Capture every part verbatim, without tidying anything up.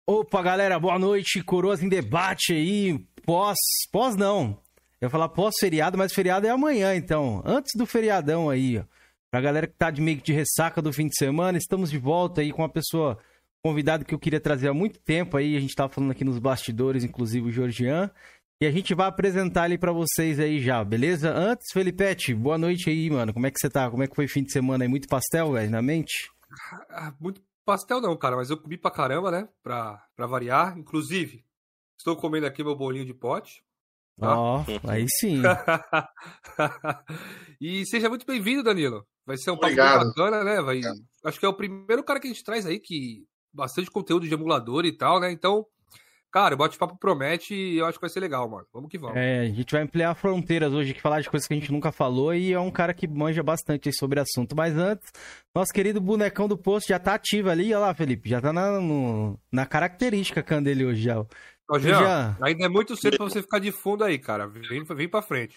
Opa, galera, boa noite. Coroas em debate aí. Pós. Pós não. Eu ia falar pós-feriado, mas feriado é amanhã, então. Antes do feriadão aí, ó. Pra galera que tá de meio que de ressaca do fim de semana, estamos de volta aí com uma pessoa convidada que eu queria trazer há muito tempo aí. A gente tava falando aqui nos bastidores, inclusive o Georgian. E a gente vai apresentar ele pra vocês aí já, beleza? Antes, Felipete, boa noite aí, mano. Como é que você tá? Como é que foi o fim de semana aí? Muito pastel, velho, na mente? Ah, muito pastel não, cara, mas eu comi pra caramba, né? Pra, pra variar. Inclusive, estou comendo aqui meu bolinho de pote. Ó, tá? Oh, aí sim. E seja muito bem-vindo, Danilo. Vai ser um papo Obrigado. bacana, né? Vai... Acho que é o primeiro cara que a gente traz aí que bastante conteúdo de emulador e tal, né? Então, cara, o bate-papo promete e eu acho que vai ser legal, mano. Vamos que vamos. É, a gente vai ampliar fronteiras hoje, que falar de coisas que a gente nunca falou, e é um cara que manja bastante aí sobre o assunto. Mas antes, nosso querido bonecão do posto já tá ativo ali, olha lá, Felipe, já tá na, no, na característica can dele hoje já. Ó, Jean, já... ainda é muito cedo pra você ficar de fundo aí, cara. Vem, vem pra frente.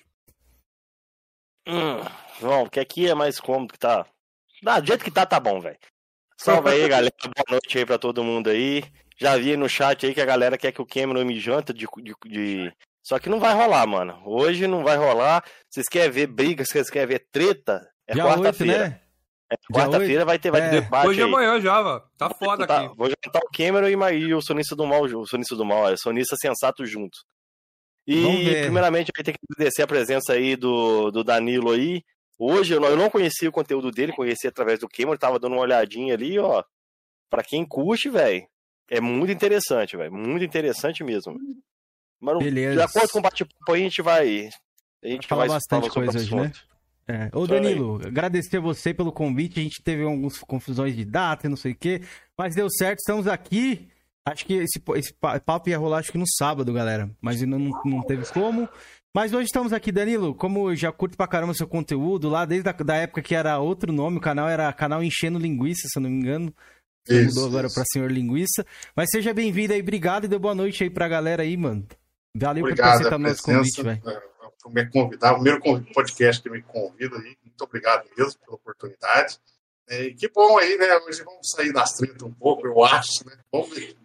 Hum, João, que aqui é mais cômodo que tá. Ah, do jeito que tá, tá bom, velho. Salve aí, galera. Boa noite aí pra todo mundo aí. Já vi no chat aí que a galera quer que o Cameron me janta de, de, de... Só que não vai rolar, mano. Hoje não vai rolar. Vocês querem ver briga, vocês querem ver treta? É quarta-feira. Né? É, quarta-feira vai ter, vai ter é. debate. Hoje e amanhã já, velho. Tá foda tá, aqui. Vou jantar o Cameron e, e o Sonista do Mal, o Sonista do Mal, é o Sonista Sensato juntos. E primeiramente eu tenho que agradecer a presença aí do, do Danilo aí. Hoje eu não, eu não conhecia o conteúdo dele, conheci através do Cameron, tava dando uma olhadinha ali, ó. Pra quem curte, velho, é muito interessante, velho. Muito interessante mesmo. Mas beleza. De acordo com o bate-papo aí, a gente vai. A gente vai vai bastante coisa hoje, né? É. Ô Danilo, agradecer a você pelo convite. A gente teve algumas confusões de data e não sei o quê, mas deu certo, estamos aqui. Acho que esse, esse papo ia rolar acho que no sábado, galera. Mas não, não teve como. Mas hoje estamos aqui, Danilo. Como eu já curto pra caramba o seu conteúdo, lá desde a da época que era outro nome, o canal era canal Enchendo Linguiça, se eu não me engano. Você isso, mudou agora isso. Pra Senhor Linguiça. Mas seja bem-vindo aí, obrigado e dê boa noite aí pra galera aí, mano. Valeu obrigado, por aceitar o nosso convite, velho. Por me convidar, o primeiro podcast que me convida aí. Muito obrigado mesmo pela oportunidade. E que bom aí, né? Hoje vamos sair das tretas um pouco, eu acho, né? Vamos ver.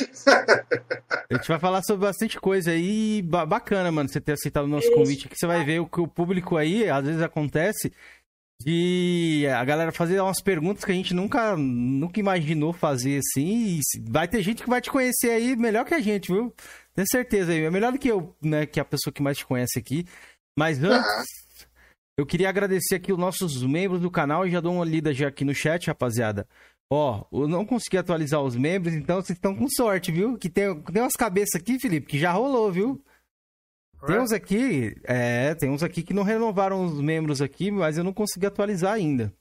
A gente vai falar sobre bastante coisa aí. Bacana, mano, você ter aceitado o nosso convite aqui. Você vai ver o que o público aí, às vezes acontece, de a galera fazer umas perguntas que a gente nunca, nunca imaginou fazer assim. E vai ter gente que vai te conhecer aí melhor que a gente, viu? Tenho certeza aí. É melhor do que eu, né? Que a pessoa que mais te conhece aqui. Mas antes... Eu queria agradecer aqui os nossos membros do canal e já dou uma lida já aqui no chat, rapaziada. Ó, eu não consegui atualizar os membros, então vocês estão com sorte, viu? Que tem, tem umas cabeças aqui, Felipe, que já rolou, viu? Tem uns aqui, é, tem uns aqui que não renovaram os membros aqui, mas eu não consegui atualizar ainda.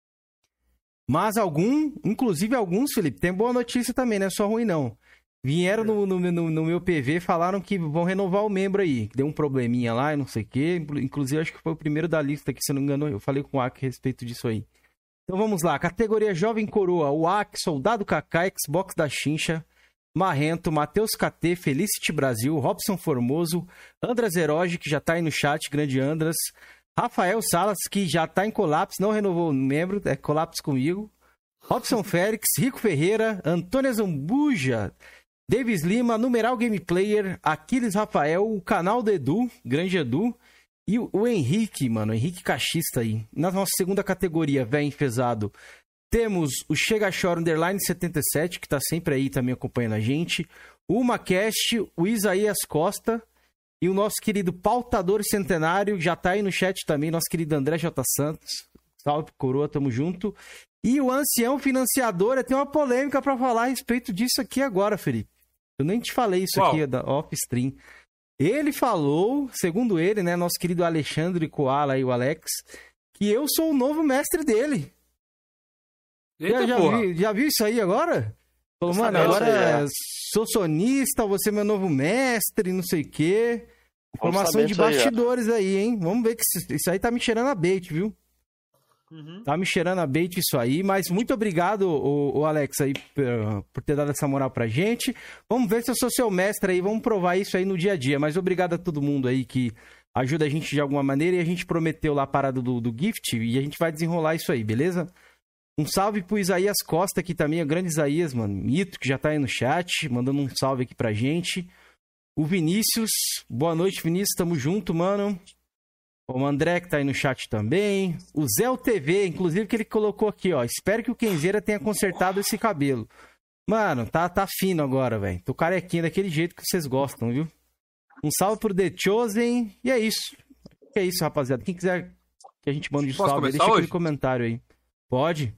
Mas algum, inclusive alguns, Felipe, tem boa notícia também, não é só ruim não. Vieram no, no, no, no meu P V, falaram que vão renovar o membro aí. Que deu um probleminha lá e não sei o quê. Inclusive, acho que foi o primeiro da lista aqui, se eu não me engano. Eu falei com o Aki a respeito disso aí. Então vamos lá. Categoria Jovem Coroa. O Aki, Soldado Kaká, Xbox da Chincha, Marrento, Matheus K T, Felicity Brasil, Robson Formoso, Andras Eroge, que já tá aí no chat, grande Andras. Rafael Salas, que já tá em colapso, não renovou o membro, é colapso comigo. Robson Félix, Rico Ferreira, Antônia Zambuja, Davis Lima, Numeral Game Player, Aquiles Rafael, o canal do Edu, grande Edu, e o Henrique, mano, Henrique Cachista aí. Na nossa segunda categoria, velho enfesado, temos o Chega Chora Underline setenta e sete, que tá sempre aí também acompanhando a gente, o Macast, o Isaías Costa, e o nosso querido Pautador Centenário, já tá aí no chat também, nosso querido André J. Santos. Salve, coroa, tamo junto. E o Ancião Financiador, eu tenho uma polêmica pra falar a respeito disso aqui agora, Felipe. Eu nem te falei isso Qual? aqui da off-stream. Ele falou, segundo ele, né, nosso querido Alexandre Koala e o Alex, que eu sou o novo mestre dele. Eita, já, já, vi, já viu isso aí agora? Falou, mano, agora é. sou sonista, você é meu novo mestre, não sei o quê. Informação de bastidores aí, aí, hein? Vamos ver que isso aí tá me cheirando a bait, viu? Uhum. Tá me cheirando a bait isso aí, mas muito obrigado, o, o Alex, aí, por, por ter dado essa moral pra gente. Vamos ver se eu sou seu mestre aí, vamos provar isso aí no dia a dia. Mas obrigado a todo mundo aí que ajuda a gente de alguma maneira. E a gente prometeu lá a parada do, do gift e a gente vai desenrolar isso aí, beleza? Um salve pro Isaías Costa aqui também, o grande Isaías, mano. Mito, que já tá aí no chat, mandando um salve aqui pra gente. O Vinícius, boa noite, Vinícius, tamo junto, mano. O André, que tá aí no chat também. O Zé T V, inclusive, que ele colocou aqui, ó. Espero que o Kenzeira tenha consertado esse cabelo. Mano, tá, tá fino agora, velho. Tô carequinha daquele jeito que vocês gostam, viu? Um salve pro The Chosen. E é isso. É isso, rapaziada. Quem quiser que a gente mande um salve, deixa aquele comentário aí. Pode?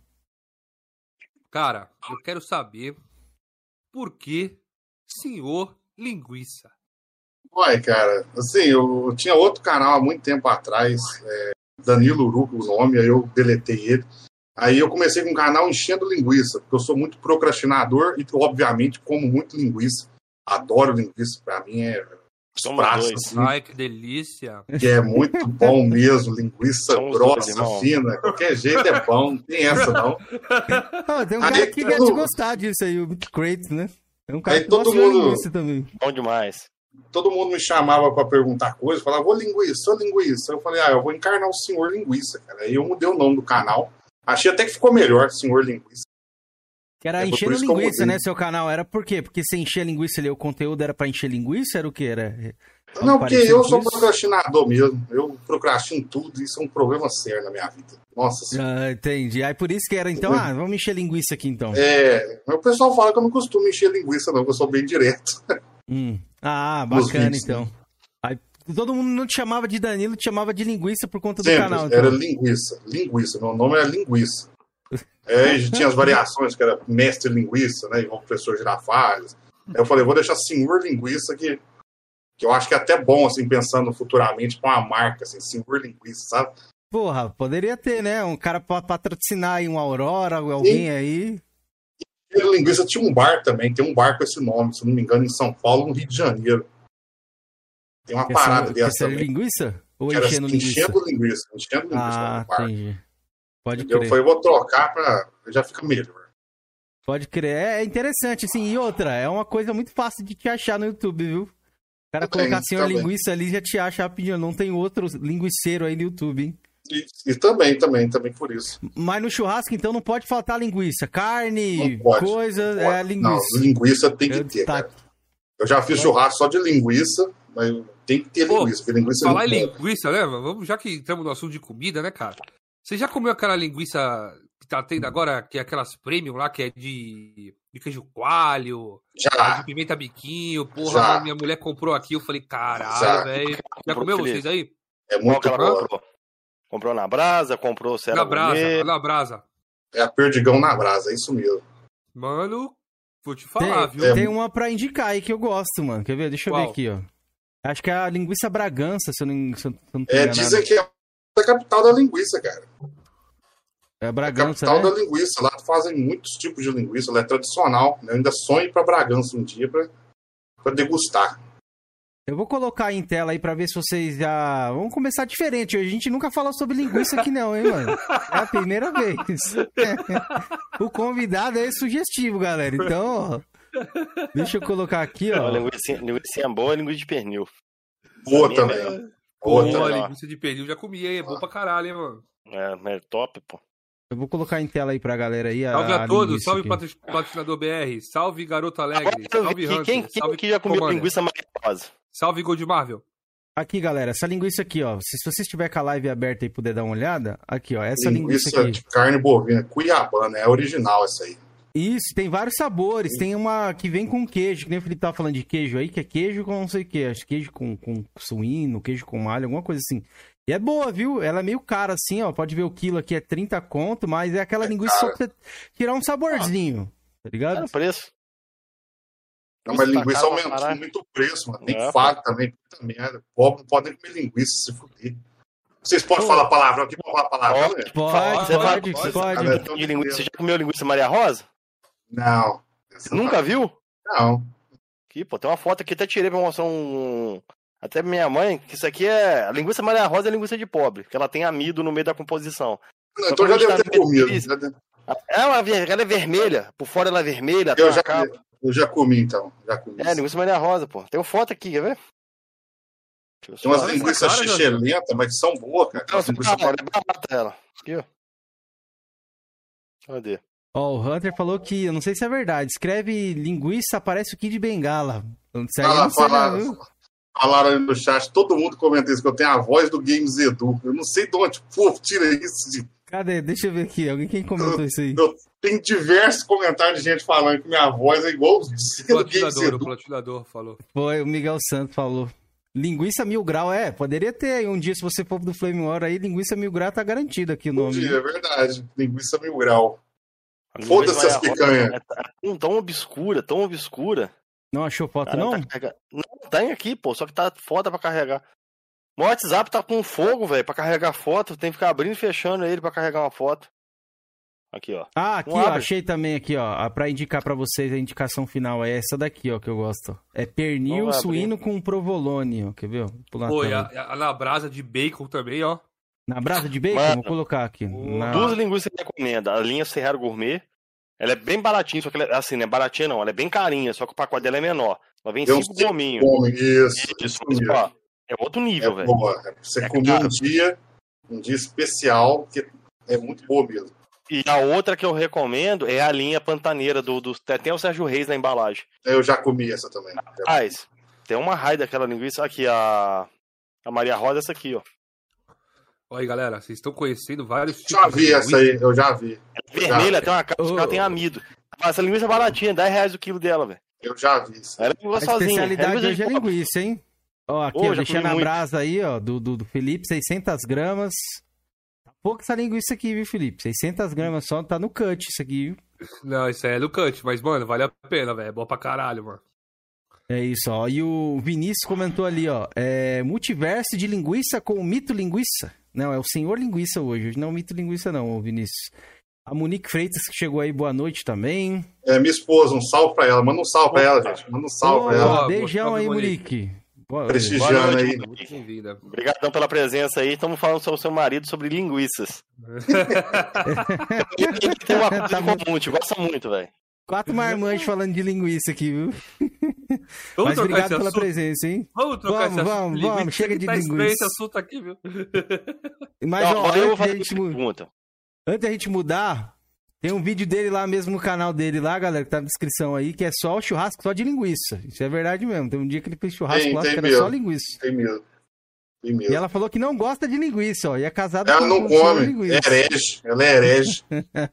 Cara, eu quero saber por que senhor linguiça. Uai, cara, assim, eu tinha outro canal há muito tempo atrás, é, Danilo Uruco, o nome, aí eu deletei ele. Aí eu comecei com um canal enchendo linguiça, porque eu sou muito procrastinador e, obviamente, como muito linguiça. Adoro linguiça, pra mim é praça, assim, ai, que delícia. Que é muito bom mesmo, linguiça Somos grossa, dois, fina, qualquer jeito é bom, não tem essa não. Ah, tem um aí, cara que deve todo... gostar disso aí, o Bitcrate, né? É um cara aí que todo gosta mundo... de linguiça também. Bom demais. Todo mundo me chamava pra perguntar coisas, falava, ô linguiça, ô linguiça. Eu falei, ah, eu vou encarnar o senhor linguiça, cara. Aí eu mudei o nome do canal. Achei até que ficou melhor, senhor linguiça. Que era é, enchendo linguiça, né, seu canal? Era por quê? Porque você encher linguiça ali, o conteúdo era pra encher linguiça? Era o quê? Era... Não, porque eu sou procrastinador mesmo. Eu procrastino tudo, isso é um problema sério na minha vida. Nossa senhora. Ah, entendi. Aí por isso que era, então, ah, vamos encher linguiça aqui, então. É, mas o pessoal fala que eu não costumo encher linguiça, não, que eu sou bem direto. Hum. Ah, bacana, vídeos, então. Né? Aí, todo mundo não te chamava de Danilo, te chamava de linguiça por conta Sempre, do canal. Então. Era linguiça, linguiça. Meu nome era linguiça. Aí a gente tinha as variações, que era mestre linguiça, né? Igual o professor Girafales. Aí eu falei, vou deixar senhor linguiça, que, que eu acho que é até bom, assim, pensando futuramente com uma marca, assim, senhor linguiça, sabe? Porra, poderia ter, né? Um cara pra patrocinar aí, um Aurora, alguém Sim. aí. E linguiça tinha um bar também, tem um bar com esse nome, se não me engano, em São Paulo, no Rio de Janeiro. Tem uma que parada essa, dessa também. linguiça? Ou era enchendo linguiça? Enchendo linguiça, enchendo linguiça. Ah, entendi. Pode Entendeu? crer. Eu falei, vou trocar pra... já fica melhor. Pode crer. É interessante, assim. E outra, é uma coisa muito fácil de te achar no YouTube, viu? O cara também, colocar senhor também. linguiça ali já te acha rapidinho. Não tem outro linguiceiro aí no YouTube, hein? E, e também, também, também por isso. Mas no churrasco, então, não pode faltar linguiça. Carne, coisa, não é a linguiça. Não, linguiça tem que eu ter, tá... cara. Eu já fiz churrasco só de linguiça, mas tem que ter Pô, linguiça. Porque linguiça falar em linguiça, né? Vamos, já que estamos no assunto de comida, né, cara? Você já comeu aquela linguiça que tá tendo agora, que é aquelas premium lá, que é de, de queijo coalho, já. de pimenta biquinho? Porra, já. Minha mulher comprou aqui, eu falei, caralho, velho. Já, já comeu vocês aí? É muito bom. Comprou na brasa, comprou Serra Na brasa, na brasa. É a perdigão na brasa, é isso mesmo. Mano, vou te falar, tem, viu? Tem uma pra indicar aí que eu gosto, mano. Quer ver? Deixa eu Qual? ver aqui, ó. Acho que é a linguiça Bragança, se eu não, se eu não tô É, dizem que é a capital da linguiça, cara. É a Bragança, é a capital né? da linguiça. Lá fazem muitos tipos de linguiça, ela é tradicional. Eu ainda sonho pra Bragança um dia pra, pra degustar. Eu vou colocar aí em tela aí pra ver se vocês já... Vamos começar diferente. A gente nunca falou sobre linguiça aqui não, hein, mano? É a primeira vez. O convidado é sugestivo, galera. Então, ó... Deixa eu colocar aqui, ó. Linguiça, linguiça boa é linguiça de pernil. Boa também. É... Boa, boa também. Linguiça de pernil já comi, hein? É boa pra caralho, hein, mano? É, é top, pô. Eu vou colocar em tela aí pra galera aí. A, salve a, a todos, salve aqui. Patrocinador B R, salve Garoto Alegre, salve Hunter, quem, quem salve que já comeu Commander. Linguiça maravilhosa? Salve Gold Marvel. Aqui, galera, essa linguiça aqui, ó. Se, se você estiver com a live aberta e puder dar uma olhada, aqui, ó. Essa linguiça, linguiça aqui. de carne bovina, Cuiabana, é original essa aí. Isso, tem vários sabores. Sim. Tem uma que vem com queijo, que nem o Felipe tava falando de queijo aí, que é queijo com não sei o que. Acho queijo com, com suíno, queijo com alho, alguma coisa assim. E é boa, viu? Ela é meio cara assim, ó. Pode ver o quilo aqui é trinta conto, mas é aquela é linguiça cara. Só pra você tirar um saborzinho. Tá ligado? É o preço. Não, mas linguiça aumentou muito o preço, mano. Tem é, fato também. Puta merda. Pobre não pode comer linguiça, se fuder. Vocês podem Pô. falar palavrão aqui? Pode falar palavrão? Pode, né? pode, você pode. pode, pode. pode. De linguiça, você já comeu linguiça Maria Rosa? Não. Nunca não. viu? Não. Aqui, pô, tem uma foto aqui, até tirei pra mostrar um... Até minha mãe, que isso aqui é... A linguiça Maria Rosa é linguiça de pobre, que ela tem amido no meio da composição. Não, então já deve ter comido. É uma, ela é vermelha, por fora ela é vermelha. Eu já, eu já comi, então. Já comi. É, linguiça Maria Rosa, pô. Tem uma foto aqui, quer ver? Tem umas linguiças xixelentas, mas são boas, cara. Não, linguiça... ela é barata, ela. Aqui, ó. Cadê? Ó, o Hunter falou que, eu não sei se é verdade, escreve linguiça, parece o Kid Bengala. Isso aí eu Fala, não sei fala, não, viu? Falaram aí no chat, todo mundo comenta isso, que eu tenho a voz do Games Edu. Eu não sei de onde o povo tira isso. De... Cadê? Deixa eu ver aqui. Alguém quem comentou eu, isso aí? Eu tenho diversos comentários de gente falando que minha voz é igual O platinador, o platinador falou. Foi, o Miguel Santos falou. Linguiça Mil Grau, é, poderia ter aí um dia, se você for do Flame War aí, Linguiça Mil Grau tá garantido aqui o nome. Um dia, né? é verdade, Linguiça Mil Grau. Foda-se as picanhas. É tão obscura, tão obscura. Não achou foto, Cara, não? Tá não, tem aqui, pô, só que tá foda pra carregar. O WhatsApp tá com fogo, velho, pra carregar foto, tem que ficar abrindo e fechando ele pra carregar uma foto. Aqui, ó. Ah, aqui, ó, achei também aqui, ó, pra indicar pra vocês a indicação final, é essa daqui, ó, que eu gosto. É pernil suíno com provolone, ó, quer ver? Pô, e a, a na brasa de bacon também, ó. Na brasa de bacon? Mano, vou colocar aqui. Na... Duas linguiças que eu recomendo. A linha Serraro Gourmet. Ela é bem baratinha, só que ela, assim, não é baratinha não, ela é bem carinha, só que o pacote dela é menor. Ela vem cinco gominhos. Isso, isso, isso ó, é outro nível, é velho. Boa. Você é comer um dia, um dia especial, que é muito boa mesmo. E a outra que eu recomendo é a linha pantaneira do, do tem o Sérgio Reis na embalagem. Eu já comi essa também. Rapaz, tem uma raia daquela linguiça aqui, a, a Maria Rosa, essa aqui, ó. Olha aí, galera, vocês estão conhecendo vários tipos já vi essa aí, eu já vi. É vermelha, já. Tem uma caixa, oh. Ela tem amido. Essa linguiça é baratinha, dez reais o quilo dela, velho. Eu já vi isso. Ela é a sozinha. especialidade hoje é linguiça, hein? Ó, aqui, oh, ó, deixando a brasa aí, ó, do, do, do Felipe, seiscentas gramas. Tá pouco essa linguiça aqui, viu, Felipe? seiscentas gramas só, tá no cut isso aqui, viu? Não, isso aí é no cut, mas, mano, vale a pena, velho. É bom pra caralho, mano. É isso, ó. E o Vinícius comentou ali, ó. É multiverso de linguiça com o mito linguiça. Não, é o senhor linguiça hoje. Não é o mito linguiça, não, Vinícius. A Monique Freitas, que chegou aí, boa noite também. É, minha esposa, um salve pra ela. Manda um salve pra ela, gente. Manda um salve oh, pra ela. Beijão aí, Monique. Boa, prestigiando aí. Obrigadão pela presença aí. Estamos falando sobre o seu marido, sobre linguiças. Ele tem uma coisa tá em comum, te gosta muito, velho. Quatro marmanjos falando de linguiça aqui, viu? Vamos Mas obrigado pela assunto. presença, hein? Vamos trocar vamos, esse vamos, assunto. Vamos, chega de tá linguiça. Esse assunto aqui, viu? Mas, ó, ó, eu vou fazer gente... pergunta. Antes da gente mudar, tem um vídeo dele lá mesmo no canal dele lá, galera, que tá na descrição aí, que é só o churrasco só de linguiça. Isso é verdade mesmo. Tem um dia que ele fez churrasco tem, lá, tem que mesmo. era só linguiça. Tem mesmo. Tem mesmo. E ela falou que não gosta de linguiça, ó. E é casada ela com não come, é herege. Ela é herege.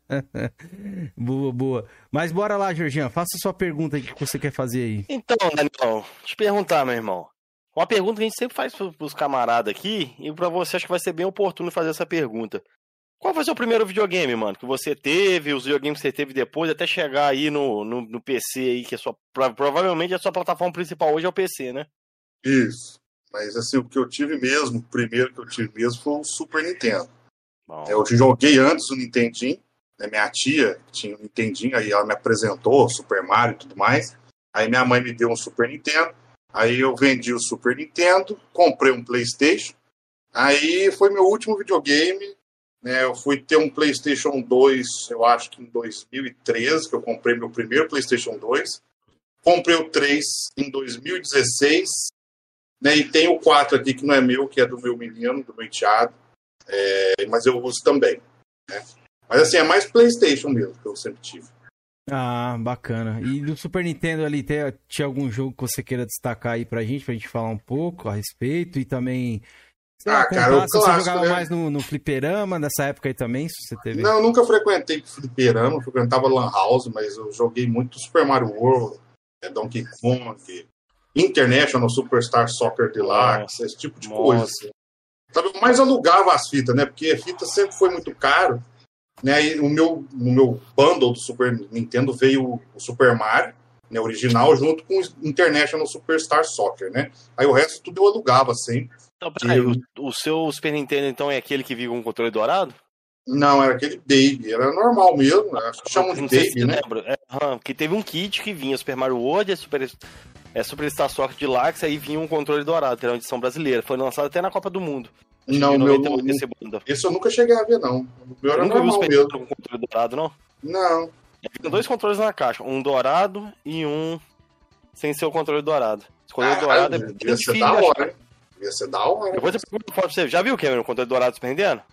Boa, boa. Mas bora lá, Jorginho. Faça a sua pergunta aí que você quer fazer aí. Então, Daniel, te perguntar, meu irmão. Uma pergunta que a gente sempre faz pros camaradas aqui, e pra você acho que vai ser bem oportuno fazer essa pergunta. Qual foi o seu primeiro videogame, mano, que você teve, os videogames que você teve depois, até chegar aí no, no, no P C aí, que é sua, provavelmente a sua plataforma principal hoje é o P C, né? Isso. Mas assim, o que eu tive mesmo, o primeiro que eu tive mesmo foi o Super Nintendo. Bom. Eu joguei antes o Nintendinho, né? Minha tia tinha um Nintendinho, aí ela me apresentou o Super Mario e tudo mais. Aí minha mãe me deu um Super Nintendo, aí eu vendi o Super Nintendo, comprei um PlayStation, aí foi meu último videogame, né? Eu fui ter um PlayStation dois, eu acho que em dois mil e treze, que eu comprei meu primeiro PlayStation dois. Comprei o três em dois mil e dezesseis, né, e tem o quatro aqui que não é meu, que é do meu menino, do meu enteado, é, mas eu uso também, né? Mas assim, é mais PlayStation mesmo que eu sempre tive. Ah, bacana. E do Super Nintendo ali, tem, tinha algum jogo que você queira destacar aí pra gente, pra gente falar um pouco a respeito e também... Sei lá, ah, cara, o clássico, você jogava né? mais no, no fliperama nessa época aí também, se você teve... Não, eu nunca frequentei fliperama, eu frequentava Lan House, mas eu joguei muito Super Mario World, Donkey Kong... International Superstar Soccer Deluxe, esse tipo de Nossa. coisa. Assim. Sabe, eu mais alugava as fitas, né? Porque a fita sempre foi muito caro, né? E o meu, o meu bundle do Super Nintendo veio o Super Mario, né, original, junto com o International Superstar Soccer, né? Aí o resto tudo eu alugava sempre. Então, peraí, eu... o, o seu Super Nintendo, então, é aquele que vinha com um controle dourado? Não, era aquele Baby, era normal mesmo, né? Acho que chamam de Baby, se né? É, porque teve um kit que vinha Super Mario World, é Super... É Superstar Soccer Deluxe, aí vinha um controle dourado, que era uma edição brasileira. Foi lançado até na Copa do Mundo. Não, meu, não, esse eu nunca cheguei a ver, não. O meu era nunca normal viu mesmo. Com controle dourado, não? Não. Tem dois controles na caixa, um dourado e um sem ser o controle dourado. Escolher ah, o dourado é bem difícil. Devia ser da hora, hein? Devia ser da hora. Depois eu pergunto pra você, já viu, Cameron, o controle dourado do Super Nintendo?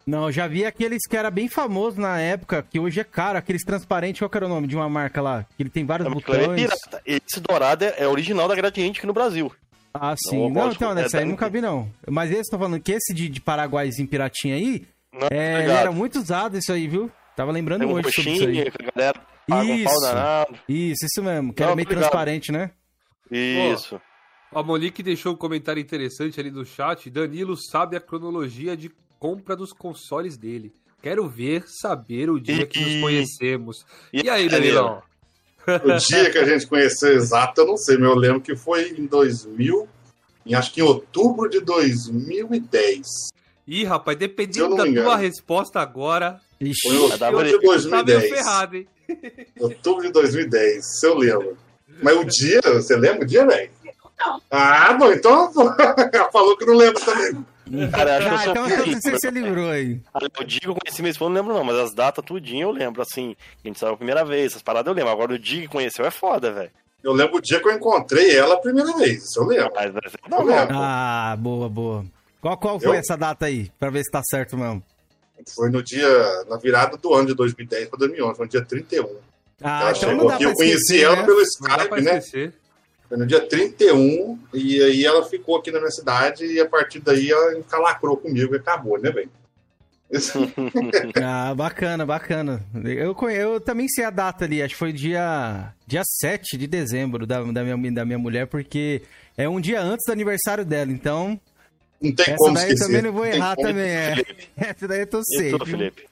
Não, eu já vi aqueles que era bem famoso na época, que hoje é caro, aqueles transparentes, qual que era o nome de uma marca lá? Que ele tem vários É botões. pirata. Esse dourado é, é original da Gradiente aqui no Brasil. Ah, sim. Não, Não, então, é nessa aí da- nunca vi, não. Mas esse, tô falando que esse de, de Paraguaizinho piratinha aí, Não, é, ele obrigado. era muito usado isso aí, viu? Tava lembrando Tem um hoje sobre isso aí. coxinha, que a galera paga um pau Isso. danado. Isso, isso mesmo, que Não, era meio obrigado. transparente, né? Isso. A Monique deixou um comentário interessante ali no chat. Danilo sabe a cronologia de compra dos consoles dele. Quero ver, saber o dia que nos E- conhecemos. E, E aí, Danilão? O dia que a gente conheceu exato, eu não sei, mas eu lembro que foi em dois mil, em, acho que em outubro de dois mil e dez. Ih, rapaz, Se eu dependendo não da me tua engano. resposta agora, Ixi. Foi em Vai dar outubro de bonito. dois mil tá e meio dez. ferrado, hein? Outubro de dois mil e dez, se eu lembro. Mas o dia, você lembra o dia, velho? Ah, bom, então ela falou que não lembra também. Cara, acho que eu Ah, sou então ruim. você, você livrou aí. O dia que eu conheci minha esposa, não lembro não, mas as datas tudinho eu lembro, assim, a gente saiu a primeira vez, essas paradas eu lembro. Agora o dia que conheceu é foda, velho. Eu lembro o dia que eu encontrei ela a primeira vez, isso eu lembro. Mas, mas, Eu não, lembro. não, Ah, boa, boa. Qual, qual foi Eu? essa data aí? Pra ver se tá certo mesmo. Foi no dia, na virada do ano de dois mil e dez para dois mil e onze, foi no dia trinta e um. Ah, Ela então não chegou dá aqui, pra eu conheci esquecer, ela né? pelo Não dá pra Skype, né? esquecer. Foi no dia trinta e um, e aí ela ficou aqui na minha cidade, e a partir daí ela encalacrou comigo e acabou, né, velho? Ah, bacana, bacana. Eu, conhe- eu também sei a data ali, acho que foi dia, dia sete de dezembro da, da, minha, da minha mulher, porque é um dia antes do aniversário dela, então Não tem essa como daí esquecer. também não vou Não tem errar como. também, é. Essa daí eu tô E safe. tu, Felipe?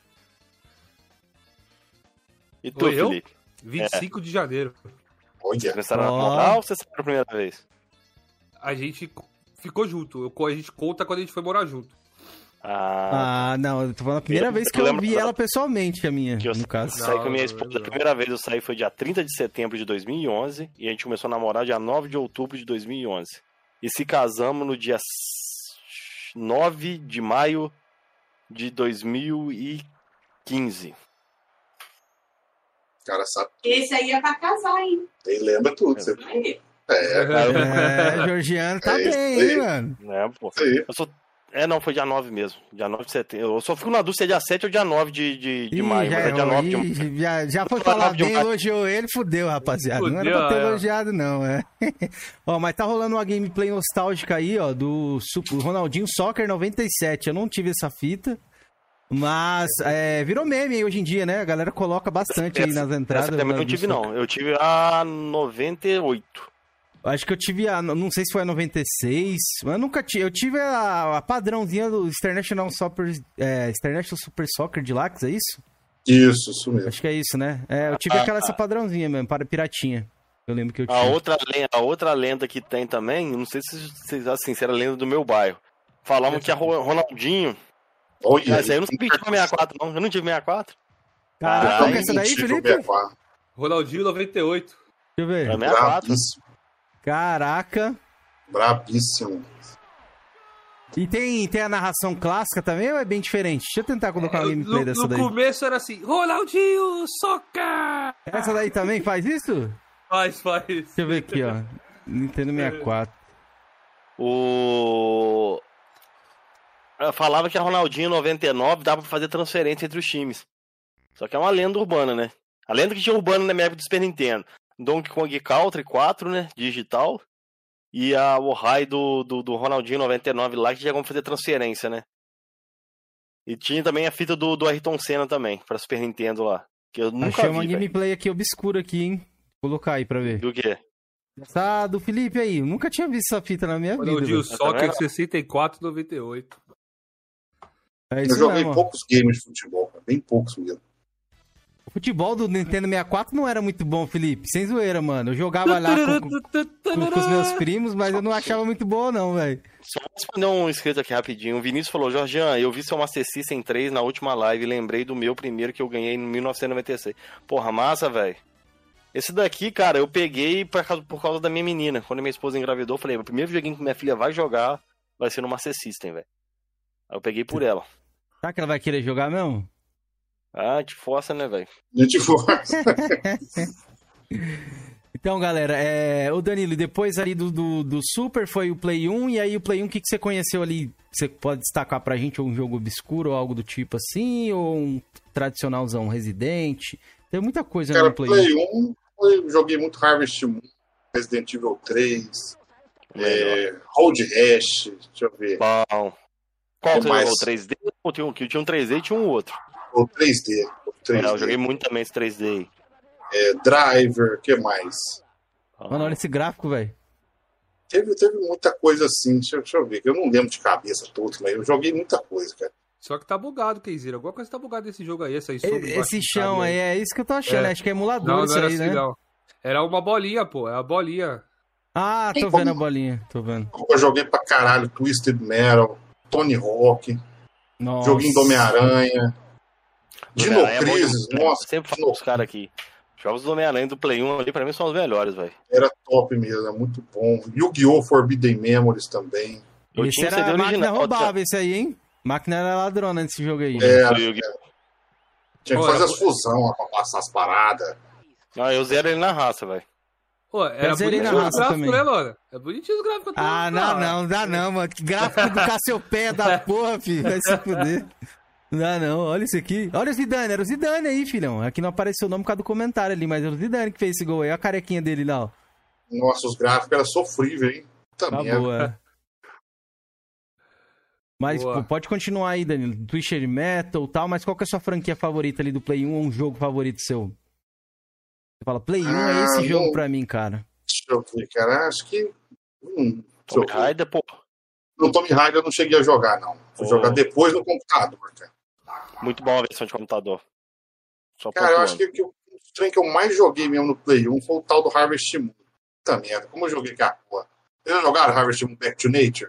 E tu, Oi, eu? Felipe? vinte e cinco de janeiro. Olha, Vocês começaram a Ó. namorar ou vocês saíram a primeira vez? A gente ficou junto. Eu- A gente conta quando a gente foi morar junto. Ah, Ah, não, eu tô falando a primeira Eu vez que eu lembro vi da- ela pessoalmente, a minha, que eu no caso. saí Não, com minha não, esposa, não. a primeira vez eu saí foi dia trinta de setembro de dois mil e onze e a gente começou a namorar dia nove de outubro de dois mil e onze. E se casamos no dia nove de maio de dois mil e quinze. o cara sabe, Esse aí é pra casar, hein? ele lembra tudo. Você... Aí. É, É, Georgiano tá É isso bem, aí. hein, mano? Né, pô? isso aí. Eu sou... É, não, foi dia nove mesmo. Dia nove de setembro. Eu só fico na dúvida se é dia sete ou dia nove de, de, de Ih, maio. já, Mas é dia errou. nove de maio. Ih, já, já foi Foi falar nove de bem, maio. elogiou ele, fudeu, rapaziada. não era Fudeu, pra ter é. elogiado, não, é. Ó, mas tá rolando uma gameplay nostálgica aí, ó, do Super- Ronaldinho Soccer noventa e sete. Eu não tive essa fita, mas é, virou meme aí hoje em dia, né? A galera coloca bastante aí nas entradas. Essa também da- não do tive, Soccer. não. Eu tive a noventa e oito. Acho que eu tive a. Não sei se foi a noventa e seis, mas eu nunca tive. Eu tive a, a padrãozinha do International Super, é, International Super Soccer Deluxe, é isso? Isso, isso mesmo. Acho que é isso, né? É, eu tive aquela essa padrãozinha mesmo, para piratinha. Eu lembro que eu A tinha. outra, lenda, a outra lenda que tem também, não sei se, se, assim, se era lenda do meu bairro. Falavam que a Ro- Ronaldinho. Olha, Essa aí eu não sabia que tinha sessenta e quatro, não. Eu não tive sessenta e quatro. Caraca, qual que é essa daí, Tipo, Felipe? sessenta e quatro. Ronaldinho noventa e oito. Deixa eu ver. Era sessenta e quatro. Brabíssimo, Caraca. brabíssimo. E tem, tem a narração clássica também ou é bem diferente? Deixa eu tentar colocar uma gameplay no, dessa no daí. começo era assim, Ronaldinho, soca! Essa daí também faz isso? Faz, faz. Deixa eu ver aqui, ó. Nintendo sessenta e quatro. O. Eu falava que a Ronaldinho noventa e nove dava pra fazer transferência entre os times. Só que é uma lenda urbana, né? A lenda que tinha urbana na minha época do Super Nintendo. Donkey Kong Country quatro, né? Digital. E a, o raio do, do, do Ronaldinho noventa e nove lá que tinha como fazer transferência, né? E tinha também a fita do, do Ayrton Senna também, pra Super Nintendo lá. Que eu nunca Achei uma vi, velho. gameplay aqui obscura aqui, hein? Vou colocar aí pra ver. Do quê? Essa do Felipe aí. Eu nunca tinha visto essa fita na minha vida. Ronaldinho velho. Soccer sessenta e quatro noventa e oito. É Eu isso joguei mesmo. ó. poucos games de futebol, cara, bem poucos mesmo. O futebol do Nintendo sessenta e quatro não era muito bom, Felipe. Sem zoeira, mano. Eu jogava lá com, com- com- com os meus primos, mas eu não achava muito bom, não, velho. Só vou responder um inscrito aqui rapidinho. O Vinícius falou: Jorgian, eu vi seu Master System três na última live e lembrei do meu primeiro que eu ganhei em mil novecentos e noventa e seis. Porra, massa, velho. Esse daqui, cara, eu peguei por causa, por causa da minha menina. Quando minha esposa engravidou, eu falei: o primeiro joguinho que minha filha vai jogar vai ser no Master System, velho. Aí eu peguei por ela. Será que ela vai querer jogar mesmo? Ah, te força, né, velho? A gente força. Então, galera, é... o Danilo, depois ali do, do, do Super foi o Play um, e aí o Play um, o que, que você conheceu ali? Você pode destacar pra gente um jogo obscuro ou algo do tipo assim, ou um tradicionalzão Resident? Tem muita coisa Cara, no Play, Play um. um, eu joguei muito Harvest Moon, Resident Evil três, é, Road Rash, deixa eu ver. Bom. Qual você mais? jogou? O três D? Ou tinha um, tinha um três D e tinha um outro? O três D. O três D. É, eu joguei muito também esse três D aí. É, Driver, o que mais? Mano, olha esse gráfico, velho. Teve, teve muita coisa assim, deixa, eu- deixa eu ver, que eu não lembro de cabeça tudo, mas eu joguei muita coisa, cara. Só que tá bugado, Keizeira. Alguma coisa tá bugada nesse jogo aí, essa aí sobre Esse chão aí, é isso que eu tô achando, É. acho que é emulador Não, isso não era aí, assim, né? não. Era uma bolinha, pô. É a bolinha. Ah, tô Tem vendo como- a bolinha, tô vendo. Eu joguei pra caralho Twisted Metal, Tony Hawk, Nossa. joguinho do Homem-Aranha, Dino Homem-Aranha é bom Crisis, demais. nossa, Eu sempre falo Dino pros caras aqui. Jogos do Homem-Aranha do Play um ali, pra mim, são os melhores, velho. era top mesmo, é muito bom. Yu-Gi-Oh! Forbidden Memories também. Eu Esse tinha o era C D a máquina original. roubava esse aí, hein? Máquina era ladrona nesse jogo aí. É, Eu- eu- tinha que Olha, fazer as fusão lá pra passar as paradas. Não, eu zero ele na raça, velho. Pô, era Eu zerei na bonitinho o raça gráfico, também. né, mano? É bonitinho os gráficos. até, Ah, não, cara. não, dá não, mano. Que gráfico do Cassiopeia da porra, filho. Vai se fuder. Não dá não, olha isso aqui. Olha o Zidane, era o Zidane aí, filhão. Aqui não apareceu o nome por causa do comentário ali, mas era o Zidane que fez esse gol aí. Olha a carequinha dele lá, ó. Nossa, os gráficos eram sofríveis, hein? Tá Também. boa. Mas, Boa. pô, pode continuar aí, Danilo. Twisted Metal e tal, mas qual que é a sua franquia favorita ali do Play um ou um jogo favorito seu? Você fala, Play um é esse Ah, jogo não. pra mim, cara. Deixa eu ver, cara. Acho que. Hum, deixa eu Tomb ver. Raider, pô. No Tomb Raider eu não cheguei a jogar, não. Fui Oh. jogar depois no computador, cara. Muito bom a versão de computador. Só Cara, eu pontuando. acho que, que o trem que eu mais joguei mesmo no Play um foi o tal do Harvest Moon. Puta merda, como eu joguei com a porra. Vocês já jogaram Harvest Moon Back to Nature?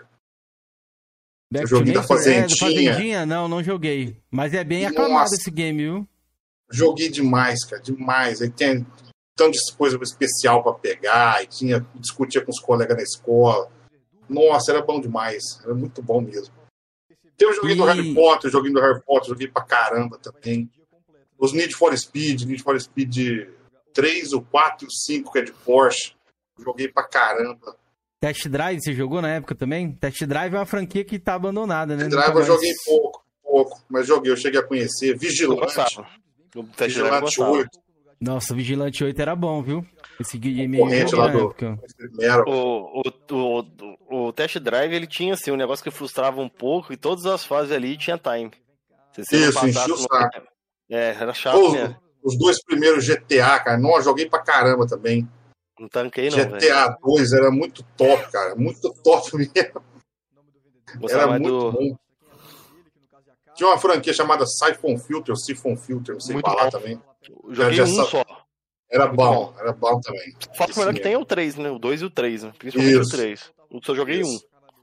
Back Eu joguei to da Nature, é, Fazendinha. da Fazendinha? Não, não joguei. Mas é bem Nossa. aclamado esse game, viu? Joguei demais, cara, demais. Aí tem tanto de coisa especial pra pegar, e tinha, discutia com os colegas na escola. Nossa, era bom demais. Era muito bom mesmo. Tem o joguinho do E- Harry Potter, o joguinho do Harry Potter, joguei pra caramba também. Os Need for Speed, Need for Speed três, o quatro e o cinco, que é de Porsche. Joguei pra caramba. Test Drive, você jogou na época também? Test Drive é uma franquia que tá abandonada, né? Drive Nunca eu joguei mais- pouco, pouco, mas joguei, eu cheguei a conhecer. Eu Vigilante, gostava. No Test Drive eu Vigilante gostava. oito, Nossa, Vigilante oito era bom, viu? Esse game aí Concorrente eu lá joguei na do- época. primeiro. O, o, o, o Test Drive, ele tinha, assim, um negócio que frustrava um pouco e todas as fases ali tinha time. Se você não Isso, passasse enchia o no- saco. É, era chato Os, mesmo. os dois primeiros G T A, cara, não, eu joguei pra caramba também. Não tanquei não, G T velho. A dois era muito top, cara, muito top mesmo. Gostava Era mais muito do... bom. Tinha uma franquia chamada Siphon Filter, ou Siphon Filter, não sei Muito falar bom. também. Joguei Já um sa- só. Era Muito bom, bom. era bom também. Falta Esse melhor que mesmo. tem é o três, né? O dois e o três, né? Principalmente Isso. o três. Eu só joguei Isso. um.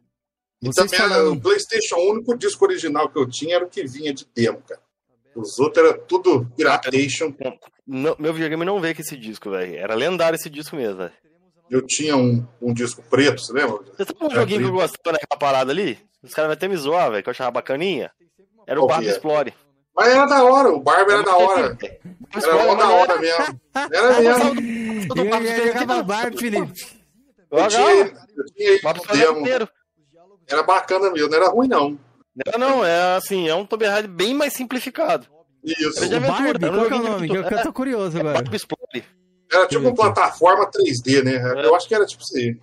E Vocês também era- falando- o PlayStation, o único disco original que eu tinha era o que vinha de demo, cara. Os outros era tudo Piratation. Não, meu videogame não veio com esse disco, velho. Era lendário esse disco mesmo, velho. Eu tinha um, um disco preto, você lembra? Você sabe um Era joguinho que eu preto. gostava naquela parada ali? Os caras vão até me zoar, velho, que eu achava bacaninha. Era o Qual Barbie que é? Explore. Mas era da hora, o Barba era da hora. Barbie Era Explore mó da maneiro. hora mesmo. Era mesmo. Eu tô E Barbie aí Explore jogava aqui, Barbie, Felipe. Eu Eu tinha, jogava. eu tinha aí Barbie no Explore era demo. maneiro. Era bacana mesmo, não era ruim não. Não, não, é assim, é um Tomb Raider bem mais simplificado. Isso. Era de O aventura, Barbie? era um Qual que é o joguinho de nome? Que eu, que eu tô curioso agora. Barbie Explore. Era tipo uma plataforma três D, né? Eu acho que era tipo isso aí.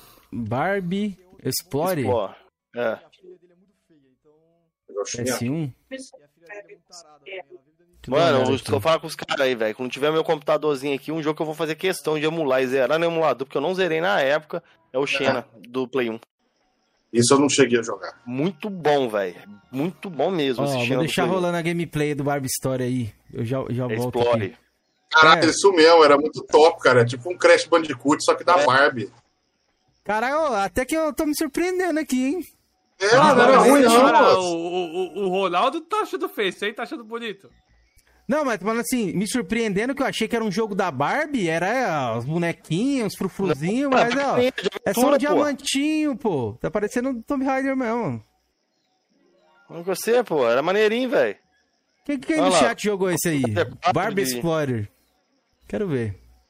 Barbie Explore Explore. É. Eu tinha- S um. Mano, eu tô falando com os caras aí, velho. Quando tiver meu computadorzinho aqui, um jogo que eu vou fazer questão de emular e zerar no emulador, porque eu não zerei na época, é o Xena, do Play um. Isso eu não cheguei a jogar. Muito bom, velho. Muito bom mesmo Ó, esse vou Xena do deixar Play um. rolando a gameplay do Barbie Story aí. Eu já, já É volto Explore. aqui. Caraca, É. isso mesmo, era muito top, cara. Tipo um Crash Bandicoot, só que da É. Barbie. Caralho, ó, até que eu tô me surpreendendo aqui, hein? É, Ah, não era mas, ruim não, cara, o, moço. o, o- o Ronaldo tá achando feio, isso aí tá achando bonito. Não, mas falando assim, me surpreendendo que eu achei que era um jogo da Barbie, era é, os bonequinhos, os frufruzinhos, mas ó, é só um diamantinho, pô. Tá parecendo um Tomb Raider mesmo. Não você, pô. Era maneirinho, velho. Quem, quem Olha no lá. chat jogou esse aí? Barbie Barbie de- Explorer. Quero ver.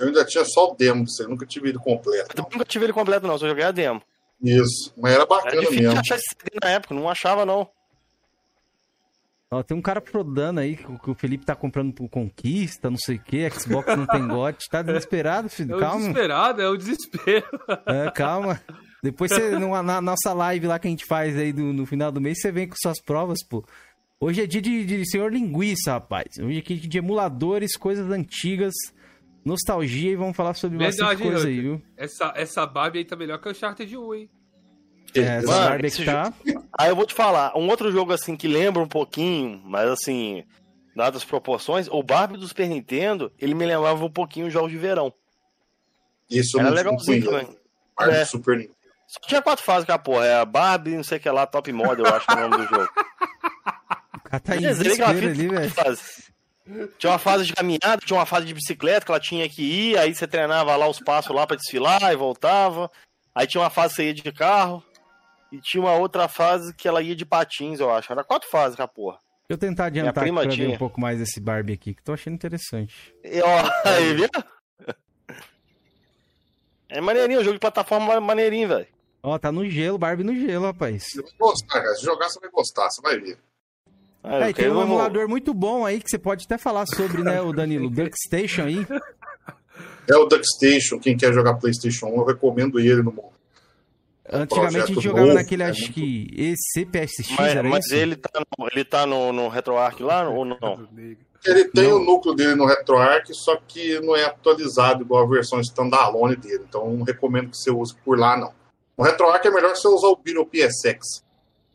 Eu ainda tinha só o demo, você nunca tive ele completo. Eu nunca tive ele completo, não, só joguei a demo. Isso, mas era bacana Era difícil mesmo. de achar esse C D na época, não achava, não. Ó, tem um cara prodando aí que o que o Felipe tá comprando por Conquista, não sei o que, Xbox não tem G O T. Tá desesperado, filho? É o Calma. desesperado, é o desespero. É, calma. Depois você, numa- na nossa live lá que a gente faz aí do- no final do mês, você vem com suas provas, pô. Hoje é dia de, de senhor linguiça, rapaz. Hoje é dia de emuladores, coisas antigas, nostalgia e vamos falar sobre bastante Verdade, coisa aí, Hunter. viu? Essa, essa Barbie aí tá melhor que o Uncharted um, hein? É, essa Mano, Barbie esse que tá... Aí eu vou te falar, um outro jogo assim que lembra um pouquinho, mas assim, dadas as proporções, o Barbie do Super Nintendo, ele me lembrava um pouquinho os jogos de verão. Isso eu Era não legalzinho conheço. também. Barbie É. Super Nintendo. Só tinha quatro fases, cara, porra. É a Barbie, não sei o que lá, Top Model, eu acho que é o nome do jogo. O cara tá em Beleza, legal, desespero ali, velho. fase. Tinha uma fase de caminhada, tinha uma fase de bicicleta que ela tinha que ir, aí você treinava lá os passos lá pra desfilar e voltava. Aí tinha uma fase que você ia de carro. E tinha uma outra fase que ela ia de patins, eu acho. Era quatro fases, cara, porra. Deixa eu tentar adiantar aqui prima pra ver tinha. um pouco mais desse Barbie aqui, que tô achando interessante. E, ó, aí, viu? É maneirinho, o jogo de plataforma é maneirinho, velho. Ó, tá no gelo, Barbie no gelo, rapaz. Você vai gostar, cara. Se jogar, você vai gostar, você vai ver. Ah, É, eu e tem quero- um emulador muito bom aí que você pode até falar sobre, né, o Danilo? DuckStation aí. É o DuckStation, quem quer jogar PlayStation um, eu recomendo ele no momento. Antigamente a gente projeto jogava novo, naquele, é acho muito- que E C P S X, Mas, era mas isso? ele tá, no, ele tá no, no RetroArch lá ou não? Ele tem Não. o núcleo dele no RetroArch, só que não é atualizado igual a versão standalone dele. Então não recomendo que você use por lá, não. No RetroArch é melhor você usar o Bino P S X.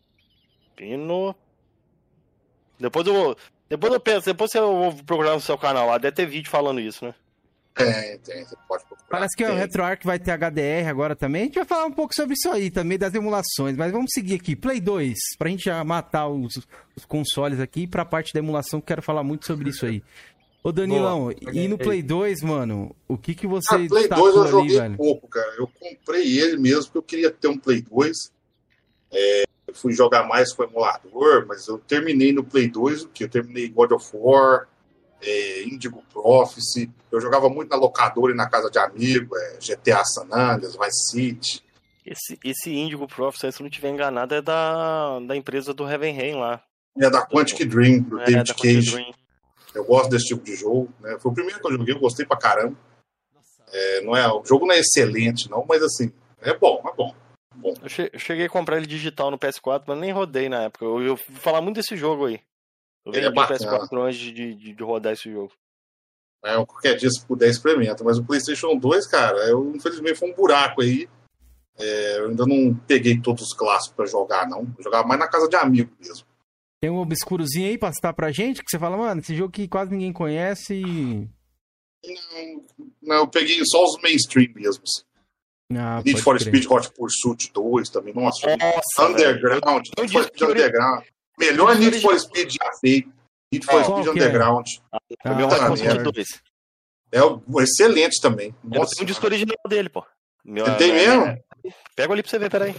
Pino. Depois eu vou. Depois eu penso, depois eu vou procurar no seu canal lá, deve ter vídeo falando isso, né? Tem, tem, você pode procurar. Parece que o Tem. RetroArch vai ter H D R agora também. A gente vai falar um pouco sobre isso aí também, das emulações. Mas vamos seguir aqui. Play dois, pra gente já matar os, os consoles aqui. E pra parte da emulação, que quero falar muito sobre isso aí. Ô Danilão, Boa. e no Play dois, mano, o que que você Ah, Play dois destacou eu ali, joguei velho? pouco, cara. Eu comprei ele mesmo porque eu queria ter um Play dois. É, eu fui jogar mais com o emulador, mas eu terminei no Play dois, o que? Eu terminei God of War, é, Indigo Prophecy. Eu jogava muito na locadora e na casa de amigo, é, G T A San Andreas, Vice City. Esse, esse Indigo Prophecy, se eu não estiver enganado, é da, da empresa do Heaven Rain lá. É da Quantic Dream, do É, David da Quantic Cage. Dream. Eu gosto desse tipo de jogo, né? Foi o primeiro que eu joguei, eu gostei pra caramba. É, não é, o jogo não é excelente, não, mas assim, é bom, é bom. bom. Eu, che- eu cheguei a comprar ele digital no P S quatro, mas nem rodei na época. Eu, eu fui falar muito desse jogo aí. Eu Ele é vendi o P S bacana. quatro antes de, de, de rodar esse jogo. É, qualquer dia, se puder, experimenta. Mas o PlayStation dois, cara, eu infelizmente foi um buraco aí. É, eu ainda não peguei todos os clássicos pra jogar, não. Eu jogava mais na casa de amigo mesmo. Tem um obscurozinho aí pra citar pra gente, que você fala, mano, esse jogo que quase ninguém conhece e... Não, não, eu peguei só os mainstream mesmo. Assim. Ah, Need pode for crer. Speed Hot Pursuit dois também. Nossa, Nossa, Underground. eu Need for disse Speed que ori- Underground. Melhor eu Need disse for que- Speed já feito. Need for Ah, Speed qual que é? Underground. Foi meu Ah, Hot tá Pursuit merda. dois. É o- excelente também. Eu Nossa, tenho um disco original dele, pô. Meu, você tem é- mesmo? Pega ali pra você ver, peraí.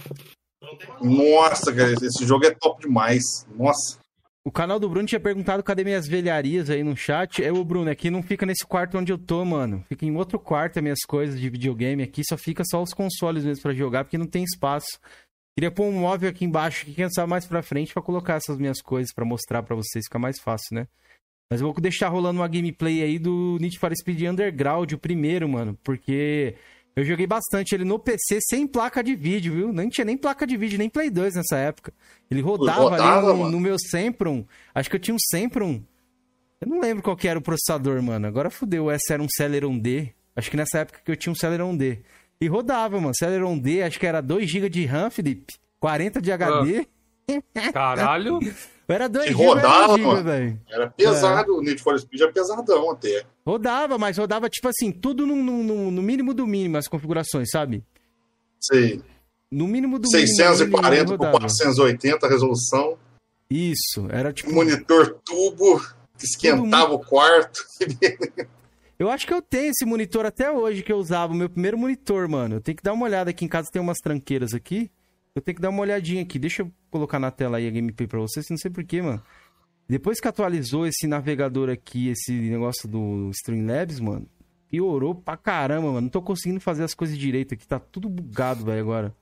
Nossa, cara, esse jogo é top demais. Nossa. O canal do Bruno tinha perguntado cadê minhas velharias aí no chat. É o Bruno, aqui não fica nesse quarto onde eu tô, mano. Fica em outro quarto as minhas coisas de videogame aqui. Só fica só os consoles mesmo pra jogar, porque não tem espaço. Queria pôr um móvel aqui embaixo, que quem sabe mais pra frente, pra colocar essas minhas coisas, pra mostrar pra vocês, fica mais fácil, né? Mas eu vou deixar rolando uma gameplay aí do Need for Speed Underground, o primeiro, mano. Porque eu joguei bastante ele no P C sem placa de vídeo, viu? Nem tinha nem placa de vídeo, nem Play dois nessa época. Ele rodava, rodava, ali no, mano. no meu Sempron. Acho que eu tinha um Sempron. Eu não lembro qual que era o processador, mano. Agora fudeu, essa era um Celeron D. Acho que nessa época que eu tinha um Celeron D. E rodava, mano. Celeron D, acho que era dois gigas de RAM, Felipe. quarenta de H D. Caralho. Era dois E gigas, rodava, giga, mano. velho. Era pesado, o Need for Speed é pesadão até. Rodava, mas rodava, tipo assim, tudo no, no, no- no mínimo do mínimo, as configurações, sabe? Sei. No mínimo do seiscentos e mínimo. ele- ele quarenta por rodava. quatrocentos e oitenta resolução. Isso, era tipo... Monitor tubo que esquentava o quarto. Eu acho que eu tenho esse monitor até hoje que eu usava, o meu primeiro monitor, mano. Eu tenho que dar uma olhada aqui em casa, tem umas tranqueiras aqui. Eu tenho que dar uma olhadinha aqui. Deixa eu colocar na tela aí a gameplay pra vocês, não sei porquê, mano. Depois que atualizou esse navegador aqui, esse negócio do Streamlabs, mano, piorou pra caramba, mano. Não tô conseguindo fazer as coisas direito aqui. Tá tudo bugado, velho, agora.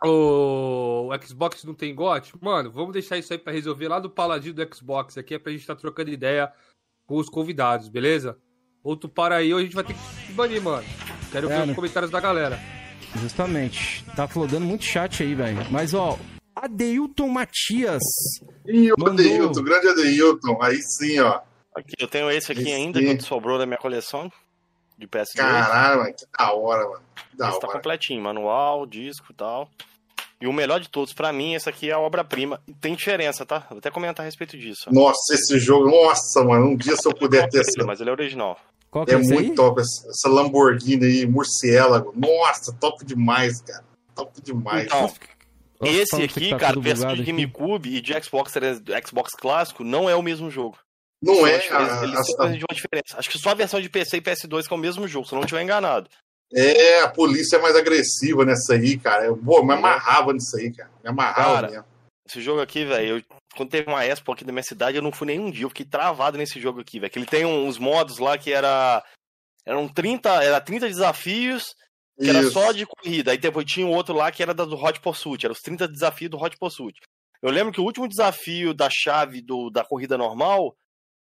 O Xbox não tem G O T? Mano, vamos deixar isso aí pra resolver lá do Paladino do Xbox. Aqui é pra gente tá trocando ideia com os convidados, beleza? Ou tu para aí ou a gente vai ter que banir, mano. Quero É, ver né? os comentários da galera. Justamente. Tá flodando muito chat aí, velho. Mas, ó, Adeilton Matias. Ih, o Mandou. Adeilton, o grande Adeilton. Aí sim, ó. Aqui, eu tenho esse aqui Esse ainda, sim. que sobrou da minha coleção de P S dois. Caralho, mano, que da hora, mano. Que da Esse tá hora. completinho, manual, disco e tal. E o melhor de todos, pra mim, esse aqui é a obra-prima. E tem diferença, tá? Vou até comentar a respeito disso. ó. Nossa, esse jogo, nossa, mano. Um dia se eu puder ter essa. Mas ele é original. Qual que é, É esse muito aí? top. Essa essa Lamborghini aí, Murciélago. Nossa, top demais, cara. Top demais. Então, Nossa, esse falando que aqui, tá cara, tudo versão bugado de aqui. GameCube e de Xbox, Xbox clássico, não é o mesmo jogo. Não Só é. eles, a- eles a- têm uma diferença. Acho que só a versão de P C e P S dois que é o mesmo jogo, se eu não estiver enganado. É, a polícia é mais agressiva nessa aí, cara. Eu pô, me amarrava nisso aí, cara. Me amarrava Cara, mesmo. Esse jogo aqui, velho, eu- quando teve uma Expo aqui da minha cidade, eu não fui nenhum dia, eu fiquei travado nesse jogo aqui, velho. Que ele tem uns modos lá que era. Eram trinta, era trinta desafios, que era Isso. só de corrida. Aí depois tinha um outro lá que era da- do Hot Pursuit, era os trinta desafios do Hot Pursuit. Eu lembro que o último desafio da chave do, da corrida normal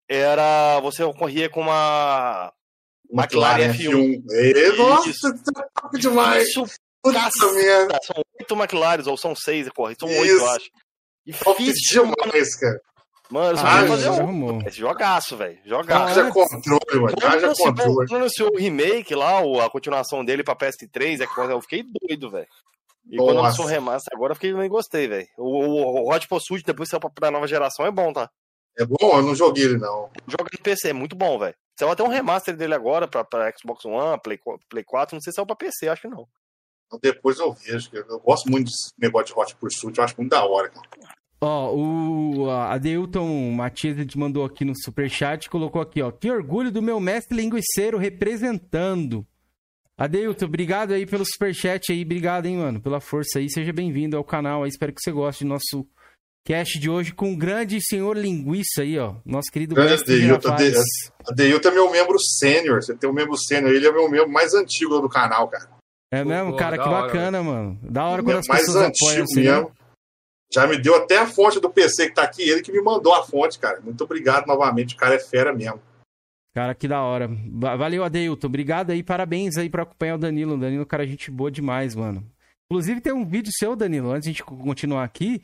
era você corria com uma McLaren F um. É, nossa, Isso. tá top demais. Isso, Puta caceta, merda. são oito McLarens, ou são seis, corre, são Isso. oito, eu acho. E Top difícil, demais, cara. mano, você Ah, vai já fazer um. arrumou. Esse jogaço, velho. Jogaço. Haja controle, mano. Quando Haja anunciou, controle. quando anunciou o remake lá, o- a continuação dele pra P S três, é que eu fiquei doido, velho. E quando Nossa. anunciou o remaster, agora eu fiquei, nem gostei, velho. O, o, o Hot Pursuit, depois que saiu pra, pra nova geração, é bom, tá? É bom? Eu não joguei ele, não. Joga no P C, é muito bom, velho. Saiu até um remaster dele agora pra, pra Xbox One, Play, Play quatro, não sei se saiu pra P C, acho que não. Depois eu vejo. Eu gosto muito desse negócio de Hot Pursuit. Eu acho muito da hora, cara. Ó, o Adeilton Matias ele te mandou aqui no superchat, colocou aqui, ó. Que orgulho do meu mestre linguiceiro representando. Adeilton, obrigado aí pelo superchat aí, obrigado, hein, mano, pela força aí. Seja bem-vindo ao canal aí, espero que você goste do nosso cast de hoje com o grande senhor linguiça aí, ó. Nosso querido Grande mestre Adeilton, Girafales. A Deilton é meu membro sênior. Você tem um membro sênior. Ele é meu membro mais antigo do canal, cara. É mesmo, Pô, cara, da que hora, bacana, mano. Da hora quando as mais pessoas apoiam antigo assim, né? mesmo. Já me deu até a fonte do P C que tá aqui. Ele que me mandou a fonte, cara. Muito obrigado novamente. O cara é fera mesmo. Cara, que da hora. Va- Valeu, Adeilton. Obrigado aí, parabéns aí por acompanhar o Danilo. O Danilo, cara, gente boa demais, mano. Inclusive, tem um vídeo seu, Danilo, antes de a gente continuar aqui,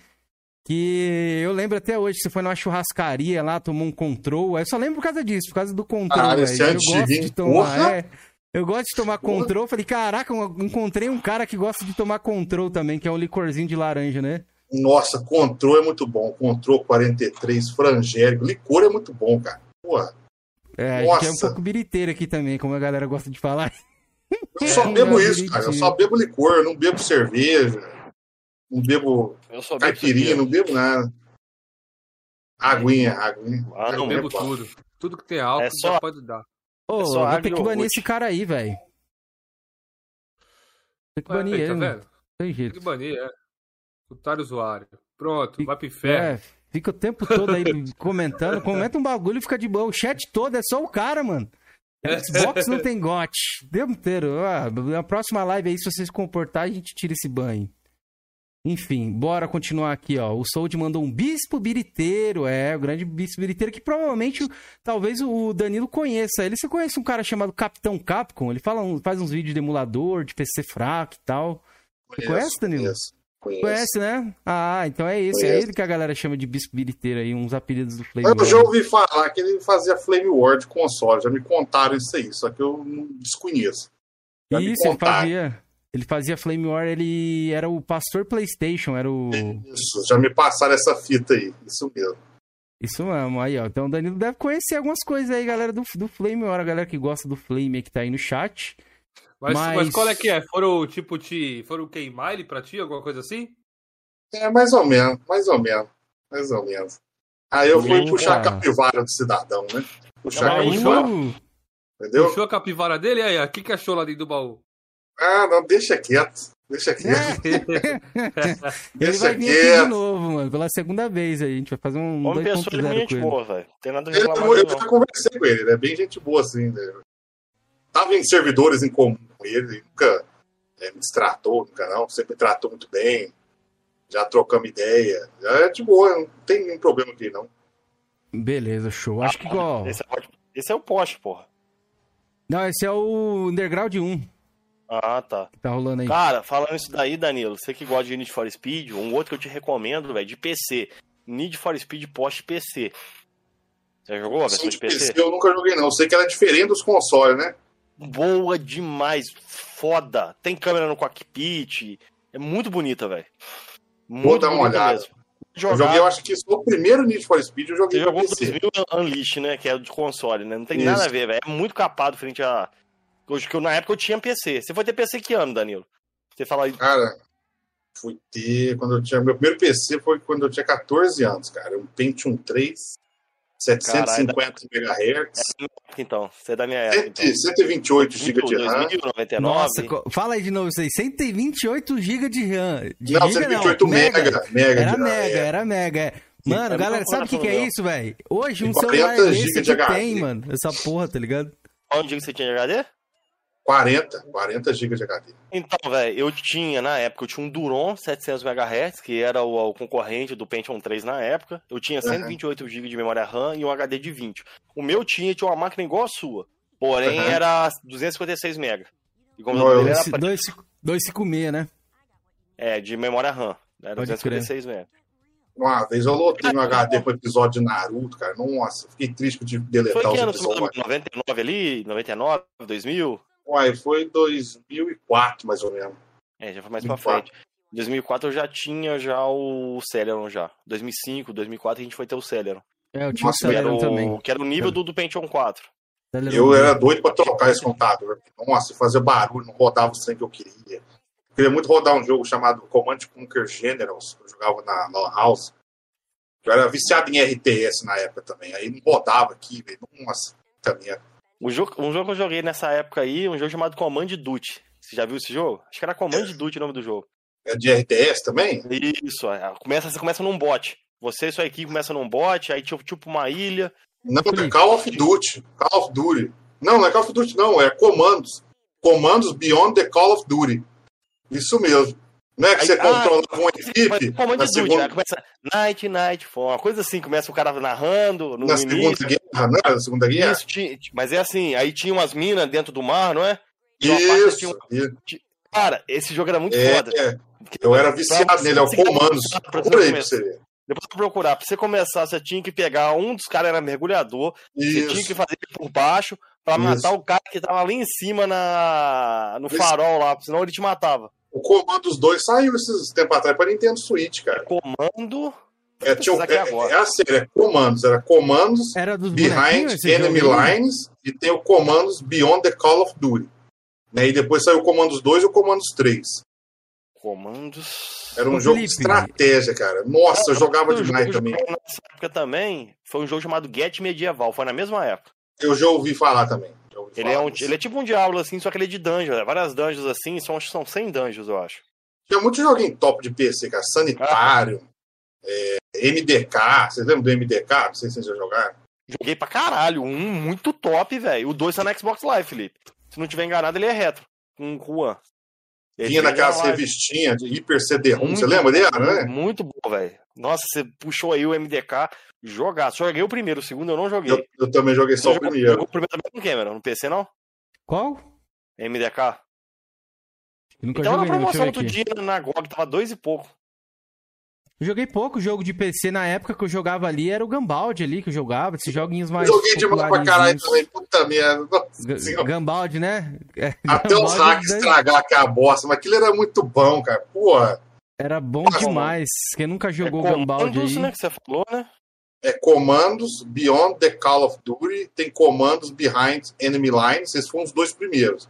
que eu lembro até hoje, você foi numa churrascaria lá, tomou um control. Eu só lembro por causa disso, por causa do control, Ah, velho. esse é Eu antigo, gosto hein? de tomar, Porra! é, eu gosto de tomar Porra! control. Falei, caraca, eu encontrei um cara que gosta de tomar control também, que é um licorzinho de laranja, né? Nossa, Control é muito bom. Control quarenta e três, frangélico. Licor é muito bom, cara. Porra. É, a gente é um Nossa. pouco biriteiro aqui também, como a galera gosta de falar. Eu só É, bebo não, isso, cara. Eu bonitinho. só bebo licor. Eu não bebo cerveja. Não bebo Eu sou bem caipirinha. Não bebo nada. Aguinha, aguinha. Ah, não Eu Aguinha bebo é bom. tudo. Tudo que tem álcool É só- já pode dar. Ô, É só vou água ter e que banir iogurte. esse cara aí, velho. Tem que Ué, banir aí, ele, tá não vendo? tem Tem jeito. que banir, é. Otário usuário. Pronto, vai pro inferno. É, fica o tempo todo aí comentando. Comenta um bagulho e fica de boa. O chat todo é só o cara, mano. Xbox não tem gote. Devo inteiro. Ah, na próxima live aí, se você se comportar, a gente tira esse banho. Enfim, bora continuar aqui, ó. O Sold mandou um bispo biriteiro. É, o grande bispo biriteiro que provavelmente, talvez o Danilo conheça. Ele, você conhece um cara chamado Capitão Capcom? Ele fala, um- faz uns vídeos de emulador, de P C fraco e tal. Você conhece, Danilo? Conheço, conheço. Conhece, né? Ah, então é esse. É Conheço. ele que a galera chama de bispo biriteiro aí, uns apelidos do Flame. Eu já War. ouvi falar que ele fazia Flame War de console. Já me contaram isso aí, só que eu não desconheço. Já me Isso, ele contaram. fazia. Ele fazia Flame War, ele era o pastor PlayStation, era o. Isso, já me passaram essa fita aí. Isso mesmo. Isso mesmo, aí, ó. Então o Danilo deve conhecer algumas coisas aí, galera do, do Flame War, a galera que gosta do Flame aí que tá aí no chat. Mas, Mas- mas qual é que é? Foram, tipo, te... Foram queimar ele pra ti? Alguma coisa assim? É, mais ou menos, mais ou menos. Mais ou menos. Aí eu fui Eita. puxar a capivara do cidadão, né? Puxar a Não, capivara, Uh, entendeu? Puxou a capivara dele? E aí, o que, que achou lá dentro do baú? Ah, não, deixa quieto. Deixa quieto. ele Deixa vai vir aqui de quieto. novo, mano, pela segunda vez aí. A gente vai fazer um Homem dois pessoa, ponto ele é zero muito com gente ele. boa, velho. Tem nada a Ele, reclamar eu dele, já não. conversei com ele, ele é bem gente boa, assim. Né? tava em servidores em comum com ele, ele nunca é, me destratou no canal, sempre me tratou muito bem, já trocamos ideia, já é de boa, não tem nenhum problema aqui, não. Beleza, show. Acho que igual... Esse é, esse é o poste, porra. Não, esse é o Underground um. Ah, tá. Que tá rolando aí. Cara, falando isso daí, Danilo, você que gosta de Need for Speed, um outro que eu te recomendo, velho, de P C. Need for Speed Porsche P C. Você jogou a versão de P C? Eu nunca joguei, não. Eu sei que ela é diferente dos consoles, né? Boa demais. Foda. Tem câmera no cockpit. É muito bonita, velho. Vou dar uma olhada. Mesmo. Eu joguei, eu acho que isso foi o primeiro Need for Speed eu joguei. Você jogou dois mil Unleashed, né? Que é de console, né? Não tem isso. Nada a ver, velho. É muito capado frente a... Hoje que eu, na época eu tinha P C. Você foi ter P C que ano, Danilo? Você fala aí. Cara, fui ter quando eu tinha. Meu primeiro P C foi quando eu tinha catorze anos, cara. Um Pentium três, setecentos e cinquenta megahertz. É, então, você é da minha época. Então. cento e vinte e oito gigas de RAM. dois mil, noventa e nove. Nossa, fala aí de novo isso aí. cento e vinte e oito gigas de RAM. De não, giga, cento e vinte e oito não. mega. mega era de RAM, mega, é. era mega. É. Mano, é galera, sabe o que, que é isso, velho? Hoje um quarenta celular gigas desse de aqui H D. tem, mano. Essa porra, tá ligado? Onde que você tinha de H D? quarenta, quarenta gigas de H D. Então, velho, eu tinha, na época, eu tinha um Duron setecentos megahertz, que era o, o concorrente do Pentium três na época. Eu tinha cento e vinte e oito gigas de memória RAM e um H D de vinte. O meu tinha, tinha uma máquina igual a sua, porém uhum. era duzentos e cinquenta e seis megas. E como Não, era duzentos e cinquenta e seis, né? É, de memória RAM. Era Pode duzentos e cinquenta e seis megas. Uma vez eu lotei meu H D pro episódio de Naruto, cara. Nossa, fiquei triste que eu tive que deletar foi que os ano, episódios. noventa e nove ali? noventa e nove, dois mil? Uai, foi dois mil e quatro, mais ou menos. É, já foi mais pra frente. Em dois mil e quatro eu já tinha já o Celeron já. dois mil e cinco, dois mil e quatro a gente foi ter o Celeron. É, eu tinha Nossa, o Celeron também. Que era o nível do, do Pentium quatro. Celeron eu era doido pra trocar esse computador. Nossa, fazia barulho, não rodava o trem que eu queria. Eu queria muito rodar um jogo chamado Command Conquer Generals, que eu jogava na Lan House. Eu era viciado em R T S na época também. Aí não rodava aqui, velho. Nossa, também. Um jogo, um jogo que eu joguei nessa época aí, um jogo chamado Command Duty. Você já viu esse jogo? Acho que era Command é. Duty o nome do jogo. É de R T S também? Isso, é. Começa, você começa num bot. Você e sua equipe começam num bot, aí tipo, tipo uma ilha. Não, é Call of Duty. Call of Duty. Não, não é Call of Duty, não. É Comandos. Comandos Beyond the Call of Duty. Isso mesmo. Não é que aí, você controla ah, uma equipe? Comando na de segunda... né? Começa Night, Night, uma coisa assim, começa o cara narrando. No na início. Segunda Guerra, não é? Na Segunda Guerra? Isso, tinha, mas é assim, aí tinha umas minas dentro do mar, não é? Isso. Tinha um... Cara, esse jogo era muito é, foda. É. Eu era viciado nele, é o Comandos. Procura aí pra você ver. Depois eu procurar, pra você começar, você tinha que pegar um dos caras, era mergulhador, Isso. Você tinha que fazer ele por baixo pra Isso. matar o cara que tava ali em cima na... no farol lá, senão ele te matava. O Comandos dois saiu esses tempos atrás para Nintendo Switch, cara. Comando. É, tinha, é, é, é a série, é Comandos. Era Comandos era dos Behind Enemy Lines e tem o Comandos Beyond the Call of Duty. Né? E depois saiu o Comandos dois e o Comandos três. Comandos. Era um Ô, jogo Felipe, de estratégia, cara. Nossa, eu jogava demais também. Nessa época também foi um jogo chamado Get Medieval. Foi na mesma época. Eu já ouvi falar também. Ele é, um, ele é tipo um Diablo, assim, só que ele é de dungeon. Várias dungeons, assim, são, são cem dungeons, eu acho. Tinha muito joguinho top de P C, cara. Sanitário, ah. é, M D K. Vocês lembram do M D K? Não sei se vocês já jogaram. Joguei pra caralho. Um muito top, velho. O dois tá no Xbox Live, Felipe. Se não tiver enganado, ele é retro. Com o Juan. Vinha naquelas revistinhas de Hyper C D ROM. Você lembra dela, né? Muito bom, velho. Nossa, você puxou aí o M D K. Jogar. Só joguei o primeiro, o segundo eu não joguei. Eu, eu também joguei só você o primeiro. Jogou o primeiro também com Cameron, no P C, não? Qual? M D K. Eu nunca então joguei, na promoção outro dia na G O G, tava dois e pouco. Eu joguei pouco jogo de P C na época que eu jogava ali, era o Gambaldi ali que eu jogava, esses joguinhos mais. Eu joguei demais pra caralho também, puta merda. Gambaldi, né? É, Até os hacks daí... estragar aquela bosta, mas aquilo era muito bom, cara. Porra. Era bom Nossa, demais. Mano. Quem nunca jogou é Gambaldi aí? Né, que você falou, né? É Comandos Beyond the Call of Duty, tem Comandos Behind Enemy Lines, esses foram os dois primeiros.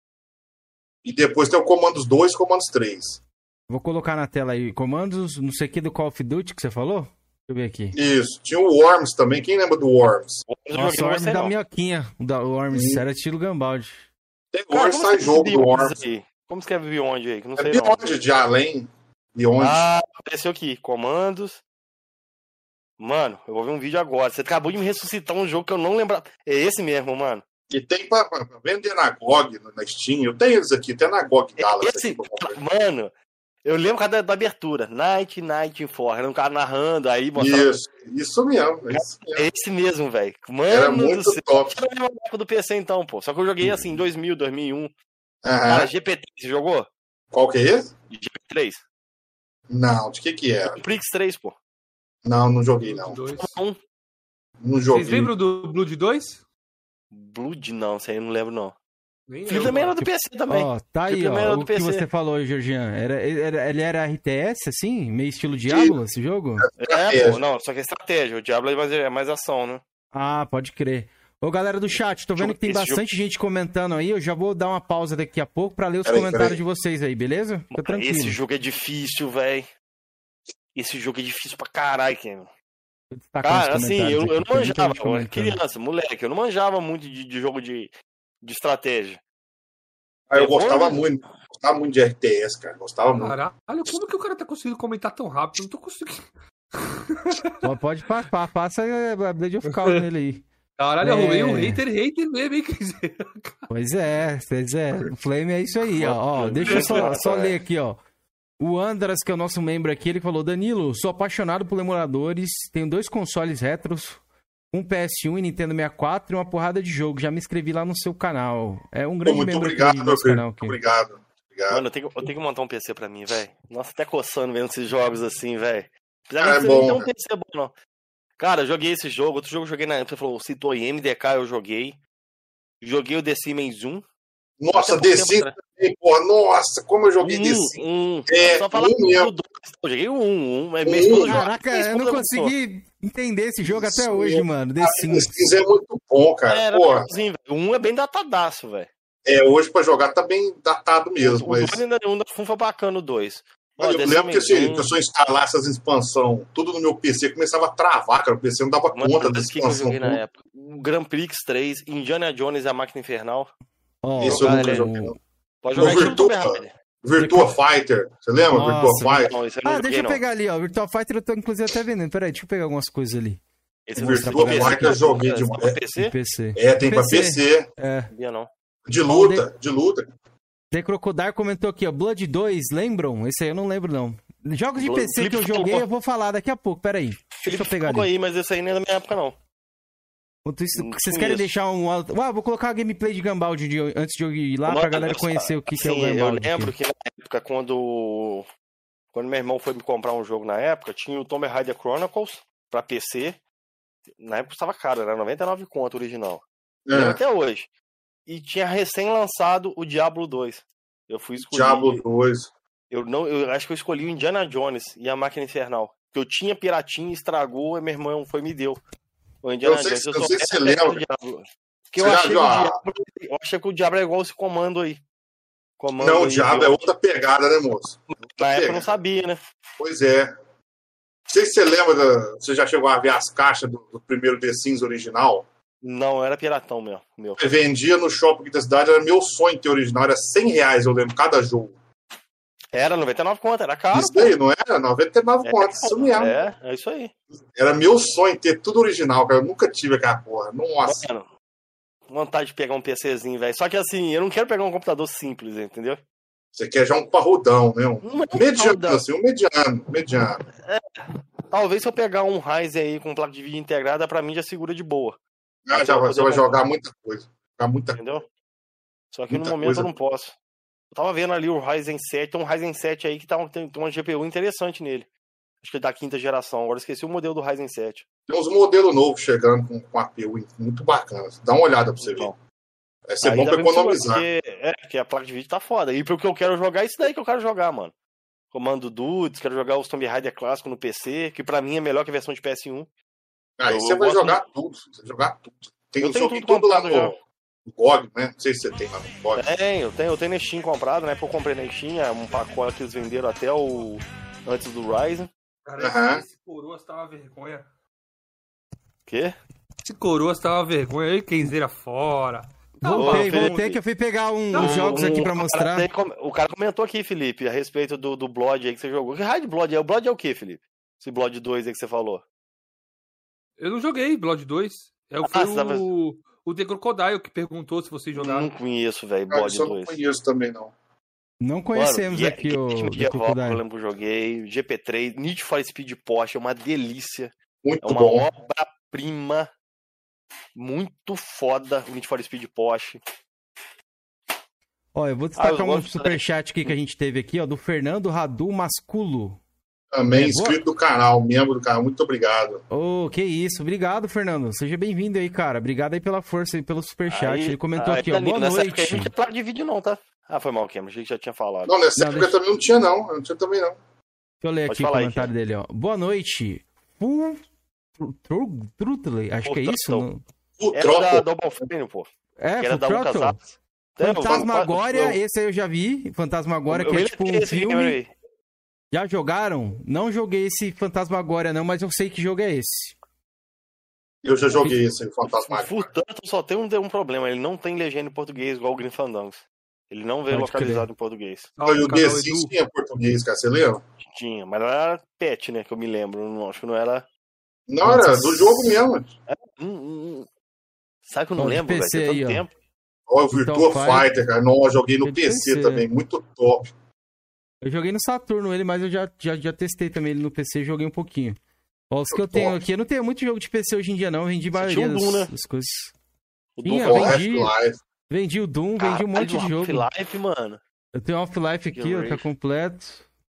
E depois tem o Comandos dois e Comandos três. Vou colocar na tela aí, Comandos, não sei o que do Call of Duty que você falou? Deixa eu ver aqui. Isso, tinha o Worms também, quem lembra do Worms? Nossa, o Worms da minhoquinha, o Worms hum. era estilo Gambaldi. Tem Worms, sai jogo do Worms. Aí? Como escreve Beyond aí? Que não sei é Beyond não. De além, Beyond. Ah, apareceu aqui, Comandos... Mano, eu vou ver um vídeo agora. Você acabou de me ressuscitar um jogo que eu não lembrava. É esse mesmo, mano. E tem pra, pra vender na G O G, na Steam. Eu tenho eles aqui, até na G O G Dallas. Esse, aqui, mano, eu lembro da, da abertura. Night, Night For. Era um cara narrando aí. Mostrava... Isso, isso mesmo. Isso mesmo. É esse mesmo, velho. Mano Era muito do céu. top. Era a mesma época do P C então, pô. Só que eu joguei assim em dois mil, dois mil e um. Uhum. Cara, G P três, você jogou? Qual que é esse? G P três. Não, de que que era? Prix três, pô. Não, não joguei, não. Um. Não joguei. Vocês lembram do Blood dois? Blood não, isso aí eu não lembro, não. Nem Ele eu, também era mano. do P C também. Ó, tá aí, Ele também era ó, do o que P C. você falou, Georgian. Era, era, ele era R T S, assim? Meio estilo Diablo, esse jogo? É, pô, não, só que é estratégia. O Diablo é mais, é mais ação, né? Ah, pode crer. Ô, galera do chat, tô vendo que tem Esse bastante gente comentando aí. Eu já vou dar uma pausa daqui a pouco pra ler os Peraí, comentários peraí. de vocês aí, beleza? Fica tranquilo. Esse jogo é difícil, velho. Esse jogo é difícil pra caralho, Ken. Vou destacar os Cara, assim, comentários eu, aqui, eu não tem muita manjava, gente eu era comentando. criança, moleque, eu não manjava muito de, de jogo de, de estratégia. Ah, eu É bom, gostava né? muito. Gostava muito de R T S, cara. Gostava muito. Caralho, como que o cara tá conseguindo comentar tão rápido? Eu não tô conseguindo. Pô, pode passar, passa a Blade of Chaos nele aí. Caralho, É. arrumei um hater, hater mesmo, hein? Quer dizer, Pois é, pois é. O Flame é isso aí, ó. Ó, deixa eu só, só ler aqui, ó. O Andras, que é o nosso membro aqui, ele falou: Danilo, sou apaixonado por emuladores, tenho dois consoles retros, um P S um e Nintendo sessenta e quatro e uma porrada de jogo. Já me inscrevi lá no seu canal. É um Pô, grande muito membro obrigado, aqui do meu nosso filho. canal aqui. Obrigado. Obrigado. Mano, eu tenho, que- eu tenho que montar um P C pra mim, velho. Nossa, até coçando vendo esses jogos assim, velho. Apesar Ah, é que não bom, tem um né? P C bom, não. Cara, eu joguei esse jogo, outro jogo eu joguei na época, você falou, citou aí, M D K, eu joguei. Joguei o The Sims um. Nossa, Até pouco The tempo Sims atrás. também, porra. Nossa, como eu joguei The Sims. Um, um. É, Só falar um do mesmo. dois. Eu joguei o um, um. Minha Um. esposa joga. Caraca, Minha eu não esposa consegui entender esse jogo até Isso hoje, mesmo. mano. The Ah, The Sims. Sims é muito bom, cara. Era Porra. legalzinho, velho. O um é bem datadaço, velho. É, hoje pra jogar tá bem datado mesmo, O mas... dois ainda um da foi bacana, o dois. Mas eu lembro que, assim, que eu só instalar essas expansões, tudo no meu P C começava a travar, cara. O P C não dava Mano, conta o da que que eu expansão. joguei na tudo. época? O Grand Prix três, Indiana Jones e a Máquina Infernal. Ó, Isso eu jogar, nunca ele- joguei, não. Pode No jogar isso no Virtua, Tomb Raider. Virtua Fighter. Você lembra? Nossa, Virtua Fighter? Não, isso eu não Ah, joguei, deixa eu não. pegar ali, ó. Virtual Fighter eu tô inclusive até vendendo. Peraí, deixa eu pegar algumas coisas ali. Esse Vou mostrar Virtua pra galera Fighter eu joguei Só demais. pra É, P C? No P C. é, tem pra P C. P C. É. Sabia não. De luta, de luta. The Crocodile comentou aqui, ó. Blood dois, lembram? Esse aí eu não lembro, não. Jogos de Blood- P C que eu Felipe joguei, falou. eu vou falar daqui a pouco. Peraí. Deixa Felipe eu pegar ficou ali. aí, mas esse aí nem é da minha época, não. Enquanto isso, Não vocês conheço. querem deixar um... Ah, vou colocar a gameplay de Gambaldi de- antes de eu ir lá Mano, pra galera eu- conhecer o que, que é o assim, eu Gambaldi. lembro aqui. que na época, quando... Quando meu irmão foi me comprar um jogo na época, tinha o Tomb Raider Chronicles pra P C. Na época estava caro, era noventa e nove conto o original. Lembro É, até hoje. E tinha recém-lançado o Diablo dois. Eu fui escolher. Diablo dois. Eu, não, eu acho que eu escolhi o Indiana Jones e a Máquina Infernal. Que eu tinha piratinha, estragou, e meu irmão foi e me deu. O Indiana Eu sei- Jones. eu sou sei se você adepto do lembra. Diablo. Porque Você eu já achei, que viu o a- Diablo, eu achei que o Diablo é igual esse comando aí. Comando Não, o aí, Diabo é eu- outra pegada, né, moço? Na época eu não sabia, né? Pois é. Não sei se você lembra, da... você já chegou a ver as caixas do, do primeiro The Sims original? Não, era piratão mesmo. Meu. Eu vendia no shopping aqui da cidade, era meu sonho ter original, era cem reais, eu lembro, cada jogo. Era noventa e nove conto, era caro. Isso pô. daí, não era? noventa e nove É, contos, isso mesmo. É, é isso aí. Era meu sonho ter tudo original, cara. Eu nunca tive aquela porra. Nossa. Mano, vontade de pegar um PCzinho, velho. Só que assim, eu não quero pegar um computador simples, entendeu? Você quer já um parrudão, né? Um Não é um mediano, parrudão. assim, um mediano, mediano. Talvez se eu pegar um Ryzen aí com placa de vídeo integrada, pra mim já segura de boa. Ah, já, eu você vai poder- jogar muita coisa. Jogar muita coisa. Entendeu? Só que Muita no momento coisa. eu não posso. Eu tava vendo ali o Ryzen sete, tem um Ryzen sete aí que tá, tem, tem uma G P U interessante nele. Acho que é da quinta geração. Agora eu esqueci o modelo do Ryzen sete. Tem uns modelos novos chegando com, com A P U muito bacanas. Dá uma olhada pra você ver. Então, Vai ser aí bom já pra vem segura, economizar. Porque, é, porque a placa de vídeo tá foda. E pro que eu quero jogar, é isso daí que eu quero jogar, mano. Comando Dudes, quero jogar os Tomb Raider clássico no P C, que pra mim é melhor que a versão de P S um. Aí eu- você eu vai gosto jogar tudo. Você vai jogar tudo. Tem Eu um tenho joguinho tudo tudo lá comprado no, no G O G, né? Não sei se você tem lá no G O G. Tenho, eu tenho, eu tenho na Steam comprado, né? Porque eu comprei na Steam, é um pacote que eles venderam até o antes do Ryzen. Cara, Aham. esse Coroas tá uma vergonha. Quê? Esse Coroas tá uma vergonha. Aí, Kenzeira fora. Tá Voltei, Felipe. voltei, que eu fui pegar um- Não, uns jogos aqui pra O mostrar. cara, tem com- o cara comentou aqui, Felipe, a respeito do, do Blood aí que você jogou. Que raio de Blood é? O Blood é o quê, Felipe? Esse Blood dois aí que você falou. Eu não joguei Blood dois. É, Ah, foi você tava- o, o The Crocodile, que perguntou se vocês jogaram. Não conheço, velho, Cara, Bode isso eu não dois. conheço também, não. Não conhecemos Mano, aqui Get o The Medieval, eu Crocodile. lembro que eu joguei. G P três, Need for Speed Porsche, é uma delícia. Muito É uma bom. obra-prima muito foda, o Need for Speed Porsche. Ó, eu vou Ah, destacar eu um gosto superchat aqui que a gente teve aqui, ó, do Fernando Radu Masculo. Também É, inscrito do canal, membro do canal. Muito obrigado. Ô, que isso. Obrigado, Fernando. Seja bem-vindo aí, cara. Obrigado aí pela força e pelo superchat. Aí- Ele comentou aí, aqui, ó, Danilo, boa nessa época noite. aí não tinha placa de vídeo não, tá? Ah, foi mal, Cameron, achei que já tinha falado. Não, nessa Não, época deixa- também não tinha, não. Eu não tinha também, não. Deixa eu ler Pode aqui o falar aí, comentário dele, ó. Boa noite. Full Tru- Trutley, acho Full que é isso? Throttle. não? O Era troco. da Double Fine, pô. É, Que era Full da Lucas Throttle? Arts. É, Fantasmagória, eu- esse aí eu já vi. Fantasmagória, eu- que eu é me tipo um lembro desse filme. game aí. Já jogaram? Não joguei esse Fantasmagória não, mas eu sei que jogo é esse. Eu já joguei esse aí, O Fantasma. Full Throttle só tem um, um problema, ele não tem legenda em português igual o Grim Fandangos. Ele não veio Pode localizado em português. Não, e o Canal The Sims Edu. tinha português, cara. Você lembra? Tinha, mas não era pet, né, que eu me lembro. Não, acho que não era... Não, era do jogo mesmo. Hum, hum, hum. Sabe que eu não Ó, de lembro, P velho? C Tem tanto aí, ó. tempo. Ó, o Virtua Então, faz- Fighter, cara. Não, eu joguei no É de P C P C. também. Muito top. Eu joguei no Saturno ele, mas eu já, já, já testei também ele no P C e joguei um pouquinho. Ó, os que eu Top. tenho aqui, eu não tenho muito jogo de P C hoje em dia não, eu vendi a Você maioria tinha o das, Doom, né? das coisas. O Tinha, Doom Ó, vendi. Half-Life. Vendi o Doom, vendi um monte de Caralho, jogo. Half-Life, mano. Eu tenho Half-Life aqui, ó, tá Rage. completo.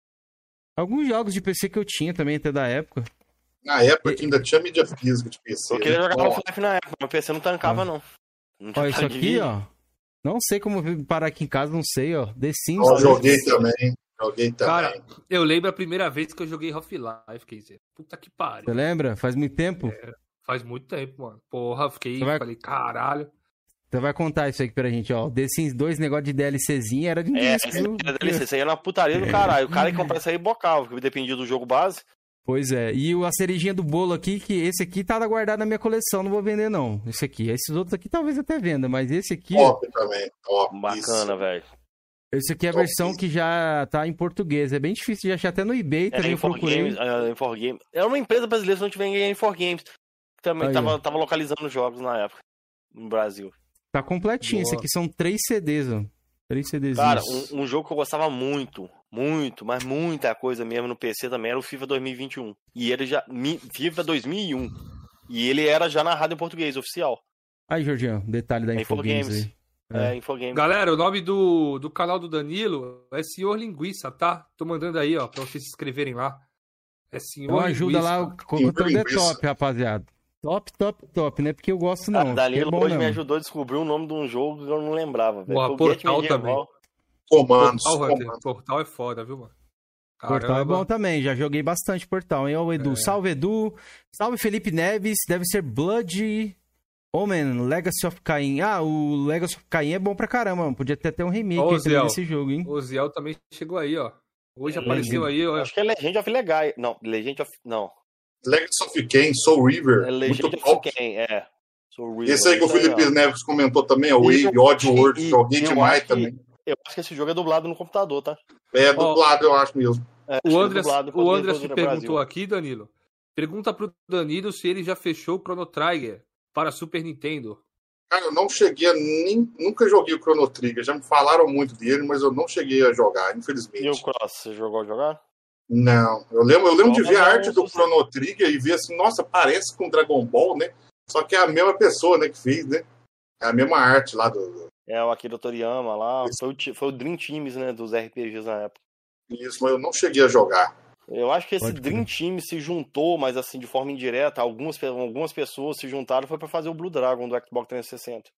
Alguns jogos de P C que eu tinha também, até da época. Na época que ainda tinha mídia física de P C. Eu queria né? jogar Ó, Half-Life na época, mas o P C não tancava, Ah. não. Não Ó, tinha isso placa de aqui, vídeo. ó. Não sei como vir parar aqui em casa, não sei, ó. The Sims. ó, dois. joguei também. Joguei também. Cara, eu lembro a primeira vez que eu joguei Half-Life, quer dizer, puta que Você pariu. lembra? Faz muito tempo. Faz muito tempo, mano. Porra, fiquei, Você vai- falei, caralho. Você vai contar isso aqui pra gente, ó. The Sims dois, negócio de DLCzinho, era de É, disco, essa viu? era D L C, isso aí era uma putaria do caralho. O cara que comprasse isso aí bocava, porque dependia do jogo base. Pois é. E o- a cerejinha do bolo aqui, que esse aqui tá guardado na minha coleção, não vou vender não. Esse aqui. Esses outros aqui talvez até venda, mas esse aqui, ó, Top também. Top. Bacana, Isso. velho. esse aqui é a Top. versão que já tá em português. É bem difícil de achar até no eBay, É, também eu procurei. Inforgames, é, Inforgames. Era uma empresa brasileira, se não tiver ninguém, Inforgames. Que também Aí, tava, ó. tava localizando jogos na época, no Brasil. Tá completinho. Esse Boa. aqui são três C Ds, ó. Três C Ds. Cara, um, um jogo que eu gostava muito, muito, mas muita coisa mesmo no P C também era o FIFA dois mil e vinte e um. E ele já. mi- FIFA dois mil e um. E ele era já narrado em português, oficial. Aí, Jorginho, detalhe da É Infogames Infogames. aí. É. É, Infogames. Galera, o nome do, do canal do Danilo é Senhor Linguiça, tá? Tô mandando aí, ó, pra vocês se inscreverem lá. É Senhor Então ajuda Linguiça. lá, o conteúdo é Linguiça. top, rapaziada. Top, top, top, não é porque eu gosto não, A porque Danilo é bom hoje me não. ajudou a descobrir o nome de um jogo que eu não lembrava, velho. Boa, Foi o Get Portal Medieval. Comandos. Portal, Hunter. comandos. Portal é foda, viu, mano? Portal é bom Caramba. também, já joguei bastante Portal, hein? Ó, o Edu, É. salve Edu, salve Felipe Neves, deve ser Blood Omen, Legacy of Kain. Ah, o Legacy of Kain é bom pra caramba, mano. Podia ter até um remake Ó, aí também Ziel. desse jogo, hein? O Ziel também chegou aí, ó. Hoje Legend. apareceu aí, ó. Acho que é Legend of Legai. Não, Legend of. Não. Legacy of Kain, Soul River. É muito Legend of top. Kain, é. Soul River, Esse aí que o isso aí, Felipe ó. Neves comentou também, ó, o E Wave eu- Odd World. e- Joguei e eu demais acho que- também. Eu acho que esse jogo é dublado no computador, tá? É dublado, eu acho mesmo. É, acho O que é André, dublado, o português André do se Brasil. perguntou aqui, Danilo. Pergunta pro Danilo se ele já fechou o Chrono Trigger para Super Nintendo. Cara, eu não cheguei a nem. Nunca joguei o Chrono Trigger. Já me falaram muito dele, mas eu não cheguei a jogar, infelizmente. E o Cross, você jogou a jogar? Não. Eu lembro, eu lembro de Vamos ver a dar um arte do sucesso. Chrono Trigger e ver assim, nossa, parece com Dragon Ball, né? Só que é a mesma pessoa, né, que fez, né? É a mesma arte lá do. do- É, o Akira Toriyama lá. Foi o, ti- foi o Dream Teams, né, dos R P Gs na época. Isso, mas eu não cheguei a jogar. Eu acho que esse Pode Dream Team se juntou, mas assim, de forma indireta, algumas, pe- algumas pessoas se juntaram foi pra fazer o Blue Dragon do Xbox trezentos e sessenta.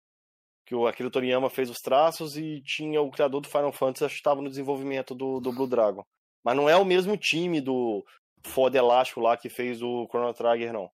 Que o Akira Toriyama fez os traços e tinha o criador do Final Fantasy, acho que estava no desenvolvimento do, do Blue Dragon. Mas não é o mesmo time do Foda Elástico lá que fez o Chrono Trigger, não.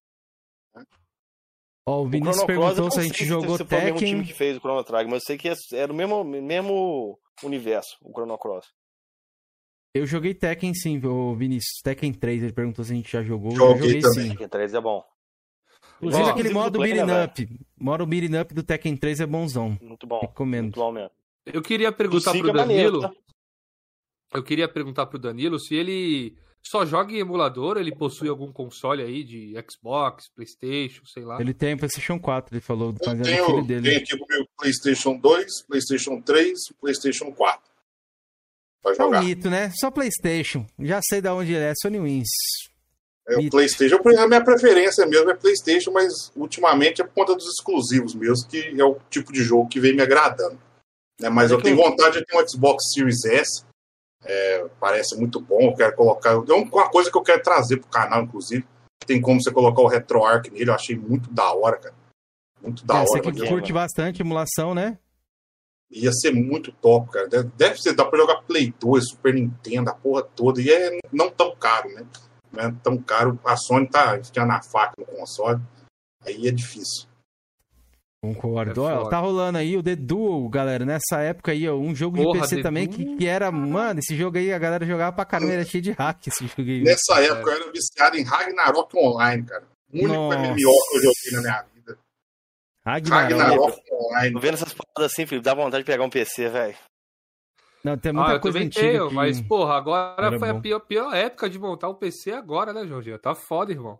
Ó, o O Vinícius Chrono Cross, eu perguntou não se a sei gente jogou se foi o mesmo time Tekken. que fez o Chrono Trigger, mas eu sei que era o mesmo, mesmo universo, o Chrono Cross. Eu joguei Tekken sim, o Vinícius. Tekken três, ele perguntou se a gente já jogou. Joguei eu já joguei também. sim. Tekken três é bom. Inclusive Ó, aquele inclusive modo do Play, beating né, up. Modo beating up do Tekken três é bonzão. Muito bom. Recomendo. Muito bom mesmo. Eu queria Do perguntar cinco pro é maneiro, Danilo. tá? Eu queria perguntar pro Danilo se ele só joga em emulador? Ele possui algum console aí de Xbox, PlayStation, sei lá? Ele tem o PlayStation quatro, ele falou, Eu mas é do tenho, filho dele. tenho aqui o meu PlayStation dois, PlayStation três, PlayStation quatro. Pra É um jogar. mito, né? Só PlayStation. Já sei de onde ele é, Sony Wins. É, o mito. PlayStation, a minha preferência mesmo é PlayStation, mas ultimamente é por conta dos exclusivos mesmo, que é o tipo de jogo que vem me agradando. Né? Mas É eu que tenho eu- vontade de ter um Xbox Series S. É, parece muito bom, eu quero colocar. É uma coisa que eu quero trazer pro canal, inclusive. Tem como você colocar o RetroArch nele, eu achei muito da hora, cara. Muito da É, hora. você que mas curte bastante emulação, né? Ia ser muito top, cara. Deve, deve ser, dá pra jogar Play dois, Super Nintendo, a porra toda. E é não tão caro, né? Não é tão caro. A Sony tá enfiando a faca no console. Aí é difícil. Concordo. É Ó, foda. tá rolando aí o The Duel, galera. Nessa época aí, ó, um jogo Porra, de P C The também Duel. que, que era... Mano, esse jogo aí a galera jogava pra caramba, era cheio de hack esse jogo aí. Nessa época eu era viciado em Ragnarok Online, cara. O único Nossa. M M O que eu joguei na minha vida. Ragnarok. Ragnarok Tô Online. vendo essas paradas assim, Felipe, dá vontade de pegar um P C, velho. Não, tem muita Ah, eu coisa também antiga tenho, que... mas, porra, agora era foi bom. a pior, pior época de montar um P C agora, né, Jorginho? Tá foda, irmão.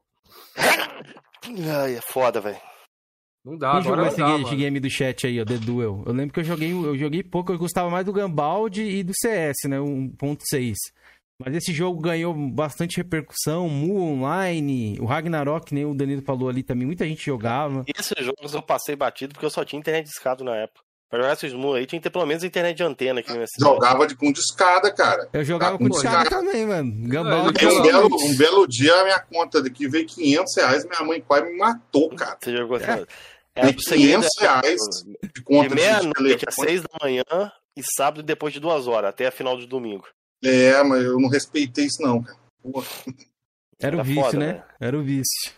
Ai, é foda, velho. Não dá, Quem agora jogou não esse dá, game, mano. esse game do chat aí, ó, The Duel? Eu lembro que eu joguei, eu joguei pouco, eu gostava mais do Gambald e do C S, né, um ponto seis. Mas esse jogo ganhou bastante repercussão, Mu Online, o Ragnarok, que nem o Danilo falou ali também, muita gente jogava. Esses jogos eu passei batido porque eu só tinha internet de escada na época. Pra jogar esses mu aí tinha que ter pelo menos internet de antena aqui na minha cidade. Jogava de, com discada, cara. Eu jogava Ah, com com discada discada. também, mano. É, Gambald. E um Eu- belo, um belo dia a minha conta aqui veio quinhentos reais, minha mãe quase me matou, cara. Você jogou É. essa... Veio o segredo quinhentos é- reais de De conta de meia-noite telefone. às seis da manhã e sábado depois de duas horas, até a final do domingo. É, mas eu não respeitei isso não, cara. Pô, Era o Era vício, foda, né? velho. Era o vício.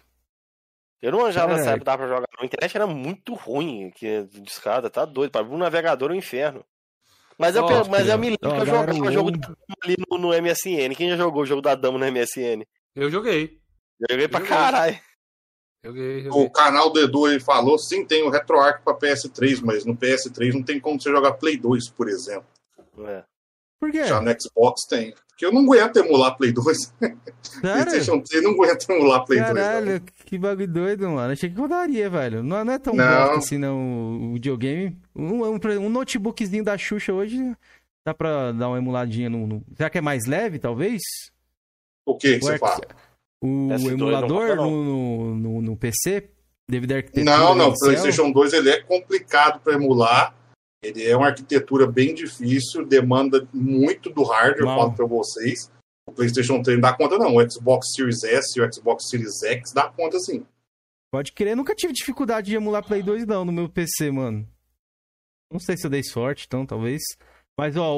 Eu não manjava nessa Caraca. época pra jogar. A internet era muito ruim, que de escada, tá doido. Para o navegador é um inferno. Mas eu, Nossa, mas eu me lembro Ó, que eu galera, jogava o o jogo WoW- da Dama ali no, no M S N. Quem já jogou o jogo da Dama no M S N? Eu joguei. Eu joguei pra Joguei. caralho. Joguei, joguei. o canal do Edu ele falou, sim, tem o RetroArch pra P S três, mas no P S três não tem como você jogar Play dois, por exemplo. É. Por quê? Já no Xbox tem. Porque eu não aguento emular Play dois. Sério? PlayStation três não aguento emular Play dois. Caralho, Não. que bagulho doido, mano. Achei que rodaria, velho. Não, não é tão Não. bosta assim, não, o videogame. Um, um, um notebookzinho da Xuxa hoje dá pra dar uma emuladinha no... no... Será que é mais leve, talvez? O que que O você X- fala? O P S dois emulador não roda, não. no, no, no, no P C, devido à arquitetura Não, não, do o céu. PlayStation dois ele é complicado para emular. Ele é uma arquitetura bem difícil, demanda muito do hardware, eu Mal. falo para vocês. O PlayStation três não dá conta, não. O Xbox Series S e o Xbox Series X dá conta, sim. Pode crer, nunca tive dificuldade de emular Play dois, não, no meu P C, mano. Não sei se eu dei sorte, então, talvez. Mas, ó,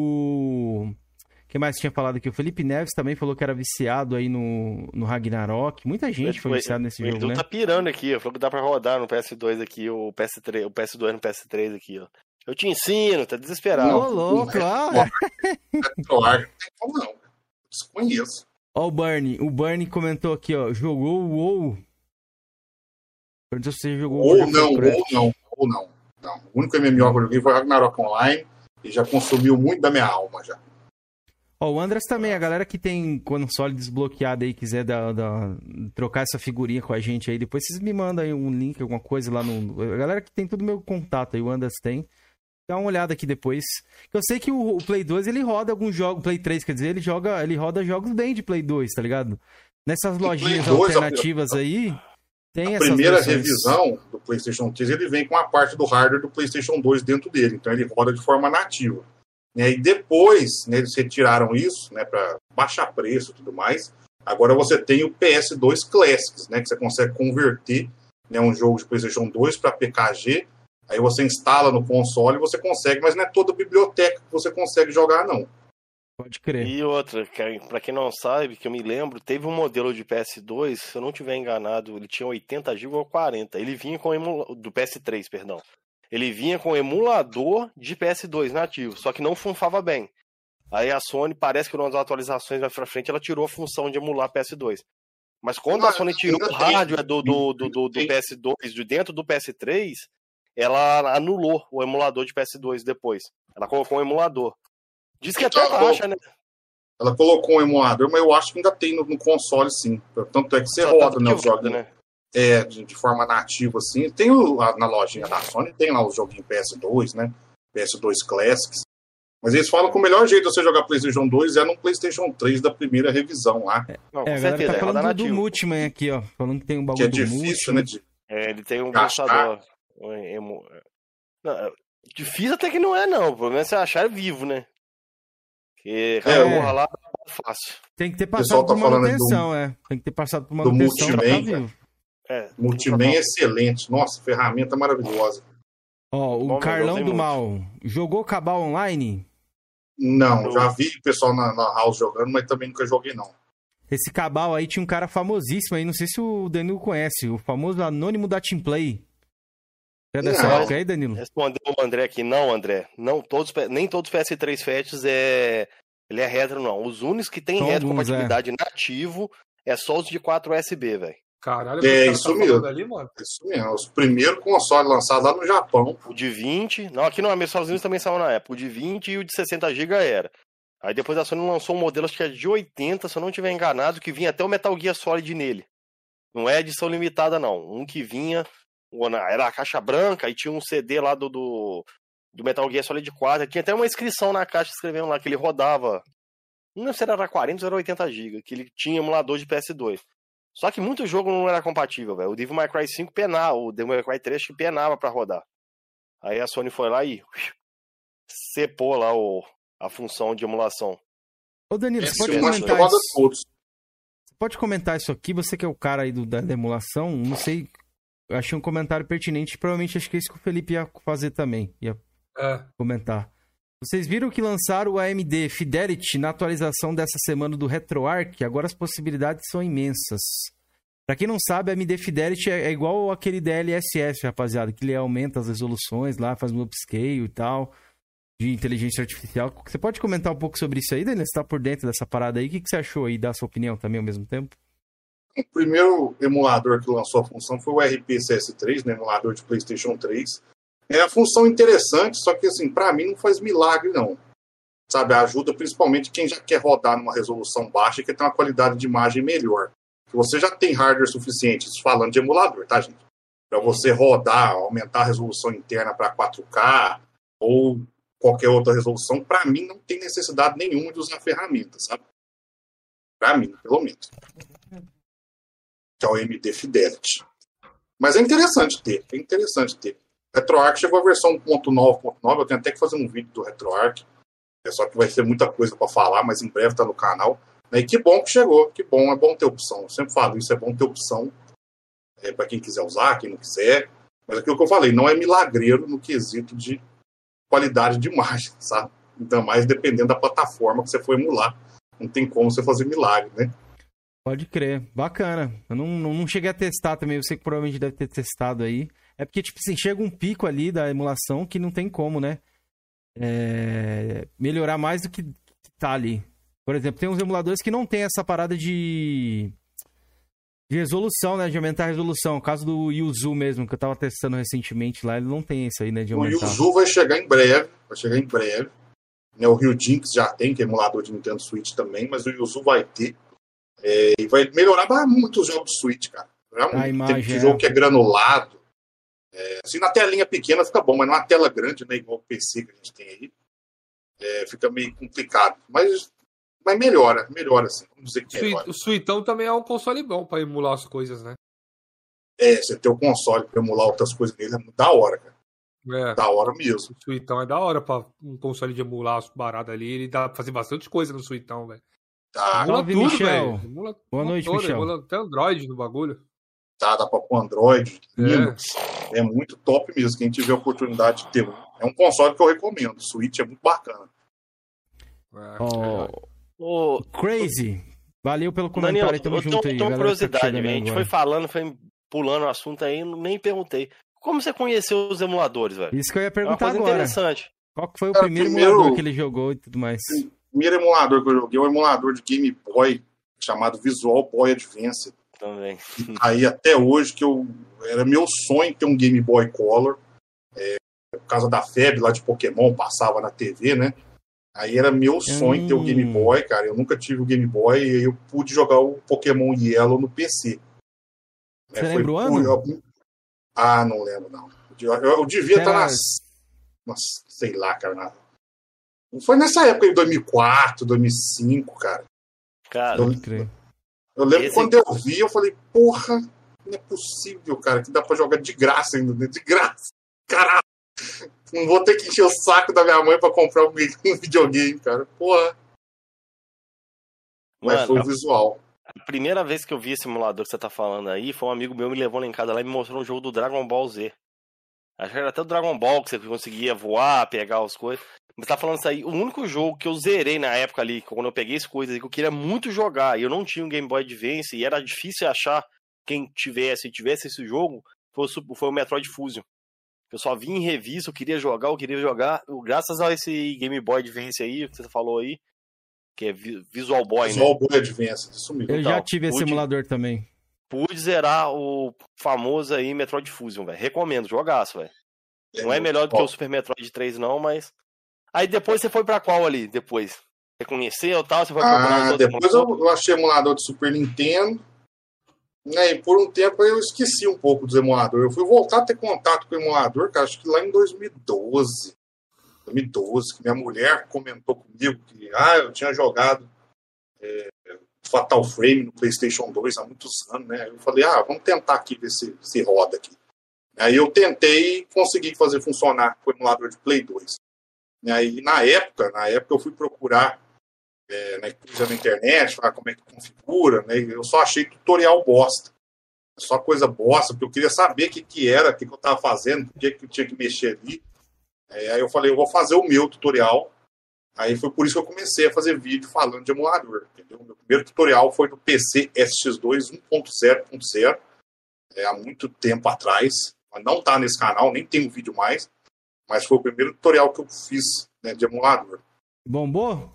o... Quem mais tinha falado aqui? O Felipe Neves também falou que era viciado aí no, no Ragnarok. Muita gente foi O- viciada nesse o jogo, Edu né? tá pirando aqui, ó. Falou que dá pra rodar no P S dois aqui, o P S três, o P S dois no P S três aqui, ó. Eu te ensino, tá Ô, desesperado. louco, ó. RetroArch não tem como, não. Desconheço. Ó o Bernie. O Bernie comentou aqui, ó. Jogou o WoW. Perguntou se você jogou o Ou World of não, Warcraft. ou não, ou não. Não. O único M M O que eu joguei foi Ragnarok Online e já consumiu muito da minha alma já. Ó, o Andras também, a galera que tem console desbloqueado aí, quiser dar, dar- trocar essa figurinha com a gente aí, depois vocês me mandam aí um link, alguma coisa lá no... A galera que tem tudo meu contato aí, o Andras tem. Dá uma olhada aqui depois. Eu sei que o, o Play dois, ele roda alguns jogos, Play três, quer dizer, ele joga, ele roda jogos bem de Play dois, tá ligado? Nessas Play lojinhas dois, alternativas aí, tem A essas primeira versões. revisão do PlayStation três, ele vem com a parte do hardware do PlayStation dois dentro dele, então ele roda de forma nativa. E aí depois, né, eles retiraram isso, né, para baixar preço e tudo mais. Agora você tem o P S dois Classics, né, que você consegue converter, né, um jogo de PlayStation dois para P K G. Aí você instala no console e você consegue, mas não é toda a biblioteca que você consegue jogar, não. Pode crer. E outra, que- pra quem não sabe, que eu me lembro, teve um modelo de P S dois, se eu não tiver enganado, ele tinha oitenta gigas ou quarenta. Ele vinha com emula... do P S três, perdão. Ele vinha com emulador de P S dois nativo, só que não funcionava bem. Aí a Sony, parece que nas atualizações mais pra frente, ela tirou a função de emular P S dois. Mas quando a Mas Sony tirou ainda o tem. hardware do, do, do, do, do Tem. P S dois de dentro do P S três, ela anulou o emulador de P S dois depois. Ela colocou um emulador. Diz que até Então, baixa, né? ela colocou um emulador, mas eu acho que ainda tem no, no console, sim. Tanto é que você Só roda, tá né, os jogos né? é, de, de forma nativa, assim. Tem o, a, na lojinha da Sony, tem lá os joguinhos P S dois, né? P S dois Classics. Mas eles falam que o melhor jeito de você jogar PlayStation dois é no PlayStation três da primeira revisão lá. Não, com É, a galera certeza, tá é roda falando do, do nativo. Multiman aqui, ó. Falando que tem um Que bagulho é do difícil, Multiman. né? De... É, ele tem um Achar. processador. Um emu... não, é- difícil até que não é, não. O problema é você achar vivo, né? Porque É, porra lá é fácil. Tem que ter pessoal passado tá por falando manutenção, é. Tem que ter passado por manutenção pra tá Multiman, vivo. É, Multiman é excelente. Nossa, ferramenta maravilhosa. Ó, o Bom, Carlão usei do muito. Mal. Jogou Cabal Online? Não, Eu- já vi o pessoal na, na house jogando, mas também nunca joguei, não. Esse Cabal aí tinha um cara famosíssimo aí, não sei se o Danilo conhece, o famoso Anônimo da Teamplay. É dessa Não. época aí, Danilo? Respondeu o André aqui, não, André. Não, todos, nem todos os P S três Fats é. Ele é retro, não. Os únicos que tem São retrocompatibilidade nativo é só os de quatro U S B, velho. Caralho, É, o que o cara isso tá mesmo. falando ali, mano. Isso mesmo. Os primeiros consoles lançados lá no Japão. O de vinte. Não, aqui não, meus sozinhos também saiu na época. O de vinte e o de sessenta gigas era. Aí depois a Sony lançou um modelo, acho que é de oitenta, se eu não estiver enganado, que vinha até o Metal Gear Solid nele. Não é edição limitada, não. Um que vinha. Era a caixa branca e tinha um C D lá do, do, do Metal Gear Solid quatro. Tinha até uma inscrição na caixa escrevendo lá que ele rodava. Não lembro se era quarenta ou era oitenta gigas, que ele tinha emulador de P S dois. Só que muito jogo não era compatível, velho. O Devil May Cry cinco penava, o Devil May Cry três que penava pra rodar. Aí a Sony foi lá e cepou lá o, a função de emulação. Ô, Danilo, você pode Esse eu acho que comentar roda isso? todos. Você pode comentar isso aqui? Você que é o cara aí do, da, da emulação, não sei, eu achei um comentário pertinente, provavelmente acho que é isso que o Felipe ia fazer também, ia É. comentar. Vocês viram que lançaram o A M D Fidelity na atualização dessa semana do RetroArch? Agora as possibilidades são imensas. Pra quem não sabe, a A M D Fidelity é, é igual aquele D L S S, rapaziada, que ele aumenta as resoluções lá, faz um upscale e tal, de inteligência artificial. Você pode comentar um pouco sobre isso aí, Daniel? Você tá por dentro dessa parada aí? O que, que você achou aí? Dá a sua opinião também ao mesmo tempo? O primeiro emulador que lançou a função foi o R P C S três, né, emulador de PlayStation três. É a função interessante, só que assim, para mim não faz milagre não. Sabe, ajuda principalmente quem já quer rodar numa resolução baixa e quer ter uma qualidade de imagem melhor. Se você já tem hardware suficiente, isso falando de emulador, tá, gente? Para você rodar, aumentar a resolução interna para quatro K ou qualquer outra resolução, para mim não tem necessidade nenhuma de usar ferramentas, sabe? Para mim, pelo menos. Que é o A M D Fidelity. Mas é interessante ter, é interessante ter. RetroArch chegou a versão um ponto nove ponto nove, eu tenho até que fazer um vídeo do RetroArch, é só que vai ser muita coisa para falar, mas em breve tá no canal. E que bom que chegou, que bom, é bom ter opção. Eu sempre falo isso, é bom ter opção é, para quem quiser usar, quem não quiser. Mas aquilo que eu falei, não é milagreiro no quesito de qualidade de imagem, sabe? Ainda mais dependendo da plataforma que você for emular. Não tem como você fazer milagre, né? Pode crer, bacana. Eu não, não, não cheguei a testar também, eu sei que provavelmente deve ter testado aí. É porque, tipo assim, chega um pico ali da emulação que não tem como, né? É... melhorar mais do que tá ali. Por exemplo, tem uns emuladores que não tem essa parada de... de resolução, né? De aumentar a resolução. O caso do Yuzu mesmo, que eu tava testando recentemente lá, ele não tem isso aí, né? De O aumentar. Yuzu vai chegar em breve, vai chegar em breve. Né, o Ryujinx já tem, que é emulador de Nintendo Switch também, mas o Yuzu vai ter. É, e vai melhorar muito os jogos Switch, cara. A imagem, tem é. jogo que é granulado. É, assim, na telinha pequena fica bom, mas numa tela grande, né, igual o P C que a gente tem aí, é, fica meio complicado. Mas, mas melhora, melhora assim. Vamos dizer que melhora. O Suitão também é um console bom pra emular as coisas, né? É, você ter o console pra emular outras coisas nele é muito da hora, cara. É. Da hora mesmo. O Suitão é da hora pra um console de emular as paradas ali. Ele dá pra fazer bastante coisa no Suitão, velho. Tá, Emula Salve, tudo, Michel. velho. Emula Boa noite, toda, Michel. Emula até Android no bagulho. tá, dá pra pôr Android, É. Linux. É muito top mesmo, quem tiver a oportunidade de ter um. É um console que eu recomendo. O Switch é muito bacana. É. Ó, Ô, Crazy. Valeu pelo comentário, Daniel, tamo eu junto tenho, aí. tenho uma galera que tá curiosidade, chegando a gente agora. foi falando, foi pulando o assunto aí, nem perguntei. Como você conheceu os emuladores, velho? Isso que eu ia É uma perguntar coisa agora. interessante. Qual que foi o Cara, primeiro, primeiro- emulador que ele jogou e tudo mais? O primeiro emulador que eu joguei é um emulador de Game Boy, chamado Visual Boy Advance. Também. Aí até hoje, que eu era meu sonho ter um Game Boy Color. É, por causa da febre lá de Pokémon, passava na T V, né? Aí era meu sonho Hum. ter o Game Boy, cara. Eu nunca tive o Game Boy e aí eu pude jogar o Pokémon Yellow no P C. Você Né, lembra o foi- ano? eu- Ah, não lembro, não. Eu, eu- eu devia Era- estar nas, nas... Sei lá, cara. Na... Foi nessa época de dois mil e quatro, dois mil e cinco, cara. Cara, Eu, Pode crer. eu lembro Esse- que quando eu vi, eu falei, porra, não é possível, cara, que dá pra jogar de graça ainda, né? De graça. Caralho. Não vou ter que encher o saco da minha mãe pra comprar um videogame, cara. Porra. Mas Mano, foi o visual. a primeira vez que eu vi esse emulador que você tá falando aí, foi um amigo meu me levou lá em casa lá e me mostrou um jogo do Dragon Ball Z. Acho que era até o Dragon Ball que você conseguia voar, pegar as coisas. Mas tá falando isso aí, o único jogo que eu zerei na época ali, quando eu peguei as coisas aí, que eu queria muito jogar, e eu não tinha um Game Boy Advance, e era difícil achar quem tivesse, e tivesse esse jogo, foi o, Sup- foi o Metroid Fusion. Eu só vi em revista, eu queria jogar, eu queria jogar, eu- graças a esse Game Boy Advance aí, que você falou aí, que é Vi- Visual Boy, né? Visual Boy Advance, isso mesmo. Eu já Então, tive esse pude- emulador também. Pude zerar o famoso aí Metroid Fusion, velho. Recomendo, jogaço, velho. Não é melhor do que o Super Metroid três, não, mas. Aí depois você foi pra qual ali? Depois? Você conheceu e tal? Você foi procurar os Ah, outros depois eu, emuladores? eu achei emulador de Super Nintendo. Né, e por um tempo eu esqueci um pouco dos emuladores. Eu fui voltar a ter contato com o emulador, cara, acho que lá em dois mil e doze. dois mil e doze, que minha mulher comentou comigo que ah, eu tinha jogado é, Fatal Frame no PlayStation dois há muitos anos, né? Eu falei, ah, vamos tentar aqui ver se, se roda aqui. Aí eu tentei e consegui fazer funcionar com o emulador de Play dois. E aí, na época, na época eu fui procurar é, na, na internet, falar como é que configura, né? Eu só achei tutorial bosta. Só coisa bosta, porque eu queria saber o que, que era, o que, que eu estava fazendo, o que, que eu tinha que mexer ali. É, aí eu falei, eu vou fazer o meu tutorial. Aí foi por isso que eu comecei a fazer vídeo falando de emulador, entendeu? Meu primeiro tutorial foi do P C S X dois um ponto zero ponto zero, é, há muito tempo atrás. Não está nesse canal, nem tem um vídeo mais, mas foi o primeiro tutorial que eu fiz, né, de emulador. Bombou?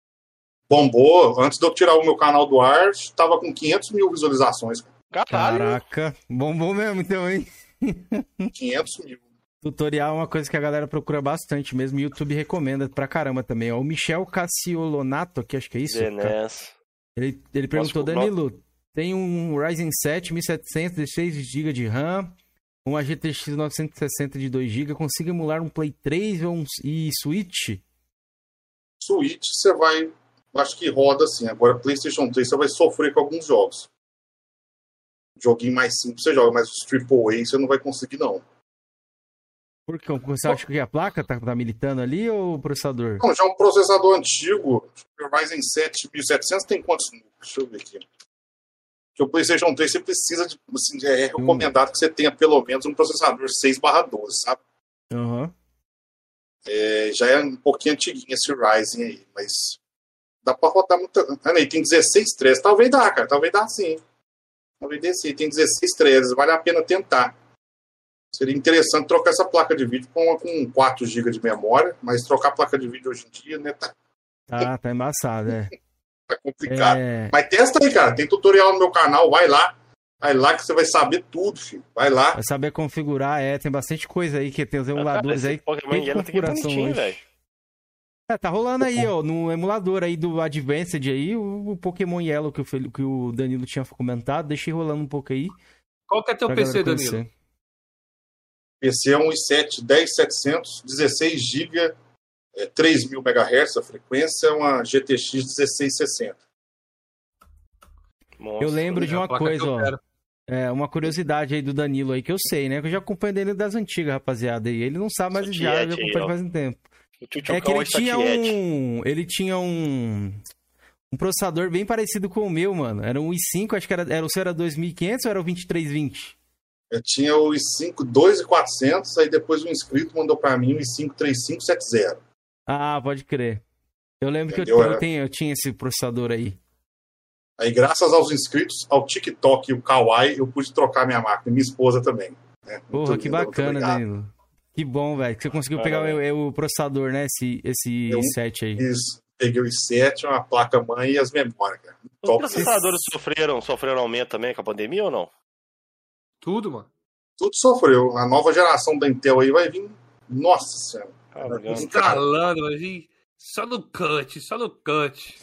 Bombou, antes de eu tirar o meu canal do ar, estava com quinhentos mil visualizações. Caralho. Caraca, bombou mesmo então, hein? quinhentos mil. Tutorial é uma coisa que a galera procura bastante mesmo, e o YouTube recomenda pra caramba também. Ó, o Michel Cassiolonato, que acho que é isso, The cara, N E S. ele, ele perguntou, Nossa, Danilo, tem um Ryzen sete mil e setecentos, dezesseis gigas de RAM, uma G T X novecentos e sessenta de dois gigas, consigo emular um Play três ou um, e Switch? Switch você vai, acho que roda assim. Agora PlayStation três você vai sofrer com alguns jogos. Joguinho mais simples você joga, mas os Triple A você não vai conseguir não. Por que? Você acha que a placa tá, tá militando ali ou o processador? Não, já é um processador antigo, o Ryzen sete mil e setecentos tem quantos núcleos? Deixa eu ver aqui. Porque o PlayStation três você precisa, de, assim, é recomendado que você tenha pelo menos um processador seis barra doze, sabe? Aham. É, já é um pouquinho antiguinho esse Ryzen aí, mas dá pra rodar muito. Ah, né, tem dezesseis threads, talvez dá, cara, talvez dá sim. Talvez dê sim, tem dezesseis threads, vale a pena tentar. Seria interessante trocar essa placa de vídeo com, uma, com quatro gigas de memória, mas trocar a placa de vídeo hoje em dia, né, tá, Tá, tá embaçado, é. tá complicado. É, Mas testa aí, cara, tem tutorial no meu canal, vai lá. Vai lá que você vai saber tudo, filho. Vai lá. vai saber configurar, é, tem bastante coisa aí, que tem os emuladores aí. Pokémon tem Yellow tem que é configuração bonitinho, hoje. velho. É, tá rolando aí, ó, no emulador aí do Advanced aí, o, o Pokémon Yellow que o, Fel- que o Danilo tinha comentado, deixei rolando um pouco aí. Qual que é teu pra P C, galera Danilo? conhecer. P C é um i sete dez mil e setecentos, dezesseis gigas, é, três mil megahertz a frequência, é uma G T X dezesseis sessenta. Monstro. Eu lembro de É a uma placa que coisa, eu ó. quero. É, uma curiosidade aí do Danilo aí que eu sei, né? Que eu já acompanho dele das antigas, rapaziada. E ele não sabe, mas Isso já, aqui é já de- acompanho ó. faz um tempo. O tchutchucão É que ele está tinha quiete. um. Ele tinha um. Um processador bem parecido com o meu, mano. Era um i cinco, acho que era. Era o seu era dois mil e quinhentos ou era o vinte e três vinte? Eu tinha o i cinco dois mil e quatrocentos, aí depois um inscrito mandou pra mim o i cinco três mil quinhentos e setenta. Ah, pode crer. Eu lembro Entendeu? que eu, eu, Era- tenho, eu tinha esse processador aí. Aí, graças aos inscritos, ao TikTok e o Kawaii, eu pude trocar minha máquina. E minha esposa também. Né? Muito Porra, que linda, muito bacana, obrigado. Danilo. Que bom, velho. Que você conseguiu Ah, pegar o, é. o processador, né? Esse, esse Eu- i sete aí. Isso. Peguei o i sete, uma placa-mãe e as memórias, cara. Os Top. processadores sofreram, sofreram aumento também com a pandemia ou não? Tudo, mano. Tudo sofreu. A nova geração da Intel aí vai vir. Nossa Senhora. Caramba. Escalando, vai vir Só no cut, só no cut.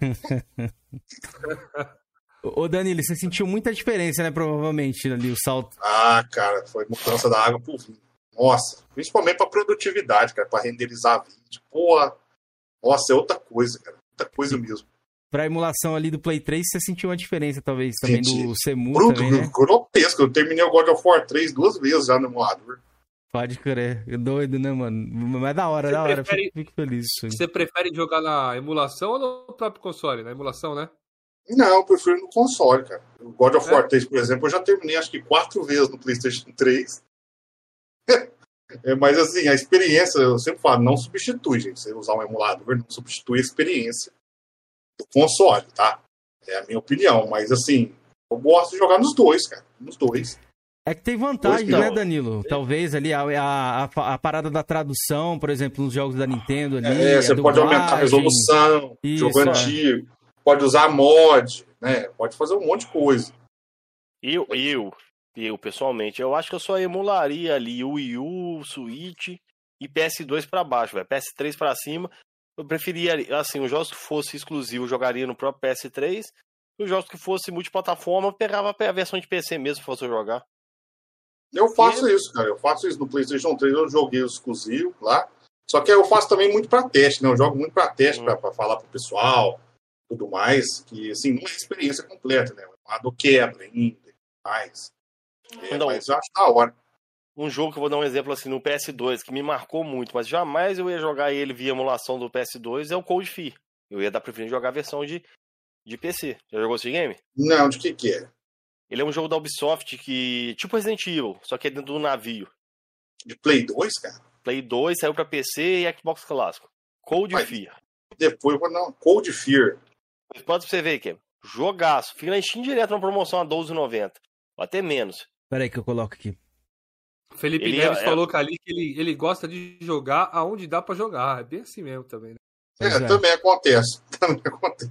Ô, Danilo, você sentiu muita diferença, né? Provavelmente, ali, o salto. Ah, cara, foi mudança da água pro vinho. Nossa, principalmente pra produtividade, cara, pra renderizar vídeo. Porra, nossa, é outra coisa, cara. Outra coisa mesmo. Pra emulação ali do Play três, você sentiu uma diferença, talvez, também Senti. do Semu Bruto, também, né? grotesco. Eu terminei o God of War três duas vezes já no emulador. Pode crer. Doido, né, mano? Mas da hora, Você da hora. prefere- Fico, fico feliz. Isso aí. Você prefere jogar na emulação ou no próprio console? Na emulação, né? Não, eu prefiro no console, cara. O God of É? War três, por exemplo, eu já terminei acho que quatro vezes no PlayStation três. É, mas assim, a experiência, eu sempre falo, não substitui, gente. Você usar um emulador não substitui a experiência do console, tá? É a minha opinião, mas assim, eu gosto de jogar nos dois, cara. Nos dois. É que tem vantagem, Pois né, não. Danilo? Talvez ali a, a, a, a parada da tradução, por exemplo, nos jogos da Nintendo ali. É, você a pode aumentar a dublagem. resolução, Isso, jogo é. antigo, pode usar mod, né? Pode fazer um monte de coisa. Eu, eu, eu, pessoalmente, eu acho que eu só emularia ali o Wii U, Switch e P S dois pra baixo, velho. P S três pra cima. Eu preferia, assim, os jogos que fosse exclusivo eu jogaria no próprio P S três. E os jogos que fosse multiplataforma eu pegava a versão de P C mesmo se fosse eu jogar. Eu faço isso, cara. Eu faço isso no PlayStation três, eu joguei o exclusivo lá. Só que eu faço também muito pra teste, né? Eu jogo muito pra teste, Hum. pra, pra falar pro pessoal, tudo mais. Que, assim, não é experiência completa, né? A do quebra ainda, mais. É, Não. mas eu acho da hora. Um jogo que eu vou dar um exemplo assim no P S dois, que me marcou muito, mas jamais eu ia jogar ele via emulação do P S dois, é o Cold Fear. Eu ia dar preferência jogar a versão de, de P C. Já jogou esse game? Não, de que que é? Ele é um jogo da Ubisoft que, tipo Resident Evil, só que é dentro do navio. De Play dois, cara? Play dois, saiu pra P C e Xbox clássico. Cold Mas- Fear. Depois eu vou dar um Cold Fear. Pode pra você ver, que jogaço. Fica na Steam direto na promoção a doze reais e noventa centavos. Ou até menos. Pera aí que eu coloco aqui. O Felipe Ele Neves é- falou que ali que ele, ele gosta de jogar aonde dá pra jogar. É bem assim mesmo também, né? É, Pois é. também acontece. Também acontece.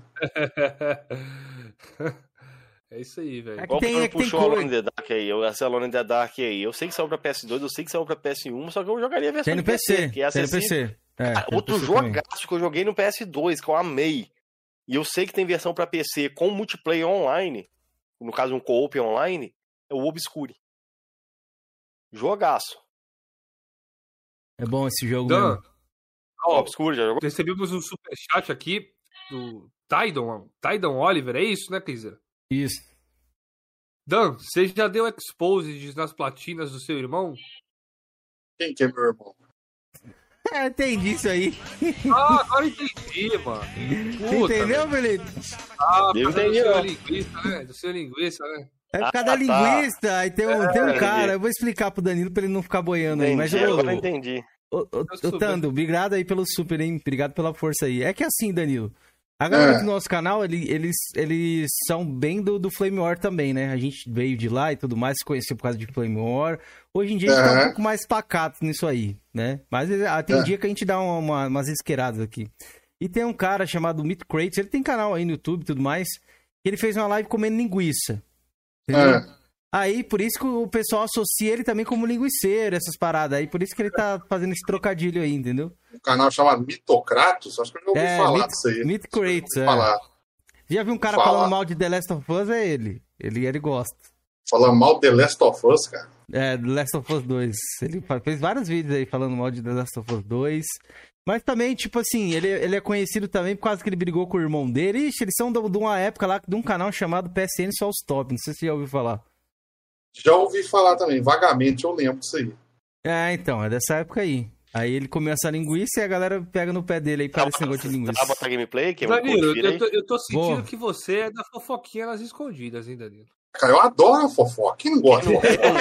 É isso aí, velho. É que Igual tem- quando é que tem puxou coisa- Alone in the Dark aí, eu essa Alone in the Dark aí. Eu sei que saiu pra P S dois, eu sei que saiu pra P S um, só que eu jogaria a versão Tem no de P C. que é Tem no P acessível. C. É, Ah, tem no outro P C também. jogaço que eu joguei no P S dois, que eu amei. E eu sei que tem versão pra P C com multiplayer online, no caso um co-op online, é o Obscure. Jogaço. É bom esse jogo Dan, mesmo. O ó, Obscure já jogou? recebemos um superchat aqui do Tidon, Tidon Oliver, é isso, né, Kaiser? Isso. Dan, você já deu exposed nas platinas do seu irmão? Quem que é meu irmão? É, entendi isso aí. Ah, agora entendi, mano. Puta, Entendeu, velho. Felipe? Ah, Eu por causa do entendi, seu ó. linguiça, né? Do seu linguiça, né? É por Ah, causa da tá. linguiça. Aí tem um, tem um entendi. cara, eu vou explicar pro Danilo pra ele não ficar boiando aí. Mas, Entendi, ô, agora eu entendi. ô, ô, ô, super. Tando, obrigado aí pelo super, hein? Obrigado pela força aí. É que assim, Danilo, a galera É. do nosso canal, ele- eles, eles são bem do, do Flame War também, né? A gente veio de lá e tudo mais, se conheceu por causa de Flame War. Hoje em dia a gente tá um Aham. pouco mais pacato nisso aí, né? Mas ah, tem É. dia que a gente dá uma- uma- umas isqueiradas aqui. E tem um cara chamado Meat Crates, ele tem canal aí no YouTube e tudo mais, que ele fez uma live comendo linguiça. Entendeu? É. Aí, por isso que o pessoal associa ele também como linguiceiro, essas paradas aí. Por isso que ele tá fazendo esse trocadilho aí, entendeu? Um canal chamado Mitocratos, acho que eu já ouvi É, falar Meat- disso aí. Meat Acho que eu já ouvi Crates, é. falar. Já viu um cara Fala. falando mal de The Last of Us? É ele. Ele, ele gosta. Falando mal de The Last of Us, cara. É, The Last of Us dois. Ele fa- fez vários vídeos aí falando mal de The Last of Us dois. Mas também, tipo assim, ele, ele é conhecido também por causa que ele brigou com o irmão dele. Ixi, eles são de de uma época lá, de um canal chamado P S N Só os Top. Não sei se você já ouviu falar. Já ouvi falar também, vagamente eu lembro disso aí. É, então, é dessa época aí. Aí ele comeu essa linguiça e a galera pega no pé dele aí para esse negócio de linguiça. Tá botar gameplay, que é um Danilo, Cold Fear eu aí? tô, eu tô sentindo Boa. que você é da fofoquinha nas escondidas, hein, Danilo? Cara, eu adoro a fofoca. Quem não gosta de fofoca?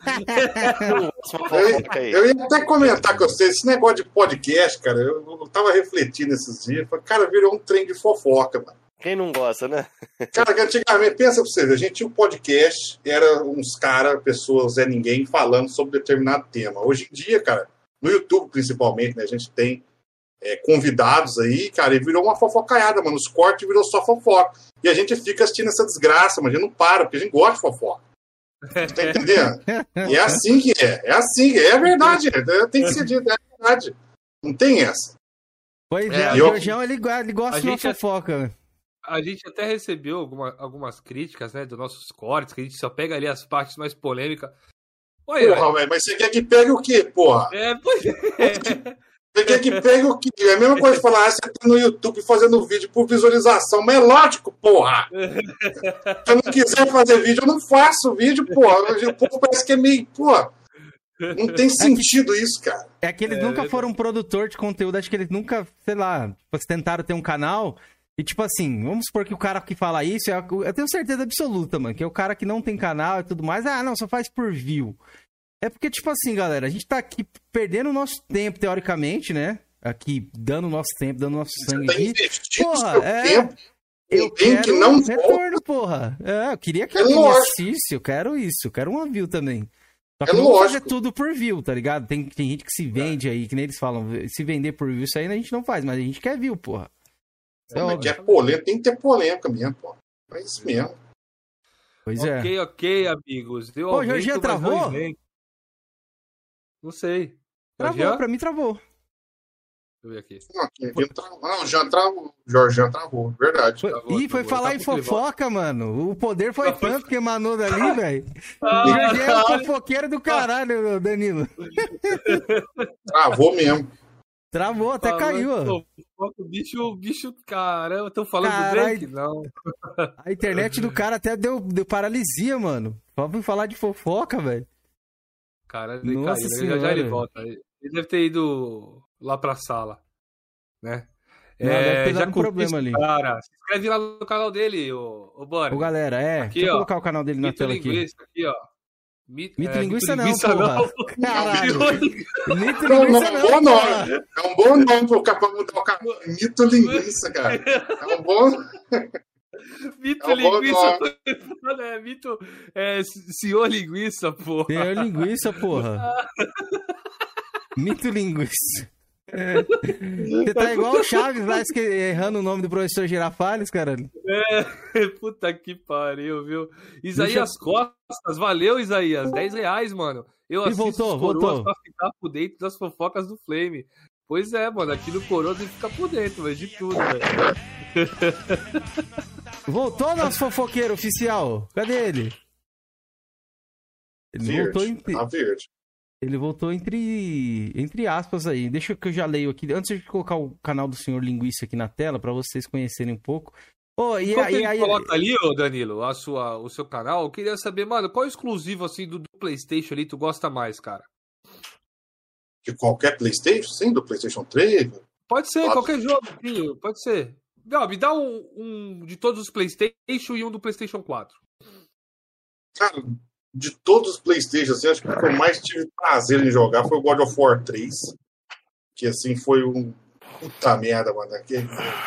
Não, essa Eu, fofoca aí. eu ia até comentar com você, esse negócio de podcast, cara, eu, eu tava refletindo esses dias, falei, cara, virou um trem de fofoca, mano. Quem não gosta, né? Cara, que antigamente, pensa pra vocês, a gente tinha um podcast, era uns caras, pessoas, Zé Ninguém, falando sobre determinado tema. Hoje em dia, cara, no YouTube principalmente, né, a gente tem é, convidados aí, cara, e virou uma fofocaiada, mano, os cortes virou só fofoca. E a gente fica assistindo essa desgraça, mas a gente não para, porque a gente gosta de fofoca. Você tá entendendo? E é assim que é, é assim, é verdade, é, tem que ser dito, é verdade. Não tem essa. Pois É, é, o eu- Jorjão, ele, go- ele gosta A de uma gente é- fofoca. A gente até recebeu alguma- algumas críticas, né, dos nossos cortes, que a gente só pega ali as partes mais polêmicas. Olha, Porra, velho, mas você quer que pegue o quê, porra? é, pois é. Você quer que pegue o quê? É a mesma coisa que falar, ah, você tá no YouTube fazendo vídeo por visualização, mas é lógico, porra! Se eu não quiser fazer vídeo, eu não faço vídeo, porra. O povo parece que é meio, porra. Não tem sentido isso, cara. É que eles É, nunca verdade. foram um produtor de conteúdo, acho que eles nunca, sei lá, tipo, tentaram ter um canal. E tipo assim, vamos supor que o cara que fala isso, é, eu tenho certeza absoluta, mano, que é o cara que não tem canal e tudo mais. Ah, não, só faz por view. É porque, tipo assim, galera, a gente tá aqui perdendo o nosso tempo, teoricamente, né? Aqui, dando o nosso tempo, dando o nosso sangue Tá aqui. investindo Porra, seu é. tempo. Eu Alguém quero que não um retorno, porra. É, eu queria que É alguém me lógico. assistisse, eu quero isso, eu quero uma view também. Só que É não vou fazer lógico. tudo por view, tá ligado? Tem, tem gente que se vende aí, que nem eles falam, se vender por view, isso aí a gente não faz, mas a gente quer view, porra. Isso é Mas que óbvio. é polêmica, tem que ter polêmica mesmo, pô. É isso mesmo. Pois é. Ok, ok, amigos. Deu Pô, aumento, Jorginho mas travou? não vem. Não sei. Travou, Jorginho? pra mim travou. Deixa eu ver aqui. Não, aqui, aqui não, travou. Não, o Jean travou. O Jorginho travou, verdade. Foi... Travou, Ih, foi travou. falar Tá em com clima. fofoca, mano. O poder foi Tá, foi- tanto que emanou dali, velho. O Ah, Jorginho é o caralho. fofoqueiro do caralho, Danilo. Travou mesmo. Travou, até Falando, caiu, ó. pô, O bicho, o bicho, caramba, estão falando Caralho. do Drake? Não. A internet do cara até deu, deu paralisia, mano. Só vim falar de fofoca, velho. Cara, ele Nossa caiu, né? Já, já ele Senhora. volta. Ele deve ter ido lá pra sala, né? Não, deve ter dado um curtiu problema esse ali. Cara, se inscreve lá no canal dele, ô, ô Bonnie. Ô, galera, é. Aqui, deixa eu ó. colocar o canal dele na Mito tela aqui. linguiça aqui, ó. Mito, Mito é, linguiça não, linguiça porra. não. Caralho. Mito Não, não, linguiça é um não, bom cara. nome. É um bom nome pro cara pra mudar o canal. Mito linguiça, cara. É um bom. Mito É um bom linguiça. É, mito. É, senhor linguiça, pô. Tem linguiça, porra. Mito linguiça. É. Você tá igual o Chaves lá, esque- errando o nome do professor Girafales, cara. É, puta que pariu, viu? Isaías Costas, valeu, Isaías. dez reais, mano. Eu E assisto voltou, os coroas voltou. pra ficar por dentro das fofocas do Flame. Pois é, mano. Aqui no Coroas ele fica por dentro, mas de tudo, velho. Voltou nosso fofoqueiro oficial. Cadê ele? Ele voltou, Verde. entre, Tá verde. ele voltou entre, entre aspas aí. Deixa que eu já leio aqui. Antes de colocar o canal do senhor Linguiça aqui na tela, pra vocês conhecerem um pouco. Oh, e Enquanto aí, ele aí, coloca ali, ô Danilo, a sua, o seu canal, eu queria saber, mano, qual exclusivo, assim, do, do PlayStation ali tu gosta mais, cara? De qualquer PlayStation? Sim, do PlayStation três. Pode ser, Pode. qualquer jogo, filho, pode ser. Não, me dá um, um de todos os PlayStation e um do PlayStation quatro. Cara, de todos os PlayStation, assim, acho que o que eu mais tive prazer em jogar foi o God of War três. Que, assim, foi um... Puta merda, mano. Que...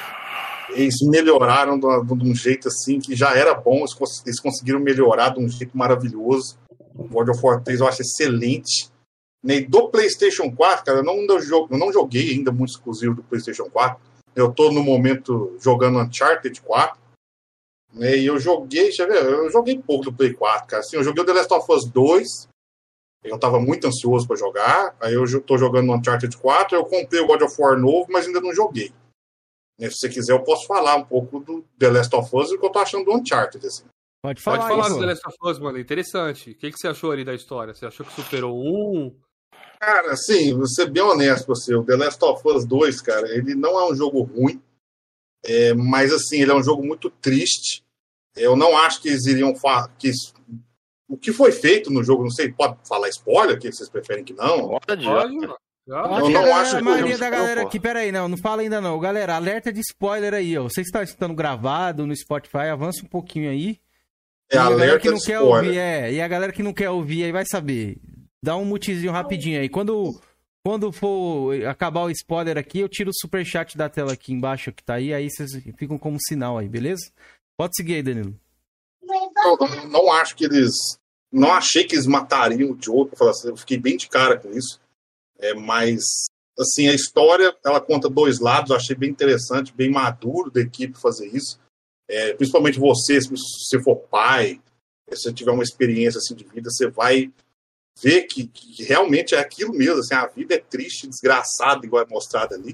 Eles melhoraram de, um- de um jeito, assim, que já era bom. Eles, cons- eles conseguiram melhorar de um jeito maravilhoso. O God of War três eu acho excelente. E do PlayStation quatro, cara, eu não, eu jo- eu não joguei ainda muito exclusivo do PlayStation quatro. Eu tô, no momento, jogando Uncharted quatro. Né, e eu joguei, deixa eu ver, eu joguei pouco do Play quatro, cara. Assim, eu joguei o The Last of Us dois. Eu tava muito ansioso pra jogar. Aí eu jo- tô jogando o Uncharted quatro. Eu comprei o God of War novo, mas ainda não joguei. Né, se você quiser, eu posso falar um pouco do The Last of Us e o que eu tô achando do Uncharted, assim. pode falar, Pode falar aí, do pô. The Last of Us, mano, interessante. O que, que você achou ali da história? Você achou que superou um? Cara, assim, vou ser bem honesto com você, o The Last of Us dois, cara, ele não é um jogo ruim, é, mas, assim, ele é um jogo muito triste. Eu não acho que eles iriam falar que isso- o que foi feito no jogo, não sei, pode falar spoiler, que vocês preferem que não? Pode, Pode, mano. Já? Eu Eu acho que não a, galera- acho a que maioria eu- da eu, galera pô. aqui, pera aí, não, não fala ainda não. Galera, alerta de spoiler aí, ó. Vocês estão escutando gravado no Spotify, avança um pouquinho aí. É E a galera alerta que não de quer spoiler. ouvir, é. E a galera que não quer ouvir aí vai saber. Dá um mutizinho rapidinho aí. Quando, quando for acabar o spoiler aqui, eu tiro o superchat da tela aqui embaixo que tá aí, aí vocês ficam como sinal aí, beleza? Pode seguir aí, Danilo. Eu não, não acho que eles... Não achei que eles matariam o Joe, pra falar assim, eu fiquei bem de cara com isso. É, mas, assim, a história, ela conta dois lados, eu achei bem interessante, bem maduro da equipe fazer isso. É, principalmente você, se você for pai, se você tiver uma experiência assim de vida, você vai ver que, que realmente é aquilo mesmo, assim, a vida é triste, desgraçada, igual é mostrado ali.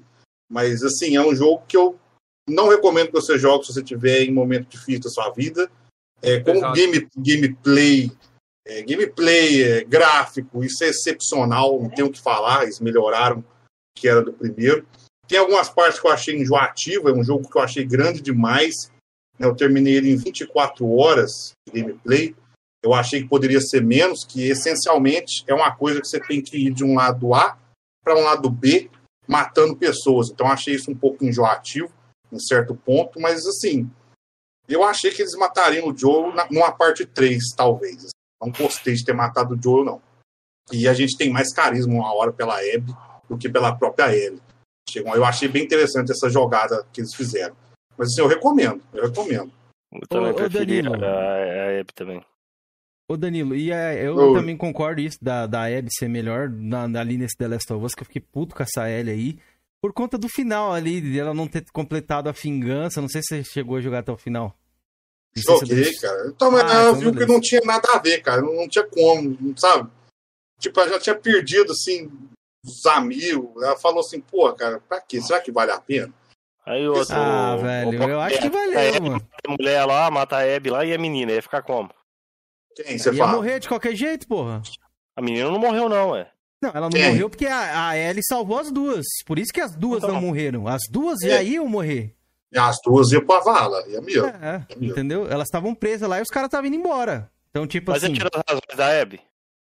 Mas, assim, é um jogo que eu não recomendo que você jogue se você estiver em momento difícil da sua vida. É, como game, gameplay, é, gameplay é, gráfico, isso é excepcional, não tenho o que falar, eles melhoraram o que era do primeiro. Tem algumas partes que eu achei enjoativo, é um jogo que eu achei grande demais. Né, eu terminei ele em vinte e quatro horas de gameplay. Eu achei que poderia ser menos, que essencialmente é uma coisa que você tem que ir de um lado A para um lado B, matando pessoas. Então eu achei isso um pouco enjoativo, em certo ponto, mas assim, eu achei que eles matariam o Joel na, numa parte três, talvez. Não gostei de ter matado o Joel, não. E a gente tem mais carisma uma hora pela Abby do que pela própria Ellie. Eu achei bem interessante essa jogada que eles fizeram. Mas assim, eu recomendo, eu recomendo. Eu também Ô, ô, preferi Danilo. a, a Abby também. Ô Danilo, e a, eu Oi. também concordo isso da, da Abby ser melhor na, ali nesse The Last of Us, que eu fiquei puto com essa Ellie aí, por conta do final ali, de ela não ter completado a vingança. Não sei se você chegou a jogar até o final. Não sei se Joguei, eu- cara. Então, mas Ah, ela então viu que beleza. não tinha nada a ver, cara. Não, não tinha como, não sabe? Tipo, ela já tinha perdido, assim, os amigos. Ela falou assim, pô, cara, pra quê? Será que vale a pena? Aí o outro. Ah, o- velho, o- eu acho que a valeu, Abby, mano. a mulher lá, mata a Abby lá e a menina, ia ficar como? Quem você Ia fala? morrer de qualquer jeito, porra. A menina não morreu, não, ué. Não, ela não Quem? morreu porque a, a Ellie salvou as duas. Por isso que as duas Então. não morreram. As duas já É. iam morrer. E as duas iam pra vala, ia mesmo. É, entendeu? Elas estavam presas lá e os caras estavam indo embora. Então, tipo Mas assim... você tira as razões da Abby?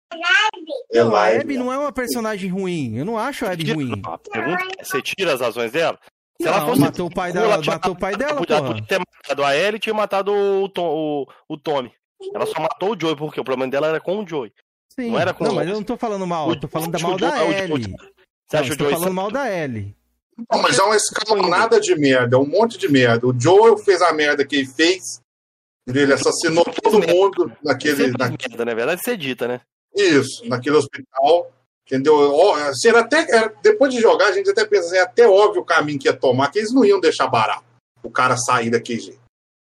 É Não, a live, Abby não é uma personagem ruim. Eu não acho a Abby Tira- ruim. A pergunta é, você tira as razões dela? Se Não, ela fosse matou o pai ela dela, tinha- matou o pai dela, ela podia, porra. podia ter matado a Ellie e tinha matado o, Tom, o, o Tommy. Ela só matou o Joey, porque o problema dela era com o Joey. Sim. Não era com Não, mas eles. eu não tô falando mal. Eu tô falando da o mal Joey- da o- o- Ellie. Você Não, acha eu o tô Joey falando mal da Ellie. Não, mas é uma escalonada de merda, um monte de merda. O Joel fez a merda que ele fez. Ele assassinou todo mundo naquele. sempre Na, merda, na verdade, você dita, né? isso, naquele hospital. Entendeu? Ó, assim, era até, era- depois de jogar, a gente até pensa assim, é até óbvio o caminho que ia tomar, que eles não iam deixar barato o cara sair daquele jeito.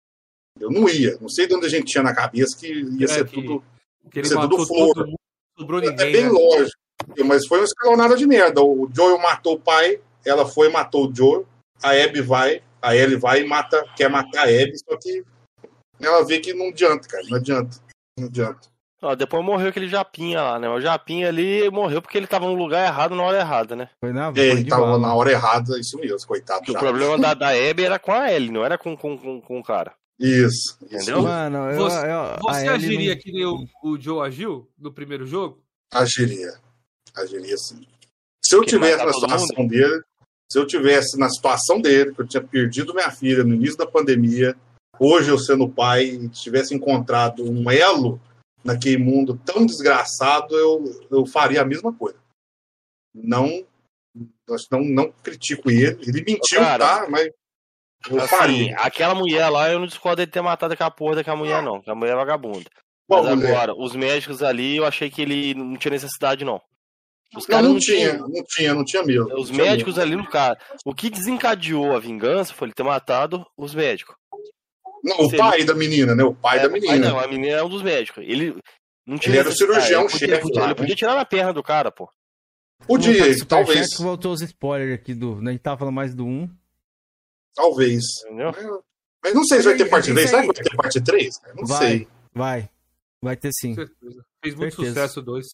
Eu não ia. Não sei de onde a gente tinha na cabeça que ia É, ser que- tudo. Que ele Isso é tudo matou flor. todo mundo, não sobrou É ninguém, bem né? lógico. Mas foi uma escalonada de merda. O Joel matou o pai, ela foi e matou o Joel. A Abby vai, a Ellie vai e mata, quer matar a Abby, só que ela vê que não adianta, cara. Não adianta. Não adianta. Ó, depois morreu aquele Japinha lá, né? O Japinha ali morreu porque ele tava no lugar errado na hora errada, né? Foi na É, foi ele de tava bala. na hora errada, isso mesmo, coitado. Porque o já. problema da, da Abby era com a Ellie, não era com, com, com, com o cara. Isso. isso Entendeu? mesmo. Mano, eu, Você- eu, a Você Ellie agiria não- que nem o, o Joe agiu no primeiro jogo? Agiria. Agiria sim. Se eu Porque tivesse matar na todo situação dele, se eu tivesse na situação dele, que eu tinha perdido minha filha no início da pandemia, hoje eu sendo pai e tivesse encontrado um elo naquele mundo tão desgraçado, eu, eu faria a mesma coisa. Não, não, não critico ele. Ele mentiu, Cara, tá? Mas eu Assim, faria. aquela mulher lá, eu não discordo de ter matado aquela porra daquela mulher, não. Aquela mulher é vagabunda. Qual Mas mulher? agora, os médicos ali, eu achei que ele não tinha necessidade, não. Os Não, caras não, não tinha, tinham. não tinha, não tinha mesmo. Os não tinha médicos mesmo. ali no cara. O que desencadeou a vingança foi ele ter matado os médicos. Não, o Se pai da menina, né? O pai É, da o pai menina. não, a menina é um dos médicos. Ele não tinha Ele era o necessidade. cirurgião Ele podia- chefe podia- lá, Ele né? podia tirar na perna do cara, pô. Vou voltar Podia, pro Superchat talvez. que voltou os spoilers aqui do... A gente tava falando mais do um. Talvez. Entendeu? Mas, mas não sei se vai ter parte Isso três. aí- Será que vai ter parte três? Não Vai, sei. vai. Vai ter sim. Com certeza. Fez muito Certeza. sucesso o dois.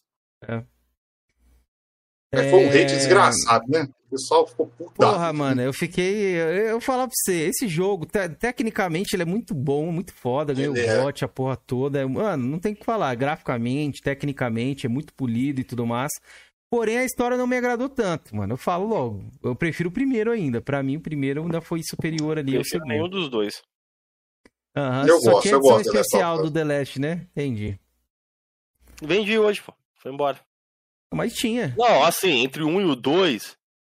Mas foi um É, hate desgraçado, né? O pessoal ficou puto. Porra, mano, eu fiquei. Eu, eu falar pra você, esse jogo, te- tecnicamente, ele é muito bom, muito foda, ganhou Ele o é. bot, a porra toda. é- Mano, não tem o que falar. Graficamente, tecnicamente, é muito polido e tudo mais. Porém, a história não me agradou tanto, mano. Eu falo logo. Eu prefiro o primeiro ainda. Pra mim, o primeiro ainda foi superior ali Eu ao prefiro nenhum segundo. dos dois. Aham, Eu só gosto, tinha eu edição gosto do The Last especial of Us. do The Last, né? Entendi. Vendi hoje, pô. Foi embora. Mas tinha. Não, assim, entre o um e o dois.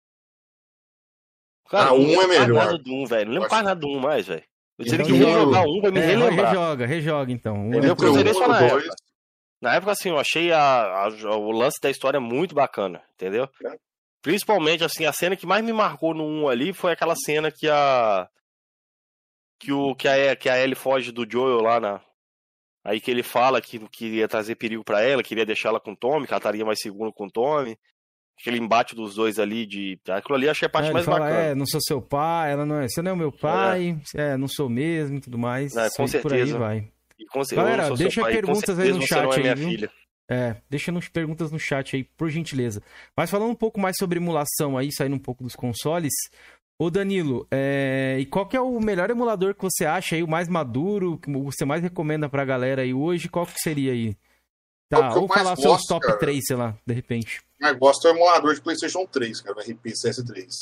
Ah, eu um não lembro é mais melhor. nada do um, velho. Não lembro Eu quase nada do um mais, velho. Eu teria Então, que rejogar um pra me É, relembrar. rejoga, rejoga então. Um Entendeu? é Porque eu zerei um, só na dois. época. Na época, assim, eu achei a, a- o lance da história muito bacana, entendeu? É. Principalmente, assim, a cena que mais me marcou no um ali foi aquela cena que a... Que, o, que, a, que a Ellie foge do Joel lá na... Aí que ele fala que, que ia trazer perigo pra ela, queria deixar ela com o Tommy, que ela estaria mais segura com o Tommy. aquele embate dos dois ali, de aquilo ali eu achei a parte é, mais fala, bacana. É, não sou seu pai, ela não é, você não é o meu pai, é, é não sou mesmo e tudo mais. É, com certeza. Por aí vai. E com, Galera, eu deixa pai, perguntas aí no chat aí, viu? Filha. É, deixa nos perguntas no chat aí, por gentileza. Mas falando um pouco mais sobre emulação aí, saindo um pouco dos consoles. Ô Danilo, é... e qual que é o melhor emulador que você acha aí, o mais maduro, que você mais recomenda pra galera aí hoje? Qual que seria aí? Tá, ou falar gosto, seus top cara. três, sei lá, de repente. Eu gosto do emulador de PlayStation três, cara, o R P C S três.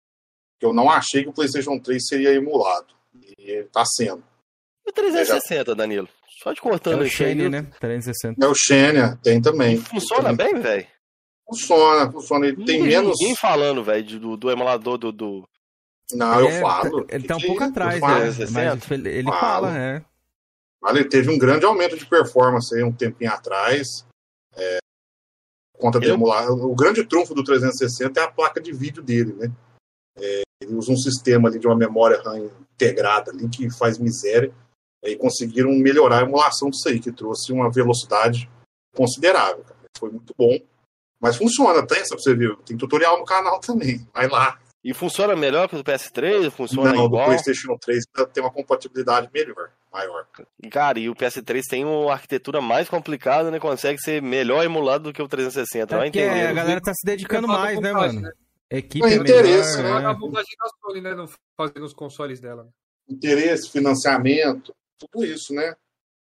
Eu não achei que o PlayStation três seria emulado. E ele tá sendo. E o trezentos e sessenta, já... Danilo? Só te cortando é o isso Xenia, aí, né? trezentos e sessenta. É o Xenia, tem também. E funciona tem... bem, velho? Funciona, funciona. Ele tem menos... Ninguém falando, velho, do, do emulador do... do... Não, ele eu é, falo. Ele tá um que pouco atrás, né? Mas ele falo. fala, né? Olha, ele teve um grande aumento de performance aí um tempinho atrás. É, conta de emular. O grande trunfo do trezentos e sessenta é a placa de vídeo dele, né? É, ele usa um sistema ali de uma memória RAM integrada ali que faz miséria. E conseguiram melhorar a emulação disso aí, que trouxe uma velocidade considerável. Cara. Foi muito bom. Mas funciona, tem, só pra você ver. Tem tutorial no canal também. Vai lá. E funciona melhor que o do P S três? Funciona Não, igual? do PlayStation três tem uma compatibilidade melhor, maior. Cara, e o P S três tem uma arquitetura mais complicada, né? Consegue ser melhor emulado do que o trezentos e sessenta. É porque a galera tá se dedicando mais, né, mano? Né? Equipe é interesse, melhor, né? A vontade da Sony, né? Não fazer nos consoles dela. Interesse, financiamento, tudo isso, né?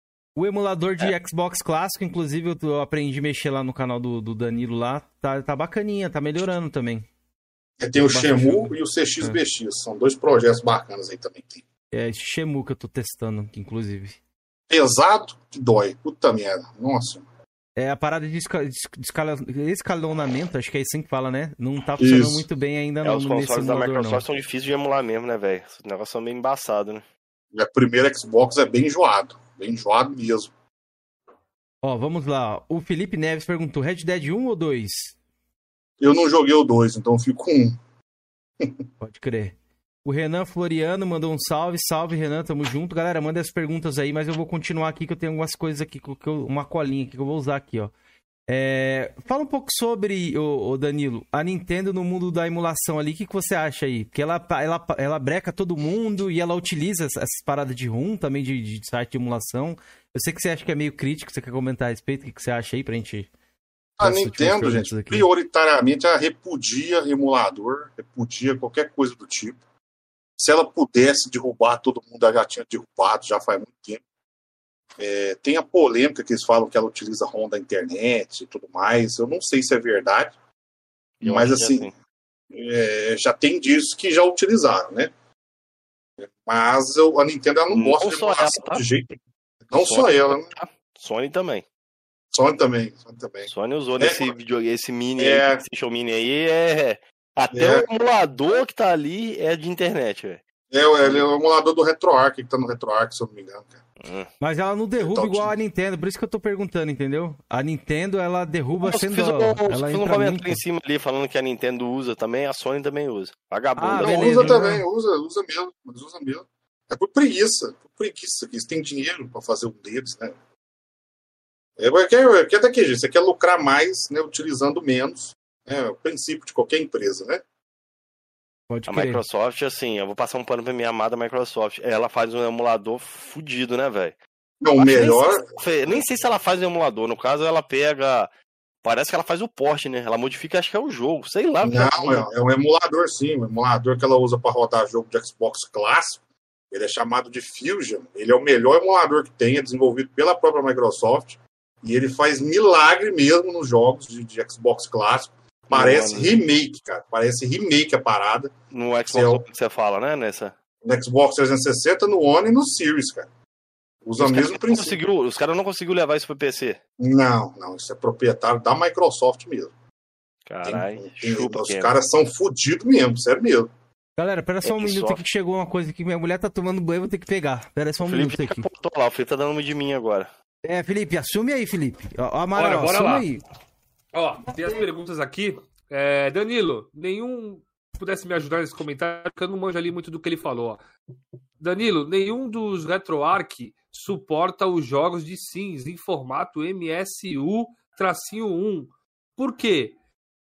O emulador de é. Xbox clássico, inclusive, eu aprendi a mexer lá no canal do, do Danilo lá. Tá, tá bacaninha, tá melhorando também. É, tem o Shenmue e o C X B X. É. São dois projetos bacanas aí também. Tem. É esse Shenmue que eu tô testando, inclusive. Pesado que dói. Puta merda. Nossa. É a parada de, esca, de escala, escalonamento, acho que é assim que fala, né? Não tá funcionando isso. muito bem ainda é, não. Os consoles da Microsoft não. são difíceis de emular mesmo, né, velho? Os negócios são meio embaçados, né? E a primeira Xbox é bem enjoado. Bem enjoado mesmo. Ó, vamos lá. O Felipe Neves perguntou, Red Dead um ou dois? Eu não joguei o dois, então eu fico com um. Pode crer. O Renan Floriano mandou um salve. Salve, Renan, tamo junto. Galera, manda as perguntas aí, mas eu vou continuar aqui que eu tenho algumas coisas aqui, que eu, uma colinha aqui que eu vou usar aqui, ó. É, fala um pouco sobre, ô, ô Danilo, a Nintendo no mundo da emulação ali, o que, que você acha aí? Porque ela, ela, ela breca todo mundo e ela utiliza essas paradas de ROM também, de, de site de emulação. Eu sei que você acha que é meio crítico, você quer comentar a respeito, o que, que você acha aí pra gente... A Nintendo, gente, aqui. prioritariamente ela repudia emulador, repudia qualquer coisa do tipo. Se ela pudesse derrubar todo mundo, ela já tinha derrubado, já faz muito tempo. É, tem a polêmica que eles falam que ela utiliza ROM da internet e tudo mais. Eu não sei se é verdade, eu mas assim, é, já tem disso que já utilizaram, né? Mas eu, a Nintendo ela não, não gosta de emulação ela, tá? de jeito nenhum. Não Sony, só ela, né? Tá? Sony também. Sony também, Sony também. Sony usou é, nesse vídeo, esse mini é, aí, esse show mini aí, é... Até é. o emulador que tá ali é de internet, velho. É, ele é o emulador do RetroArch, que tá no RetroArch, se eu não me engano, cara. Hum. Mas ela não derruba então, igual a Nintendo, por isso que eu tô perguntando, entendeu? A Nintendo, ela derruba Nossa, sendo... Fiz um, ela fiz um comentário em cima ali, falando que a Nintendo usa também, a Sony também usa. Vagabundo. Ah, não, usa também, né? usa, usa mesmo, mas usa mesmo. É por preguiça, por preguiça, que eles têm dinheiro pra fazer um deles, né? É, é, é daqui, gente, você quer lucrar mais, né, utilizando menos, é o princípio de qualquer empresa, né? Pode a crer. Microsoft, assim, eu vou passar um pano pra minha amada Microsoft, ela faz um emulador fudido, né, velho? Não, o melhor... Nem sei, nem sei se ela faz um emulador, no caso ela pega... Parece que ela faz o porte, né? Ela modifica, acho que é o jogo, sei lá. Não, é, é um emulador sim, um emulador que ela usa pra rodar jogo de Xbox clássico. Ele é chamado de Fusion, ele é o melhor emulador que tem, é desenvolvido pela própria Microsoft. E ele faz milagre mesmo nos jogos de, de Xbox clássico. Parece remake, cara. Parece remake a parada. No Xbox que você fala, né, nessa? No Xbox trezentos e sessenta, no One e no Series, cara. Usa o mesmo princípio. Os caras não conseguiram levar isso pro P C? Não, não. Isso é proprietário da Microsoft mesmo. Caralho, chupa. Os caras são fodidos mesmo, sério mesmo. Galera, pera só um é minuto aqui que chegou uma coisa aqui. Minha mulher tá tomando banho, vou ter que pegar. Pera só um Felipe minuto aqui. Lá, o Felipe tá dando uma de mim agora. É, Felipe, assume aí, Felipe. Ó, Amaral, bora, bora assume lá. aí. Ó, tem as perguntas aqui. É, Danilo, nenhum pudesse me ajudar nesse comentário, porque eu não manjo ali muito do que ele falou. Ó. Danilo, nenhum dos RetroArch suporta os jogos de Sims em formato M S U um. Por quê?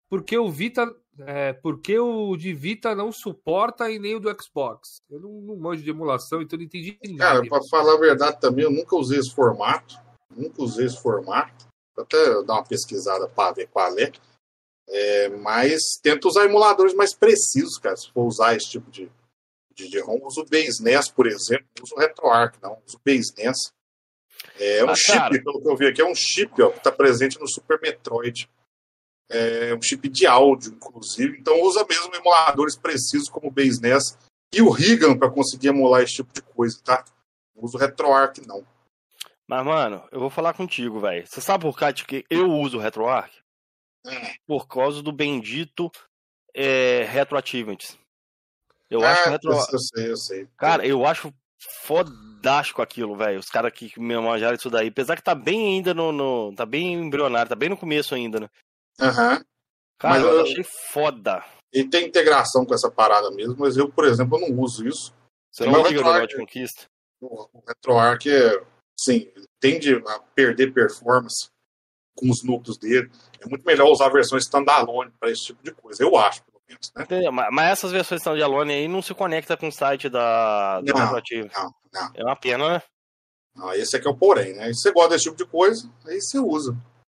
porque o Vita, é, porque o de Vita não suporta e nem o do Xbox. Eu não, não manjo de emulação, então não entendi nada. Cara, pra falar a verdade também, eu nunca usei esse formato. Nunca usei esse formato. Vou até dar uma pesquisada pra ver qual é. é mas tento usar emuladores mais precisos, cara. Se for usar esse tipo de, de, de ROM, uso o Base N E S, por exemplo. Não uso o RetroArch, não. Uso o Base N E S. É um ah, chip, cara. Pelo que eu vi aqui, é um chip ó, que está presente no Super Metroid. É um chip de áudio, inclusive. Então usa mesmo emuladores precisos como o Base N E S e o Rigan para conseguir emular esse tipo de coisa, tá? Não uso o RetroArch, não. Mas, mano, eu vou falar contigo, velho. Você sabe por causa de que eu uso o RetroArch? É. Por causa do bendito é, Retroachievements. Eu ah, acho que o Retro... eu sei, eu sei. Cara, eu acho fodástico aquilo, velho. Os caras que me manjaram isso daí. Apesar que tá bem ainda no, no... Tá bem embrionário, tá bem no começo ainda, né? Aham. Uhum. Cara, mas eu, eu achei foda. E tem integração com essa parada mesmo, mas eu, por exemplo, eu não uso isso. Você não liga no de Conquista? O, o RetroArch é, sim, tende a perder performance com os núcleos dele. É muito melhor usar versões standalone para esse tipo de coisa, eu acho, pelo menos, né? Mas, mas essas versões standalone aí não se conectam com o site da, do Retroativo. Não, não. É uma pena, né? Não, esse aqui é o porém, né? Se você gosta desse tipo de coisa, aí você usa.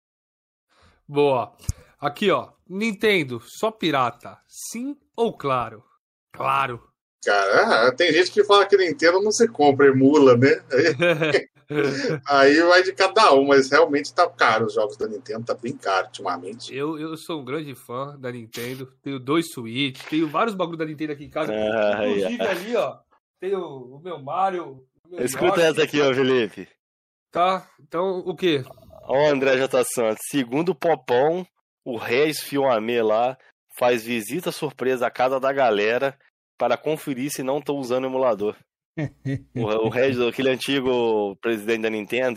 Boa. Aqui, ó. Nintendo, só pirata. Sim ou claro? Claro. Cara, tem gente que fala que Nintendo não se compra, emula, né? Aí, aí vai de cada um, mas realmente tá caro os jogos da Nintendo, tá bem caro ultimamente. Eu, eu sou um grande fã da Nintendo. Tenho dois Switch, tenho vários bagulhos da Nintendo aqui em casa. Ah, Inclusive yeah. ali, ó, tem o, o meu Mario. O meu Escuta Yoshi, essa aqui, ó, Felipe. Tá, então o quê? Ó, o André J. Santos. Segundo o Popão, o Regis Filmamê lá faz visita surpresa à casa da galera para conferir se não estão usando o emulador. o, o Regis, aquele antigo presidente da Nintendo.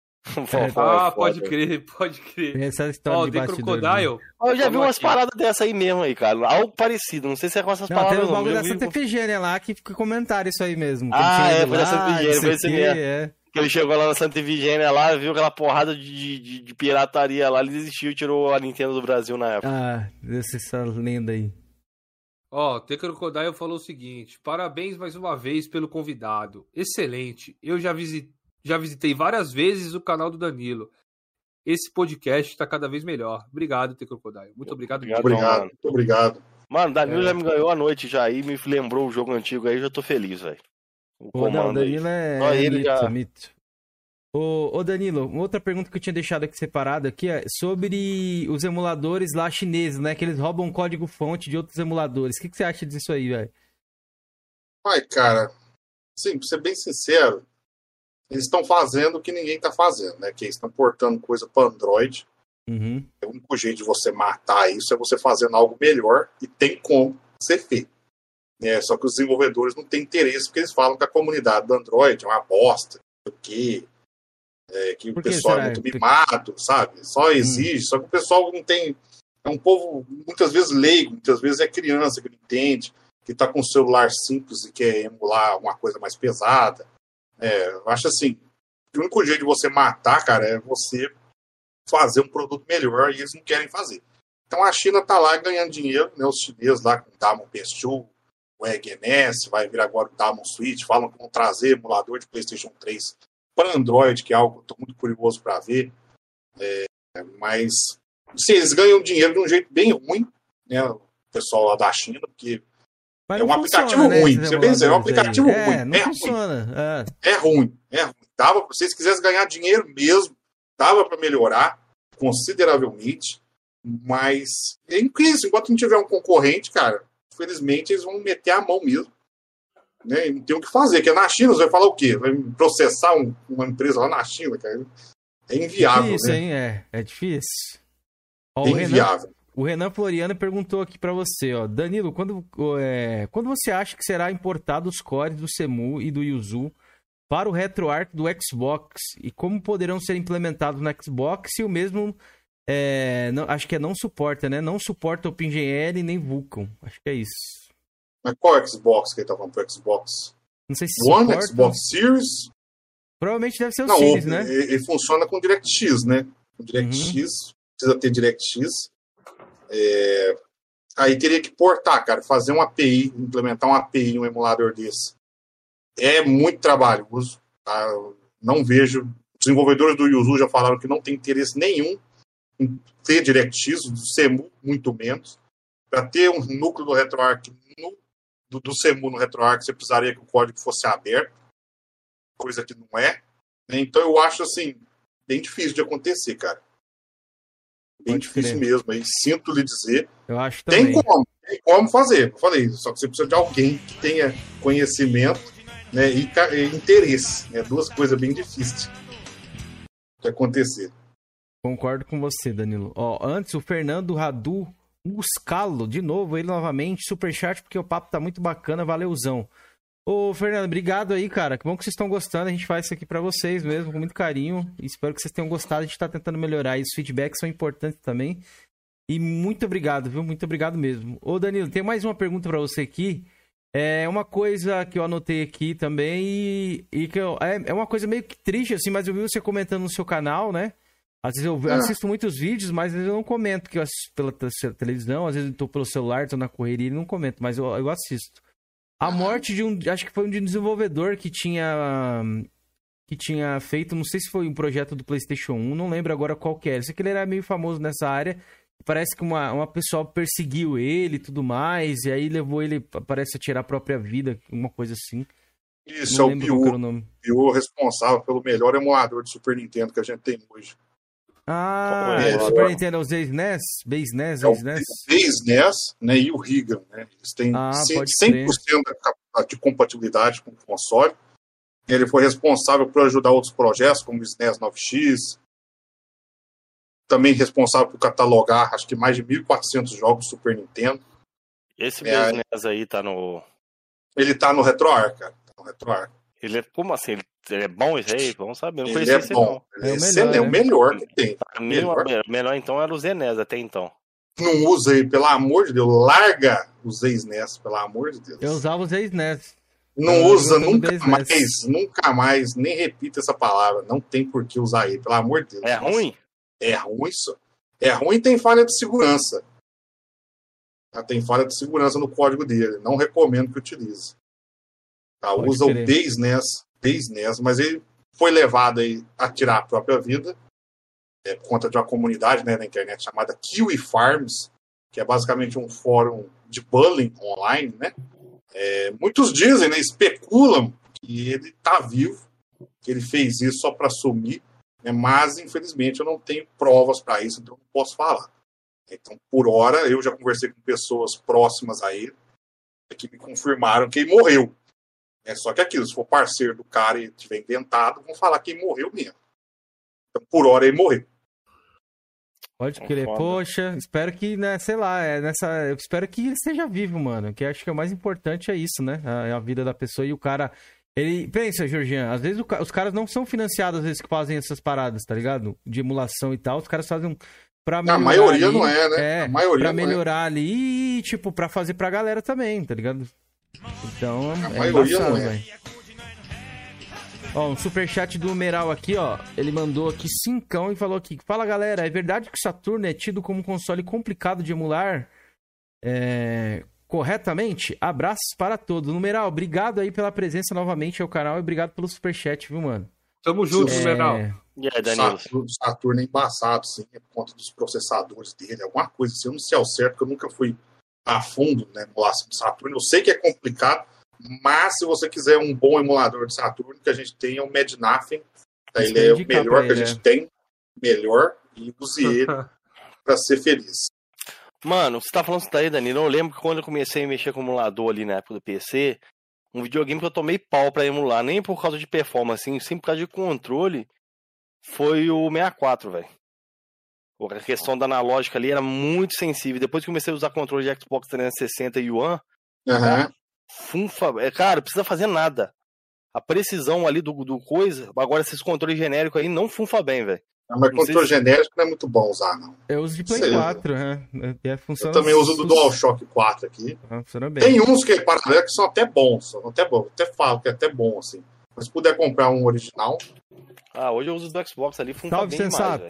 Ah, pode crer, pode crer. Essa história Ó, de The Crocodile. Eu já vi umas aqui. paradas dessa aí mesmo aí, cara. Algo parecido. Não sei se é com essas não, palavras. Tem o bagulho não, da Santa Efigênia lá que comentaram isso aí mesmo. Ah, é, foi da Santa Efigênia, foi isso mesmo. É. Que ele chegou lá na Santa Efigênia lá, viu aquela porrada de, de, de pirataria lá, ele desistiu e tirou a Nintendo do Brasil na época. Ah, essa lenda aí. Ó, The Crocodile falou o seguinte: parabéns mais uma vez pelo convidado. Excelente. Eu já, visit... já visitei várias vezes o canal do Danilo. Esse podcast tá cada vez melhor. Obrigado, The Crocodile. Muito obrigado. Obrigado, obrigado. Mano. Muito obrigado. Mano, Danilo é. já me ganhou a noite já aí, me lembrou o jogo antigo aí, já tô feliz, velho. Ô, não, Danilo é, Só ele mito, já... mito. Ô, ô, Danilo, uma outra pergunta que eu tinha deixado aqui separado aqui é sobre os emuladores lá chineses, né? Que eles roubam código-fonte de outros emuladores. O que, que você acha disso aí, velho? Ai, cara, sim, pra ser bem sincero, eles estão fazendo o que ninguém tá fazendo, né? Que eles estão portando coisa para Android. Uhum. O único jeito de você matar isso é você fazendo algo melhor e tem como ser feito. É, só que os desenvolvedores não têm interesse porque eles falam que a comunidade do Android é uma bosta, que, é, que o pessoal será? é muito mimado, sabe? Só exige, hum. só que o pessoal não tem... É um povo, muitas vezes, leigo, muitas vezes é criança que não entende, que está com um celular simples e quer emular uma coisa mais pesada. É, eu acho assim, o único jeito de você matar, cara, é você fazer um produto melhor e eles não querem fazer. Então a China está lá ganhando dinheiro, né? Os chineses lá com o Damon P S dois, o E G N S, vai vir agora o Damon Switch, falam que vão trazer emulador de PlayStation três para Android, que é algo que eu estou muito curioso para ver. É, mas se eles ganham dinheiro de um jeito bem ruim, né, o pessoal lá da China, porque mas é um funciona, aplicativo né, ruim. Você bem dizer, é um aplicativo aí. ruim. É, não é funciona. Ruim. É. é ruim, é ruim. Dava, se vocês quisessem ganhar dinheiro mesmo, dava para melhorar consideravelmente, mas é incrível. Enquanto não tiver um concorrente, cara, infelizmente eles vão meter a mão mesmo. Né? E não tem o que fazer, que é na China, você vai falar o quê? Vai processar um, uma empresa lá na China, cara? É inviável, é difícil, né? Hein? É, é difícil. Ó, é o inviável. Renan, o Renan Floriano perguntou aqui pra você, ó, Danilo, quando, é, quando você acha que será importado os cores do Semu e do Yuzu para o RetroArch do Xbox e como poderão ser implementados no Xbox se o mesmo, é, não, acho que é não suporta, né? Não suporta o OpenGL nem Vulkan. Acho que é isso. Mas qual Xbox que ele tá falando pro Xbox? Não sei se One, suporta. Xbox Series? Provavelmente deve ser o não, Series, o, né? Ele, ele funciona com DirectX, né? Com DirectX, uhum. Precisa ter DirectX. É, aí teria que portar, cara, fazer uma A P I, implementar uma A P I em um emulador desse. É muito trabalhoso, tá? Não vejo. Os desenvolvedores do Yuzu já falaram que não tem interesse nenhum em ter DirectX, do CEMU, muito menos. Para ter um núcleo do RetroArch, no, do, do CEMU no RetroArch, você precisaria que o código fosse aberto, coisa que não é. Então eu acho, assim, bem difícil de acontecer, cara. Bem Pode difícil crer. mesmo, aí sinto lhe dizer. Eu acho também. Tem como, tem como fazer, eu falei, só que você precisa de alguém que tenha conhecimento, né, e, e interesse, né, duas coisas bem difíceis de acontecer. Concordo com você, Danilo. Ó, antes, o Fernando Radu Muscalo, de novo, ele novamente, superchat, porque o papo tá muito bacana, valeuzão. Ô, Fernando, obrigado aí, cara. Que bom que vocês estão gostando. A gente faz isso aqui pra vocês mesmo, com muito carinho. Espero que vocês tenham gostado. A gente tá tentando melhorar. E os feedbacks são importantes também. E muito obrigado, viu? Muito obrigado mesmo. Ô, Danilo, tem mais uma pergunta pra você aqui. É uma coisa que eu anotei aqui também e, e que eu, é, é uma coisa meio que triste, assim, mas eu vi você comentando no seu canal, né? Às vezes eu Ah. assisto muitos vídeos, mas às vezes eu não comento, porque eu assisto pela te- televisão, às vezes eu tô pelo celular, tô na correria e não comento, mas eu, eu assisto. A morte de um, acho que foi um desenvolvedor que tinha que tinha feito, não sei se foi um projeto do PlayStation um, não lembro agora qual que era. Eu sei que ele era meio famoso nessa área. Parece que uma, uma pessoa perseguiu ele e tudo mais, e aí levou ele, parece, a tirar a própria vida, uma coisa assim. Isso Não é o lembro qual que era o Biu, nome. Biu responsável pelo melhor emulador de Super Nintendo que a gente tem hoje. Ah, É, o Super Nintendo é os ex N E S? Base N E S, É o ex N E S? ex-N E S, né, e o Riga, né? Eles têm Ah, cem pode cem por cento da capa- de compatibilidade com o console. Ele foi responsável por ajudar outros projetos, como o S N E S nove X. Também responsável por catalogar, acho que mais de mil e quatrocentos jogos do Super Nintendo. Esse É, business aí tá no. Ele tá no RetroArch, cara. Tá no RetroArch. Ele é. Como assim? Ele, ele é bom esse aí? Vamos saber. Eu não Ele conhecia é esse bom. não. Ele é, É o melhor, excelente, é o né? melhor que tem. Pra mim, Melhor. o melhor então era o Z N E S até então. Não usa aí, pelo amor de Deus. Larga os ex-N E S, pelo amor de Deus. Eu usava os ex N E S. Não Eu usa usava nunca ex-N E mais, S. nunca mais, nem repita essa palavra. Não tem por que usar ele, pelo amor de Deus. É Nossa, ruim? É ruim isso. É ruim e tem falha de segurança. Tá? Tem falha de segurança no código dele. Não recomendo que utilize. Tá? Pode Usa crer. o ex-N E S, ex-N E S, mas ele foi levado aí a tirar a própria vida, é, por conta de uma comunidade, né, na internet chamada Kiwi Farms, que é basicamente um fórum de bullying online, né? É, muitos dizem, né, especulam que ele está vivo, que ele fez isso só para sumir, né, mas infelizmente eu não tenho provas para isso, então não posso falar. Então, por hora, eu já conversei com pessoas próximas a ele, que me confirmaram que ele morreu. É só que aquilo, se for parceiro do cara e tiver inventado, vão falar que ele morreu mesmo. Então, por hora, ele morreu. Pode crer. Foda. Poxa, espero que, né, sei lá, é nessa, eu espero que ele esteja vivo, mano. Que acho que é o mais importante é isso, né? A, a vida da pessoa e o cara. Ele. Pensa, Georgian, às vezes o ca- os caras não são financiados, às vezes, que fazem essas paradas, tá ligado? De emulação e tal. Os caras fazem pra melhorar. maioria ali, não é, né? É, A maioria pra não é. melhorar ali e, tipo, pra fazer pra galera também, tá ligado? Então, A é maioria embaçado, não é. velho. Ó, um superchat do Meral aqui, ó. Ele mandou aqui cincão e falou aqui: fala, galera, é verdade que o Saturno é tido como um console complicado de emular é, corretamente? Abraços para todos. Numeral, obrigado aí pela presença novamente ao canal e obrigado pelo superchat, viu, mano? Tamo junto, É, Numeral. E aí, O Danilo? Saturno, o Saturno é embaçado, sim, é por conta dos processadores dele, alguma coisa assim. Eu não sei ao certo, porque eu nunca fui a fundo na emulação do Saturno. Eu sei que é complicado, mas se você quiser um bom emulador de Saturno, que a gente tem é o Mad Nothing. Tá? Isso Ele eu é ia o indicar melhor pra que a ele, gente é. tem, melhor, e use ele para ser feliz. Mano, você tá falando isso daí, Danilo? Eu lembro que quando eu comecei a mexer com emulador ali na época do P C, um videogame que eu tomei pau pra emular, nem por causa de performance, assim, sim por causa de controle, foi o sessenta e quatro, velho. A questão da analógica ali era muito sensível. Depois que comecei a usar controle de Xbox trezentos e sessenta e One, Aham. funfa, é, cara, não precisa fazer nada. A precisão ali do, do coisa, agora esses controles genéricos aí não funfa bem, velho. Mas Não sei controle se- genérico não é muito bom usar, não. Eu uso de Play Sei. quatro, né? É, é, funciona, Eu também uso do DualShock quatro aqui. Ah, funciona bem. Tem uns que é paralelo que são até bons, são até bons. Até falo que é até bom, assim. Mas se puder comprar um original, Ah, hoje eu uso do Xbox ali, funfa Salve, bem demais, velho. sensato.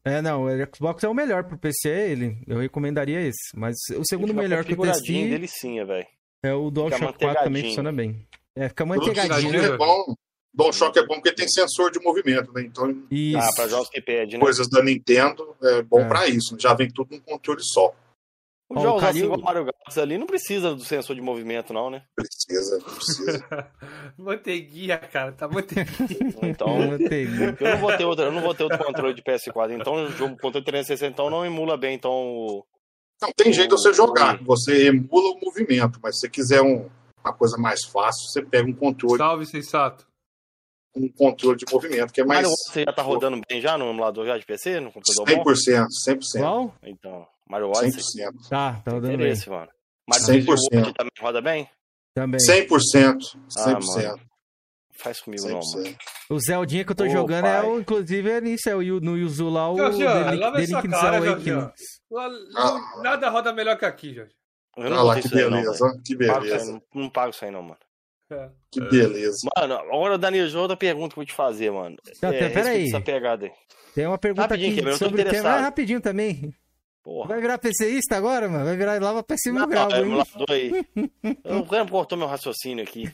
É, não, o Xbox é o melhor pro P C, ele. Eu recomendaria esse. Mas o segundo Fica melhor que eu configuradinho, testei delicinha, velho. é o DualShock quatro, também funciona bem. É, fica manteigadinho, Tudo né? é bom. DualShock é bom porque tem sensor de movimento, né? Então, Isso. Ah, pra jogos que pede, né? coisas da Nintendo é bom É. pra isso. Já vem tudo num controle só. Os Ó, jogos o Calil- assim como Mario Galaxy ali não precisa do sensor de movimento, não, né? Precisa, precisa. Manteiguinha, cara, tá manteiguinha. Então, Manteiga. eu não vou ter outro, eu não vou ter outro controle de P S quatro. Então, o jogo controle trezentos e sessenta então, não emula bem então o. Não, tem jeito de você O- jogar. Você emula o movimento, mas se você quiser um- uma coisa mais fácil, você pega um controle, Salve, sensato. um controle de movimento, que é mais Mario Odyssey já tá rodando bem já no emulador já de P C, no computador cem bom? por cento, cem por cento. Qual? Então, Mario cem Odyssey. por cento. Tá, tá rodando bem. Interesse, mano. Mario cem por cento. Odyssey também roda bem? Também. cem por cento. Ah, cem por cento. Faz comigo cem não, por mano. cento. O Zeldinha que eu tô Ô, jogando pai. é o, inclusive, é nisso, é o Yu- no Yuzu lá, o Jorginho, The Link- lava The essa Link's cara, Awakening. Jorginho. Lá- Nada roda melhor que aqui, Jorge. Eu Olha não vou lá ter que isso aí não, beleza, velho. ó, que Pago isso aí, beleza. não, não pago isso aí não, mano. É. Que beleza. Mano, agora, Danilo, outra pergunta que eu vou te fazer, mano. Não, é, tem- pera respeito aí. essa pegada aí. Tem uma pergunta Rapidinho, aqui Kevin, eu tô sobre o tema. interessado. É, rapidinho também. Porra. Vai virar PCista agora, mano? Vai virar lá pra P C mil Não, grau, é, hein? emulador aí. Eu- O cara cortou meu raciocínio aqui.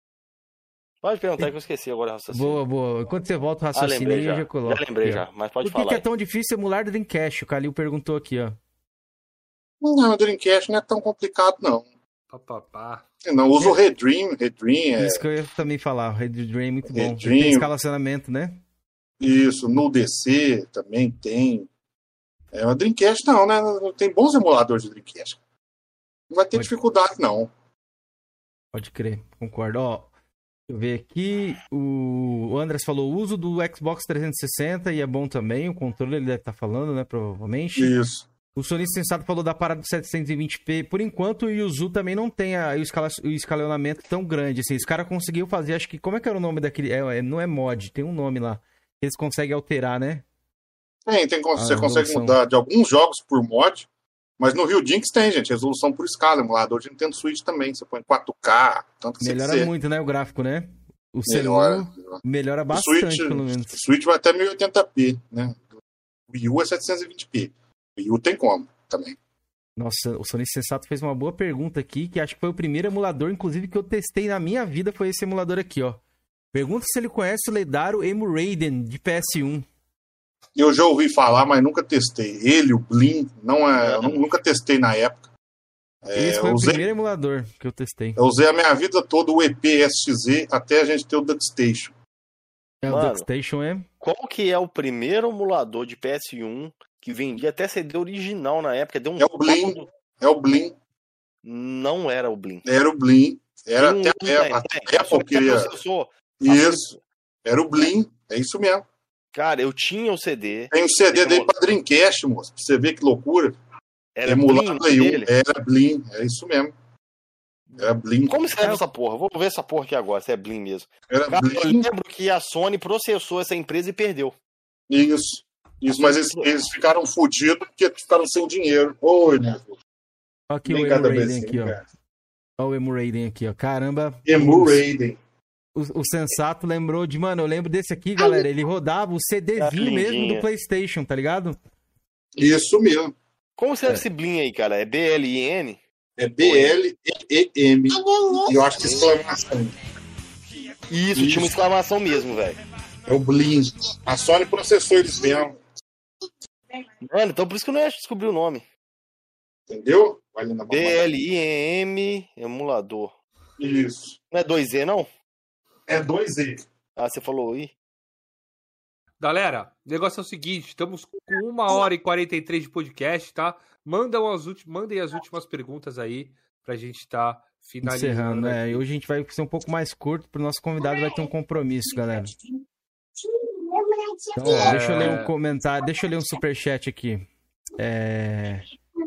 Pode perguntar que eu esqueci agora o raciocínio. Boa, boa. Enquanto você volta o Ah, raciocínio lembrei aí, já. eu já coloco. Já lembrei aqui, ó. já, mas pode Por que, falar. que é aí. tão difícil emular Dreamcast? O Calil perguntou aqui, ó. Não, o Dreamcast não é tão complicado, não. Pá, pá, pá. Eu não uso o Redream. Redream é Isso que eu ia também falar. O Red Dream é muito bom. Red Ele Dream. tem escalacionamento, né? isso. No D C também tem. É, o Dreamcast não, né? Tem bons emuladores de Dreamcast. Não vai ter Pode- dificuldade, não. Pode crer, concordo. Ó, deixa eu ver aqui. O Andres falou: o uso do Xbox trezentos e sessenta e é bom também. O controle ele deve estar falando, né? Provavelmente. Isso. O Sonista Sensato falou da parada do setecentos e vinte p. Por enquanto, o Yuzu também não tem a- o, escala- o escalonamento tão grande. Assim, os caras conseguiram fazer, acho que. Como é que era o nome daquele. É, é- não é mod, tem um nome lá. Eles conseguem alterar, né? Tem, tem, A você consegue resolução. mudar de alguns jogos por mod, mas no Rio Jinx tem, gente, resolução por escala, emulador de Nintendo Switch também, você põe quatro K, tanto que Melhora você quiser. muito, né? O gráfico, né? O Melhora. celular melhora O bastante, Switch, pelo menos. o Switch vai até mil e oitenta p, né? O Wii U é setecentos e vinte p. O Wii U tem como também. Nossa, o Sonista Sensato fez uma boa pergunta aqui, que acho que foi o primeiro emulador, inclusive, que eu testei na minha vida, foi esse emulador aqui, ó. Pergunta se ele conhece o lendário Emu Raiden de P S um. Eu já ouvi falar, mas nunca testei. Ele, o Blin, não é, eu nu- nunca testei na época. É, Esse foi eu, o usei, primeiro emulador que eu testei. eu usei a minha vida toda o E P S X Z até a gente ter o DuckStation. É, o Mano. DuckStation é... Qual que é o primeiro emulador de P S um que vendia até C D original na época? Deu um É o Blin. todo- É o Blin. Não era o Blin. Era o Blin. Era Tem um- até, a- tem, até tem. a Apple queria. Eu sou- Isso. Era o Blin. É isso mesmo. Cara, eu tinha o C D. Tem o C D dele Emula- pra Dreamcast, moço. Pra você ver que loucura. Era Emular Blin Play um. dele. Era Blin. É isso mesmo. Era Blin. Como escreve essa porra? Vou ver essa porra aqui agora, se é Blin mesmo. Era Cara, eu Blin. lembro que a Sony processou essa empresa e perdeu. Isso. Isso, mas eles, eles ficaram fodidos porque ficaram sem dinheiro. Oi, meu Deus. Olha aqui o Nem Emu cada Raiden vez aqui, ó. cara. Olha o Emu Raiden aqui, ó. Caramba. Emu os- Raiden. O, o Sensato lembrou de... Mano, eu lembro desse aqui, galera. Ele rodava o CDzinho Ah, mesmo lindinha. do PlayStation, tá ligado? Isso mesmo. Como escreve esse Blin aí, cara? É B L I N? É B L E E M. E eu acho que exclamação. Isso, tinha uma exclamação mesmo, velho. É o Blin. A Sony processou eles mesmo. Mano, então por isso que eu não ia descobrir o nome. Entendeu? Vai ali na B L I M emulador. Isso. Não é dois E, não? É dois E. Ah, você falou aí. Galera, o negócio é o seguinte, estamos com uma hora e quarenta e três de podcast, tá? Mandam as ulti- Mandem as últimas perguntas aí pra gente tá finalizando. Encerrando, né? aqui. E hoje a gente vai ser um pouco mais curto, pro nosso convidado vai ter um compromisso, galera. Então, ó, É. deixa eu ler um comentário, deixa eu ler um superchat aqui. É...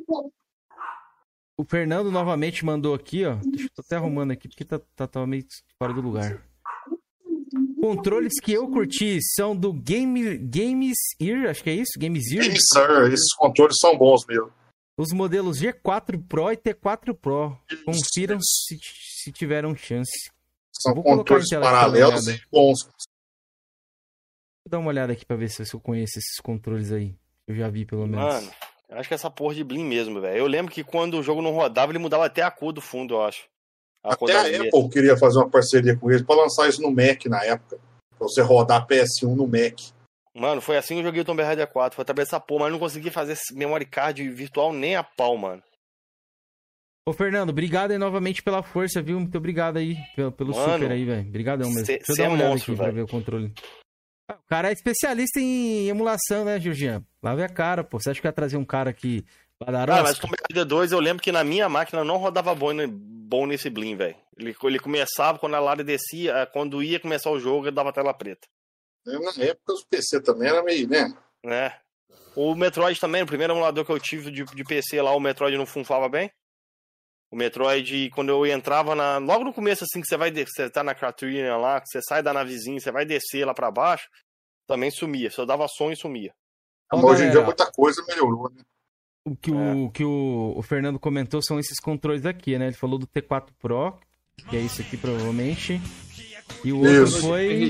O Fernando novamente mandou aqui, ó. Deixa eu tô até arrumando aqui, porque tá, tá, tá meio fora do lugar. Controles que eu curti são do Game, Games Ear, acho que é isso? Games Ear? Game Sir, esses controles são bons mesmo. Os modelos G quatro Pro e T quatro Pro. Confiram se, se tiveram chance. São Vou colocar controles em tela aqui pra dar uma paralelos olhada. e bons. Vou dar uma olhada aqui pra ver se eu conheço esses controles aí. Eu já vi, pelo menos. Mano, eu acho que é essa porra de Blim mesmo, velho. Eu lembro que quando o jogo não rodava, ele mudava até a cor do fundo, eu acho. A Até a Apple queria fazer uma parceria com eles pra lançar isso no Mac na época. Pra você rodar P S um no Mac. Mano, foi assim que eu joguei o Tomb Raider quatro. Foi através dessa porra, mas eu não consegui fazer memory card virtual nem a pau, mano. Ô, Fernando, obrigado aí novamente pela força, viu? Muito obrigado aí pelo, pelo Mano, super aí, velho. Obrigadão mesmo. cê, Deixa eu cê dar uma é olhada monstro, aqui pra velho. ver o controle. Ah, o cara é especialista em emulação, né, Georgian? Lave a cara, pô. Você acha que ia trazer um cara aqui... Ah, mas o Tomb Raider dois, eu lembro que na minha máquina não rodava bom, bom nesse Blim, velho. Ele, ele começava, quando a Lara descia, quando ia começar o jogo, ele dava tela preta. Na época, os P C também era meio, né? Né? O Metroid também, o primeiro emulador que eu tive de, de P C lá, o Metroid não funfava bem. O Metroid, quando eu entrava na... Logo no começo, assim, que você vai descer, você tá na Criterion lá, que você sai da navezinha, você vai descer lá pra baixo, também sumia. Só dava som e sumia. Ó, Hoje em dia galera, muita coisa melhorou, né? O que, o, que o, o Fernando comentou são esses controles aqui, né? Ele falou do T quatro Pro, que é isso aqui provavelmente. E o outro Isso. foi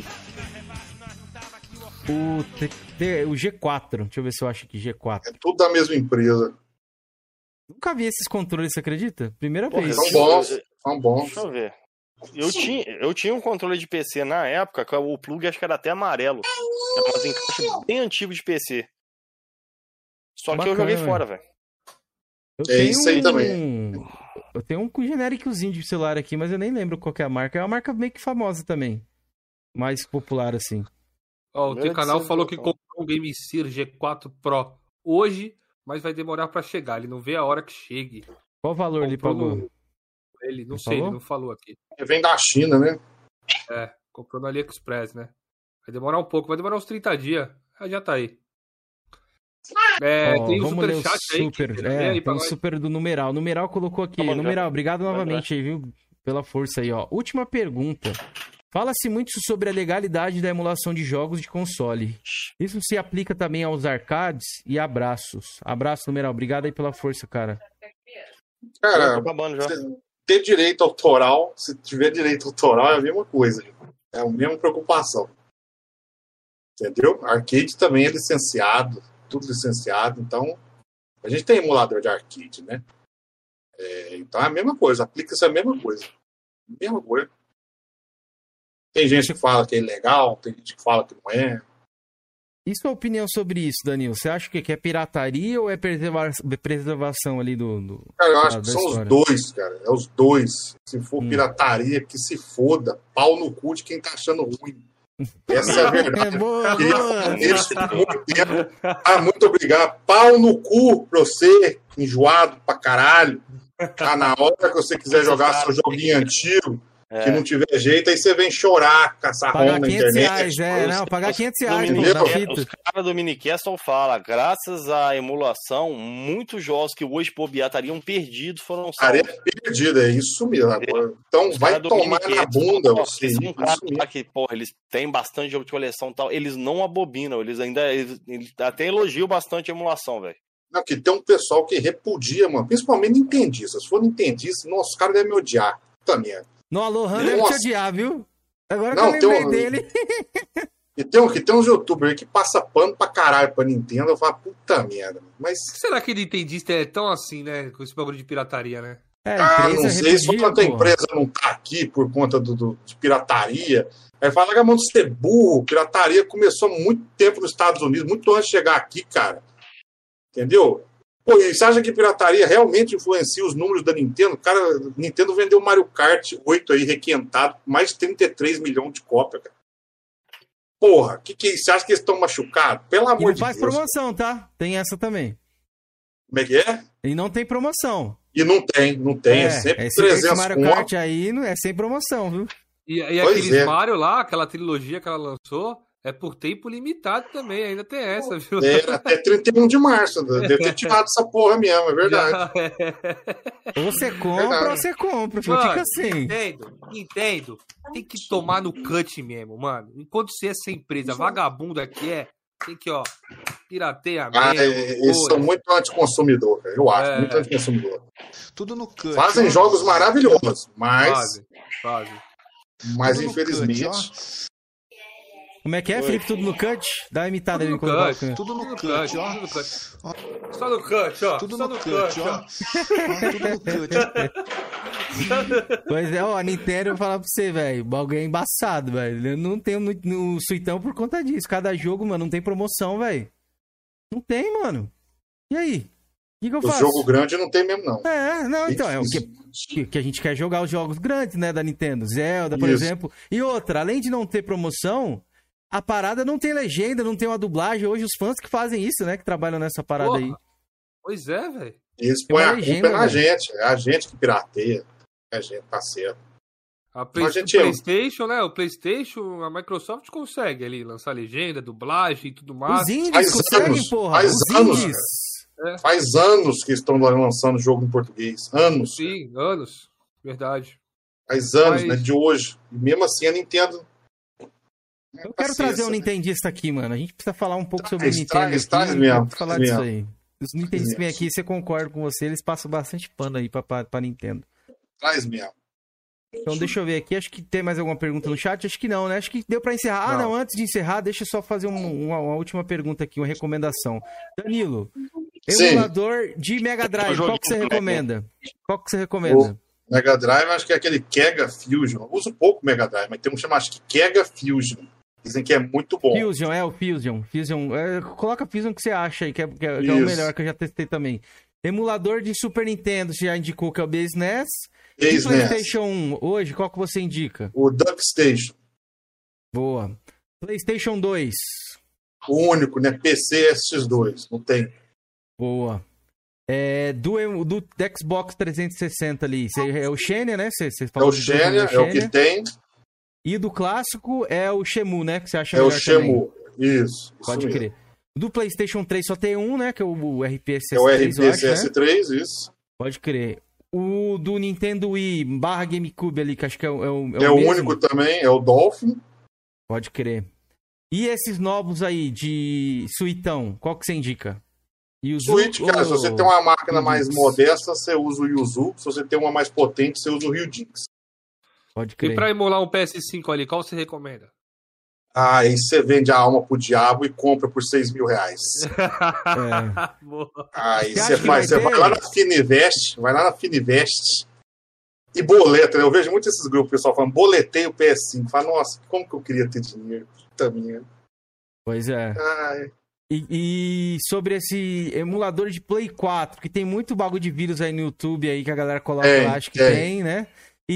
o, T- T- o G quatro. Deixa eu ver se eu acho aqui G quatro. É tudo da mesma empresa. Nunca vi esses controles, você acredita? Primeira Porra, vez. São eu- bons, são bons. Deixa eu ver. Eu tinha, eu tinha um controle de P C na época, que o plug acho que era até amarelo. Era umas encaixes bem antigos de P C. Só que Bacana, eu joguei velho. fora, velho. Eu É isso aí também. Eu tenho um genéricozinho de celular aqui, mas eu nem lembro qual que é a marca. É uma marca meio que famosa também. Mais popular, assim. Ó, o Meu teu canal Deus, falou que então. comprou um Game Seer G quatro Pro hoje, mas vai demorar pra chegar. Ele não vê a hora que chegue. Qual o valor ele Comprou pagou? no- Ele, não Ele sei, ele falou? não falou aqui. Vem da China, né? É, comprou no AliExpress, né? Vai demorar um pouco, vai demorar uns trinta dias. Ah, já tá aí. É, Ó, tem o vamos ler o superchat aí. super. Kinder, É, vê aí tem pra o nós. super do numeral. Numeral colocou aqui. Tá bom, já. Numeral, obrigado Vai novamente aí, viu? Pela força aí, ó. Última pergunta. Fala-se muito sobre a legalidade da emulação de jogos de console. Isso se aplica também aos arcades e abraços. Abraço, numeral. Obrigado aí pela força, cara. Eu tô Cara, acabando já. ter direito autoral, se tiver direito autoral, é a mesma coisa. É a mesma preocupação. Entendeu? Arcade também é licenciado, tudo licenciado. Então, a gente tem emulador de arcade, né? É, então é a mesma coisa, aplica-se a mesma coisa. Mesma coisa. Tem gente que fala que é ilegal, tem gente que fala que não é. E sua opinião sobre isso, Danilo? Você acha que é pirataria ou é preserva- preservação ali do... do... Cara, eu acho da que são história? os dois, cara. É os dois. Se for Hum. pirataria, que se foda. Pau no cu de quem tá achando ruim. Essa é a verdade. É boa, Queria boa. fazer isso por muito tempo. Ah, muito obrigado. Pau no cu pra você, enjoado pra caralho. Ah, na hora que você quiser jogar seu joguinho antigo, que É. não tiver jeito, aí você vem chorar, caçar Pagar rom na quinhentos internet. reais, é, Os- não, pagar os- quinhentos no reais, mini- pô, da Entendeu? fita. Os caras do Minicastle falam, graças à emulação, muitos jogos que hoje bobear estariam perdidos foram Área salvos. perdida, é isso mesmo. Agora, então Os vai caras do tomar na Minicast, bunda ó, você. eles Isso são caras lá mesmo. que, porra, eles têm bastante jogo de coleção e tal, eles não abominam, eles ainda eles, eles até elogiam bastante a emulação, velho. Não, que tem um pessoal que repudia, mano. Principalmente nintendista. Se for nintendista, nossa, os caras devem me odiar. Puta merda. No Alohan deve te Nossa. odiar, viu? Agora Não, que eu tem lembrei um- dele. E tem, um- que tem uns youtubers aí que passa pano pra caralho pra Nintendo. Eu falo, puta merda. Mas, Será que nintendista é tão assim, né? Com esse bagulho de pirataria, né? É, ah, empresa não sei. Só repudia, quando a pô. empresa não tá aqui por conta do, do- de pirataria. Aí fala que a mão de ser burro. Pirataria começou há muito tempo nos Estados Unidos, muito antes de chegar aqui, cara. Entendeu? Pô, e você acha que pirataria realmente influencia os números da Nintendo? Cara, Nintendo vendeu o Mario Kart oito aí, requentado, com mais de trinta e três milhões de cópias, cara. Porra, que que é isso? Você acha que eles estão machucados? Pelo E amor não de faz Deus. promoção, tá? Tem essa também. Como é que é? E não tem promoção. E não tem, não tem. É, sempre esse, esse trezentos Mario conto. Kart aí não é sem promoção, viu? E, e Pois aqueles é. Mario lá, aquela trilogia que ela lançou, é por tempo limitado também. Ainda tem essa, viu? É, até trinta e um de março. Deve ter tirado essa porra mesmo, é verdade. Já é. Ou você compra Verdade. ou você compra. Não Mano, fica assim. Entendo, entendo. Tem que tomar no cut mesmo, mano. Enquanto você é essa empresa vagabunda que é, tem que, ó, pirateia Ah, mesmo. é, eles porra. são muito anticonsumidor, cara, eu acho. É. Muito anticonsumidor. Tudo no cut. Fazem ó. jogos maravilhosos, mas, Fazem, fazem. mas Tudo no infelizmente. cut, Como é que é, Oi. Felipe? Tudo no cut? Dá uma imitada aí. Tudo no colocar cut, o- Tudo no Tudo cut, ó. Tudo no cut. Só no cut, ó. Tudo Só no no cut, ó. Ó, Tudo no cut. Pois é, ó, a Nintendo, eu vou falar pra você, velho. O bagulho é embaçado, velho. Eu não tenho no, no suitão por conta disso. Cada jogo, mano, não tem promoção, velho. Não tem, mano. E aí? O que, que eu O faço? jogo grande não tem mesmo, não. É, não, então, é o que, que, que a gente quer jogar os jogos grandes, né, da Nintendo. Zelda, por Isso. exemplo. E outra, além de não ter promoção, a parada não tem legenda, não tem uma dublagem. Hoje os fãs que fazem isso, né, que trabalham nessa parada Porra. aí. Pois é, velho. Eles Tem põem uma a legenda, culpa é na velho. gente. É a gente que pirateia. É a gente, tá certo. A Play- A o gente é- PlayStation, né? O PlayStation, a Microsoft consegue ali lançar legenda, dublagem e tudo mais. Os indies Faz conseguem, anos, porra. faz Os anos, indies. Faz anos que estão lançando jogo em português. Anos. Sim, anos. Verdade. Faz anos, Mas- né? De hoje. E mesmo assim a Nintendo. Eu quero trazer um Nintendista aqui, mano. A gente precisa falar um pouco sobre o Traz, Nintendo traz, aqui. traz mesmo, Vamos falar traz disso mesmo. aí. Os Nintendistas que vêm aqui, você concorda com você, eles passam bastante pano aí pra, pra, pra Nintendo. Traz mesmo. Então deixa eu ver aqui, acho que tem mais alguma pergunta no chat? Acho que não, né? Acho que deu pra encerrar. Ah, Não. não, antes de encerrar, deixa eu só fazer um- uma, uma última pergunta aqui, uma recomendação. Danilo, Sim. emulador de Mega Drive, qual que você recomenda? Qual que você recomenda? Mega Drive, acho que é aquele Kega Fusion. Eu uso pouco Mega Drive, mas tem um chamado acho que Kega Fusion. Dizem que é muito bom. Fusion, é o Fusion. Fusion é, coloca Fusion que você acha aí, que é, que é- que é o Isso. melhor que eu já testei também. Emulador de Super Nintendo, você já indicou que é o B S N E S. E Ex-N E S. PlayStation um, hoje, qual que você indica? O DuckStation. Boa. PlayStation dois. O único, né? P C S X dois. Não tem. Boa. É, do, do Xbox trezentos e sessenta ali, cê- é o Xenia, né? Cê, cê É falou o dos dois, Xenia, é o que tem. E do clássico é o Shenmue, né? Que você acha É o melhor também. Shenmue. Isso. Pode isso mesmo. crer. Do PlayStation três só tem um, né? Que é o R P S É o S três, eu acho, R P S né? três, isso. Pode crer. O do Nintendo Wii barra GameCube ali, que acho que é o É o, É o mesmo? único também, é o Dolphin. Pode crer. E esses novos aí de Suitão, qual que você indica? Yuzu Switch, cara, se ou- você tem uma máquina mais Ryujinx? modesta, você usa o Yuzu. Se você tem uma mais potente, você usa o Ryujinx. Pode E crer. pra emular um P S cinco ali, qual você recomenda? Ah, aí você vende a alma pro diabo e compra por seis mil reais. É. Boa. Aí Você você acha que faz, vai você vai ter? lá na Fininvest, vai lá na Fininvest e boleta, né? Eu vejo muito esses grupos, o pessoal falando, boletei o P S cinco. Fala, nossa, como que eu queria ter dinheiro? Puta minha. Pois é. Ai, E, e sobre esse emulador de Play quatro, que tem muito bagulho de vírus aí no YouTube aí que a galera coloca Tem, lá, acho que tem. tem, né?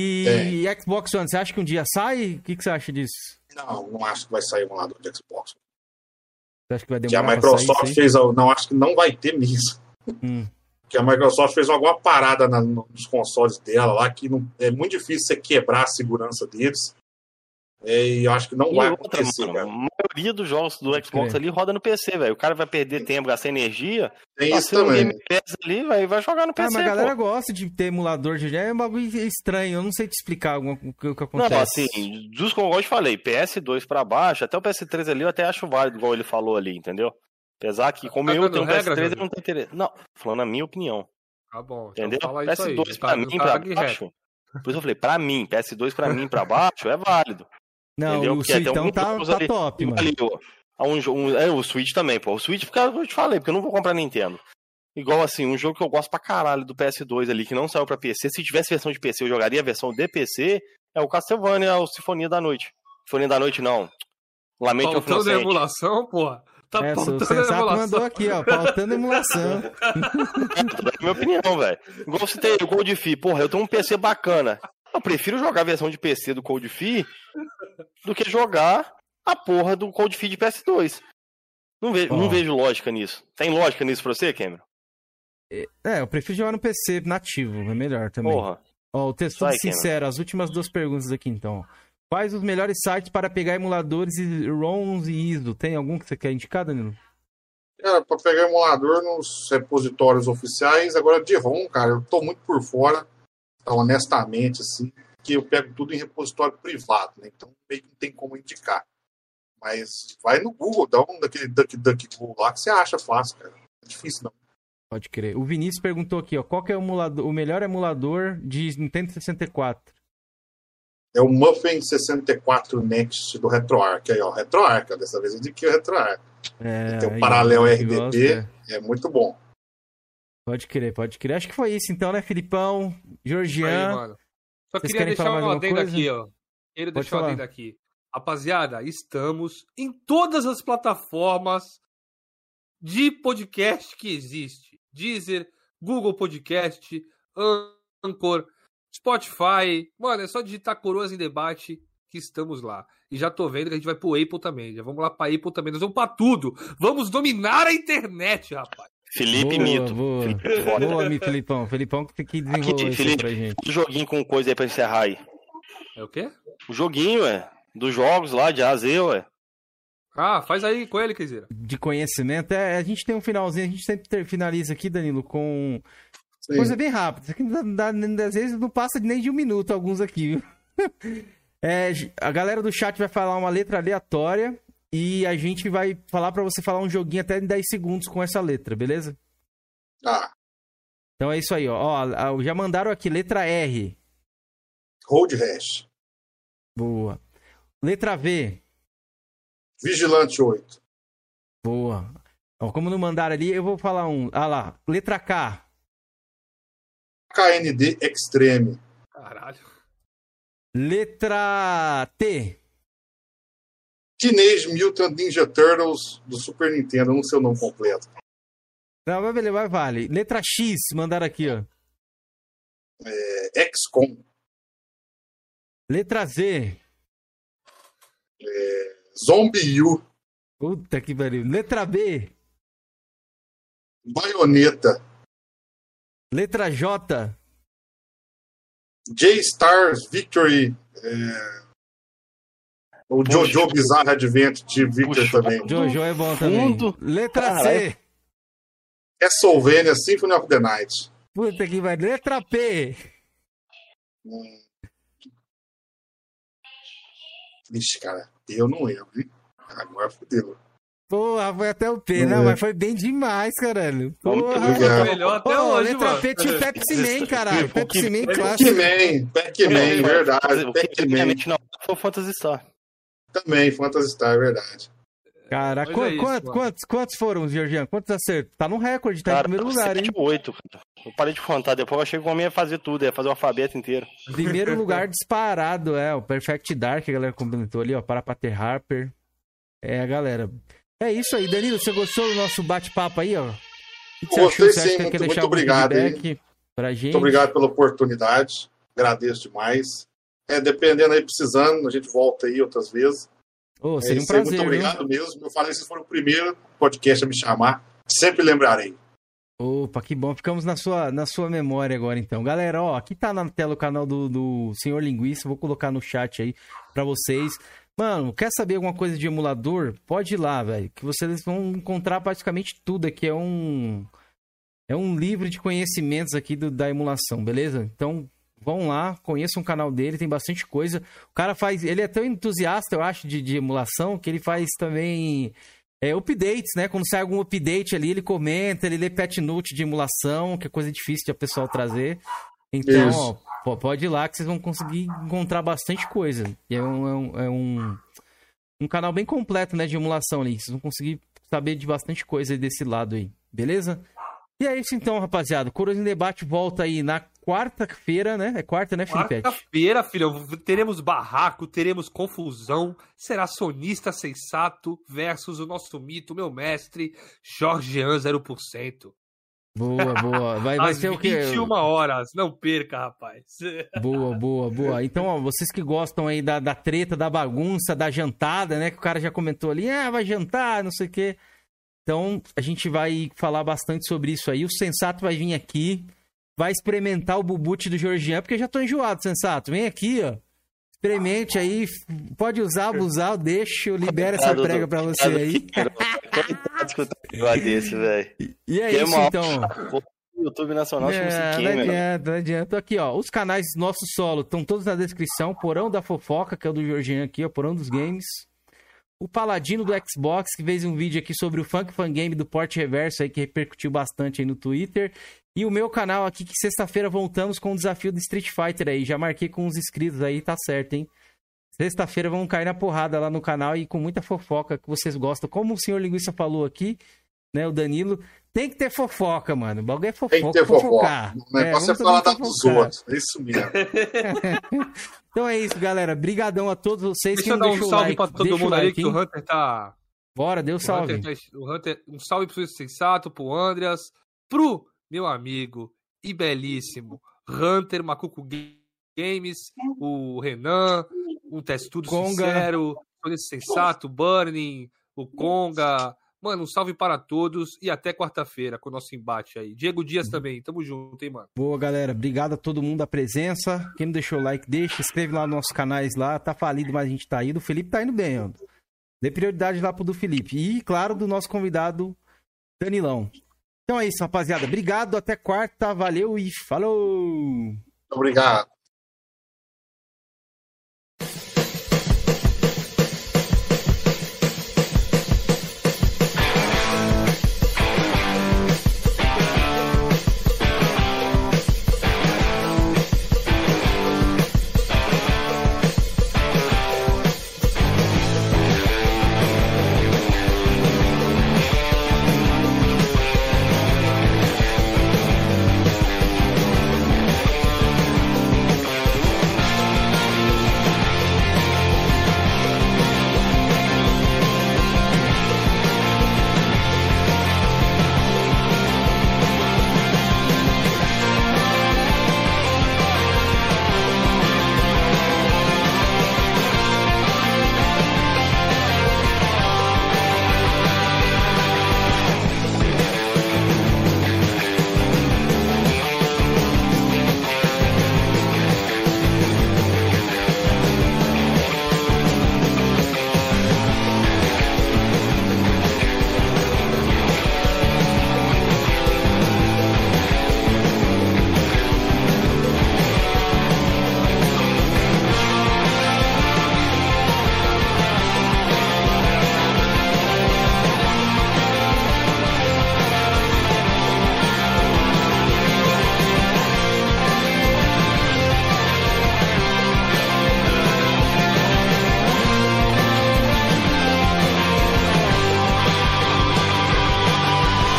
E Xbox One, você acha que um dia sai? O que, que você acha disso? não, não acho que vai sair um lado de Xbox. Você acha que vai Que a demorar pra sair Microsoft isso aí? fez, a- não, acho que não vai ter mesmo. Hum. Que a Microsoft fez alguma parada na- nos consoles dela lá, que não, é muito difícil você quebrar a segurança deles. É, e eu acho que não E vai outra, acontecer, mano, cara. a maioria dos jogos do Pode Xbox crer. ali roda no P C, velho. O cara vai perder tempo, gastar energia. Tem isso Assina um também. Game Pass ali, vai, vai jogar no P Ah, C, mas a galera pô. gosta de ter emulador de é um bagulho estranho, eu não sei te explicar alguma- o que, o que Não, acontece. assim, dos como eu te falei, P S dois pra baixo, até o P S três ali eu até acho válido, igual ele falou ali, entendeu? Apesar que, como Tá eu dando tenho um P S regra, três, eu Júlio? não tenho interesse. Não, falando a minha opinião, Tá bom. Então entendeu? fala isso aí. P S dois O pra cara- mim, o pra cara que reto. baixo. Por isso eu falei, pra mim, P S dois pra mim, pra baixo, é válido. Não, entendeu? o Porque até Suitão alguns tá, jogos tá ali- top, mano. Ali, ó, há um, jo- um- é, o Switch também, pô. O Switch, porque eu te falei, porque eu não vou comprar Nintendo. Igual assim, um jogo que eu gosto pra caralho do P S dois ali, que não saiu pra P C. Se tivesse versão de P C, eu jogaria a versão de P C. É o Castlevania, o Sinfonia da Noite. Sinfonia da Noite, não. Lamente of Faltando Inocente. emulação, porra. Tá É, o faltando Sensato emulação. mandou aqui, ó, faltando emulação. É a minha opinião, velho. Igual você tem o Cold Fi. Porra, eu tenho um P C bacana. Eu prefiro jogar a versão de P C do Cold Fi do que jogar a porra do Cold Fi de P S dois. Não vejo, Ó. não vejo lógica nisso. Tem lógica nisso pra você, Cameron? É, eu prefiro jogar no P C nativo, é melhor também. Porra. Ó, o texto Vai, sincero, as últimas duas perguntas aqui então. Quais os melhores sites para pegar emuladores e ROMs e I S O? Tem algum que você quer indicar, Danilo? Cara, pra pegar emulador nos repositórios oficiais, agora de ROM, cara, eu tô muito por fora, tá, honestamente, assim, que eu pego tudo em repositório privado, né? Então meio que não tem como indicar. Mas vai no Google, dá um daquele DuckDuckGo lá que você acha fácil, cara. Não é difícil, não. Pode crer. O Vinícius perguntou aqui, ó, qual que é o, emulador, o melhor emulador de Nintendo sessenta e quatro? É o Muffin sessenta e quatro Next do RetroArch. Aí, ó, RetroArch, dessa vez eu digo que é o RetroArch. É, tem o aí, Parallel que R D B, gosta. é muito bom. Pode crer, pode crer. Acho que foi isso então, né, Filipão? Georgian. Aí, mano. Só Vocês queria querem deixar falar mais uma alguma adenda coisa? aqui, ó. Queria Pode deixar uma falar. adenda aqui. Rapaziada, estamos em todas as plataformas de podcast que existe. Deezer, Google Podcast, Anchor, Spotify. Mano, é só digitar Coroas em Debate que estamos lá. E já tô vendo que a gente vai pro Apple também. Já vamos lá pra Apple também. Nós vamos pra tudo. Vamos dominar a internet, rapaz. Felipe Boa, Mito. boa. Felipe foda. Boa, mi Filipão. Filipão que tem que desenvolver Aqui, isso aí Felipe, pra gente. o joguinho com coisa aí pra encerrar aí. É o quê? O joguinho, ué. Dos jogos lá de A a Z, ué. Ah, faz aí com ele, Keizeira. De conhecimento, é, a gente tem um finalzinho, a gente sempre ter- finaliza aqui, Danilo, com Sim. coisa bem rápida. Isso aqui não dá, dá- às vezes não passa nem de um minuto, alguns aqui, viu? É, a galera do chat vai falar uma letra aleatória e a gente vai falar pra você falar um joguinho até em dez segundos com essa letra, beleza? Ah, Então é isso aí, ó. Ó, a- já mandaram aqui, letra R. Road Rash. Boa. Letra V. Vigilante oito. Boa. Ó, como não mandaram ali, eu vou falar um. Ah lá, letra K. K N D Extreme. Caralho. Letra T. Teenage Mutant Ninja Turtles do Super Nintendo, não sei o nome completo. Não, vai, beleza, vai, vale. Letra X, mandaram aqui, ó. É, X COM. Letra Z. Zombie U. Puta que pariu. Letra B. Bayonetta. Letra J. J-Stars Victory. É, o Jojo Bizarre Adventure Victory Puxa. também. Jojo é bom também. Fundo. Letra C. Caralho. Castlevania Symphony of the Night. Puta que pariu. Letra P. Hum. Ixi, cara, eu não lembro, hein? Agora fodeu. Porra, foi até o P. Não Não, é. mas foi bem demais, caralho. Porra. obrigado. Melhor até Pô, hoje, letra mano. P tinha o Pepsi Man, caralho. Pepsi Man clássico. Pac-Man, Pac-Man, verdade. O que Pac-Man realmente não foi o Phantasy Star. também, Phantasy Star, é verdade. Cara, Mas qu- é isso, quantos, mano. quantos, quantos foram, Georgian? Quantos acertos? Tá no recorde, tá Cara, em primeiro lugar, hein? sete ou oito, cara. Eu parei de contar, depois eu achei que o homem ia fazer tudo, ia fazer o alfabeto inteiro. Primeiro lugar disparado, é. O Perfect Dark, a galera complementou ali, ó. Para Pater Harper. É, a galera. É isso aí, Danilo. Você gostou do nosso bate-papo aí, ó? O que que você Gostei achou? Você acha sim, que muito- quer muito deixar algum obrigado, feedback pra gente? Muito obrigado pela oportunidade. Agradeço demais. É, dependendo aí, precisando, a gente volta aí outras vezes. Ô, É seria um isso aí, prazer, muito viu? obrigado mesmo. Eu falei que vocês foram o primeiro podcast a me chamar. Sempre lembrarei. Opa, que bom. Ficamos na sua, na sua memória agora, então. Galera, ó, aqui tá na tela o canal do, do Senhor Linguiça. Vou colocar no chat aí pra vocês. Mano, quer saber alguma coisa de emulador? Pode ir lá, velho. Que vocês vão encontrar praticamente tudo aqui. É um... É um livro de conhecimentos aqui do, da emulação, beleza? Então, vão lá, conheçam o canal dele, tem bastante coisa. O cara faz... Ele é tão entusiasta, eu acho, de, de emulação, que ele faz também... É, updates, né? Quando sai algum update ali, ele comenta, ele lê patch note de emulação, que é coisa difícil de a pessoa trazer. Então, Isso. ó, pô, pode ir lá que vocês vão conseguir encontrar bastante coisa. E é um, é um, é um, um canal bem completo, né, de emulação ali. Vocês vão conseguir saber de bastante coisa aí desse lado aí, beleza? E é isso então, rapaziada. Coroas em Debate volta aí na quarta-feira, né? É quarta, né, Felipe? Quarta-feira, filho, teremos barraco, teremos confusão. Será sonista sensato versus o nosso mito, meu mestre, Jorgean zero por cento. Boa, boa. Vai, vai Às ser o quê? vinte e uma horas. Não perca, rapaz. Boa, boa, boa. Então, ó, vocês que gostam aí da, da treta, da bagunça, da jantada, né? Que o cara já comentou ali, ah, vai jantar, não sei o quê. Então, a gente vai falar bastante sobre isso aí. O Sensato vai vir aqui, vai experimentar o bubute do Georgian, porque eu já tô enjoado, Sensato. Vem aqui, ó. Experimente aí, pode usar, abusar, eu deixo, eu libero essa Coitado prega do- pra você coitado aí. do Queiroz. Coitado de escutar um negócio desse, velho. E é Que isso, mal. então. O YouTube Nacional chama É, isso não quem, velho? adianta, não adianta. Aqui, ó, os canais Nosso Solo estão todos na descrição. Porão da Fofoca, que é o do Georgian aqui, ó, Porão dos Games. O Paladino do Xbox, que fez um vídeo aqui sobre o Funk Fan Game do Porte Reverso aí, que repercutiu bastante aí no Twitter. E o meu canal aqui, que sexta-feira voltamos com o desafio do Street Fighter aí. Já marquei com os inscritos aí, tá certo, hein? Sexta-feira vamos cair na porrada lá no canal e com muita fofoca que vocês gostam. Como o senhor Linguiça falou aqui, né, o Danilo, tem que ter fofoca, mano. O bagulho é fofoca. Tem que ter fofocar. fofoca. O negócio é, é falar da dos outros. É isso mesmo. Então é isso, galera. Brigadão a todos vocês. Deixa eu dar um salve like, pra todo mundo aí, like, que hein? O Hunter tá... Bora, deu salve. O Hunter, o Hunter, um salve pro Sensato, pro Andreas, pro meu amigo e belíssimo Hunter Macuco Games, o Renan, o Testudo Conga. Sincero, o Sensato, o Burning, o Conga. Mano, um salve para todos e até quarta-feira com o nosso embate aí. Diego Dias também, tamo junto, hein, mano. Boa, galera. Obrigado a todo mundo da presença. Quem não deixou o like, deixa. Inscreve lá nos nossos canais lá. Tá falido, mas a gente tá indo. O Felipe tá indo bem, ó. Dê prioridade lá pro do Felipe. E, claro, do nosso convidado, Danilão. Então é isso, rapaziada. Obrigado, até quarta. Valeu e falou! Obrigado.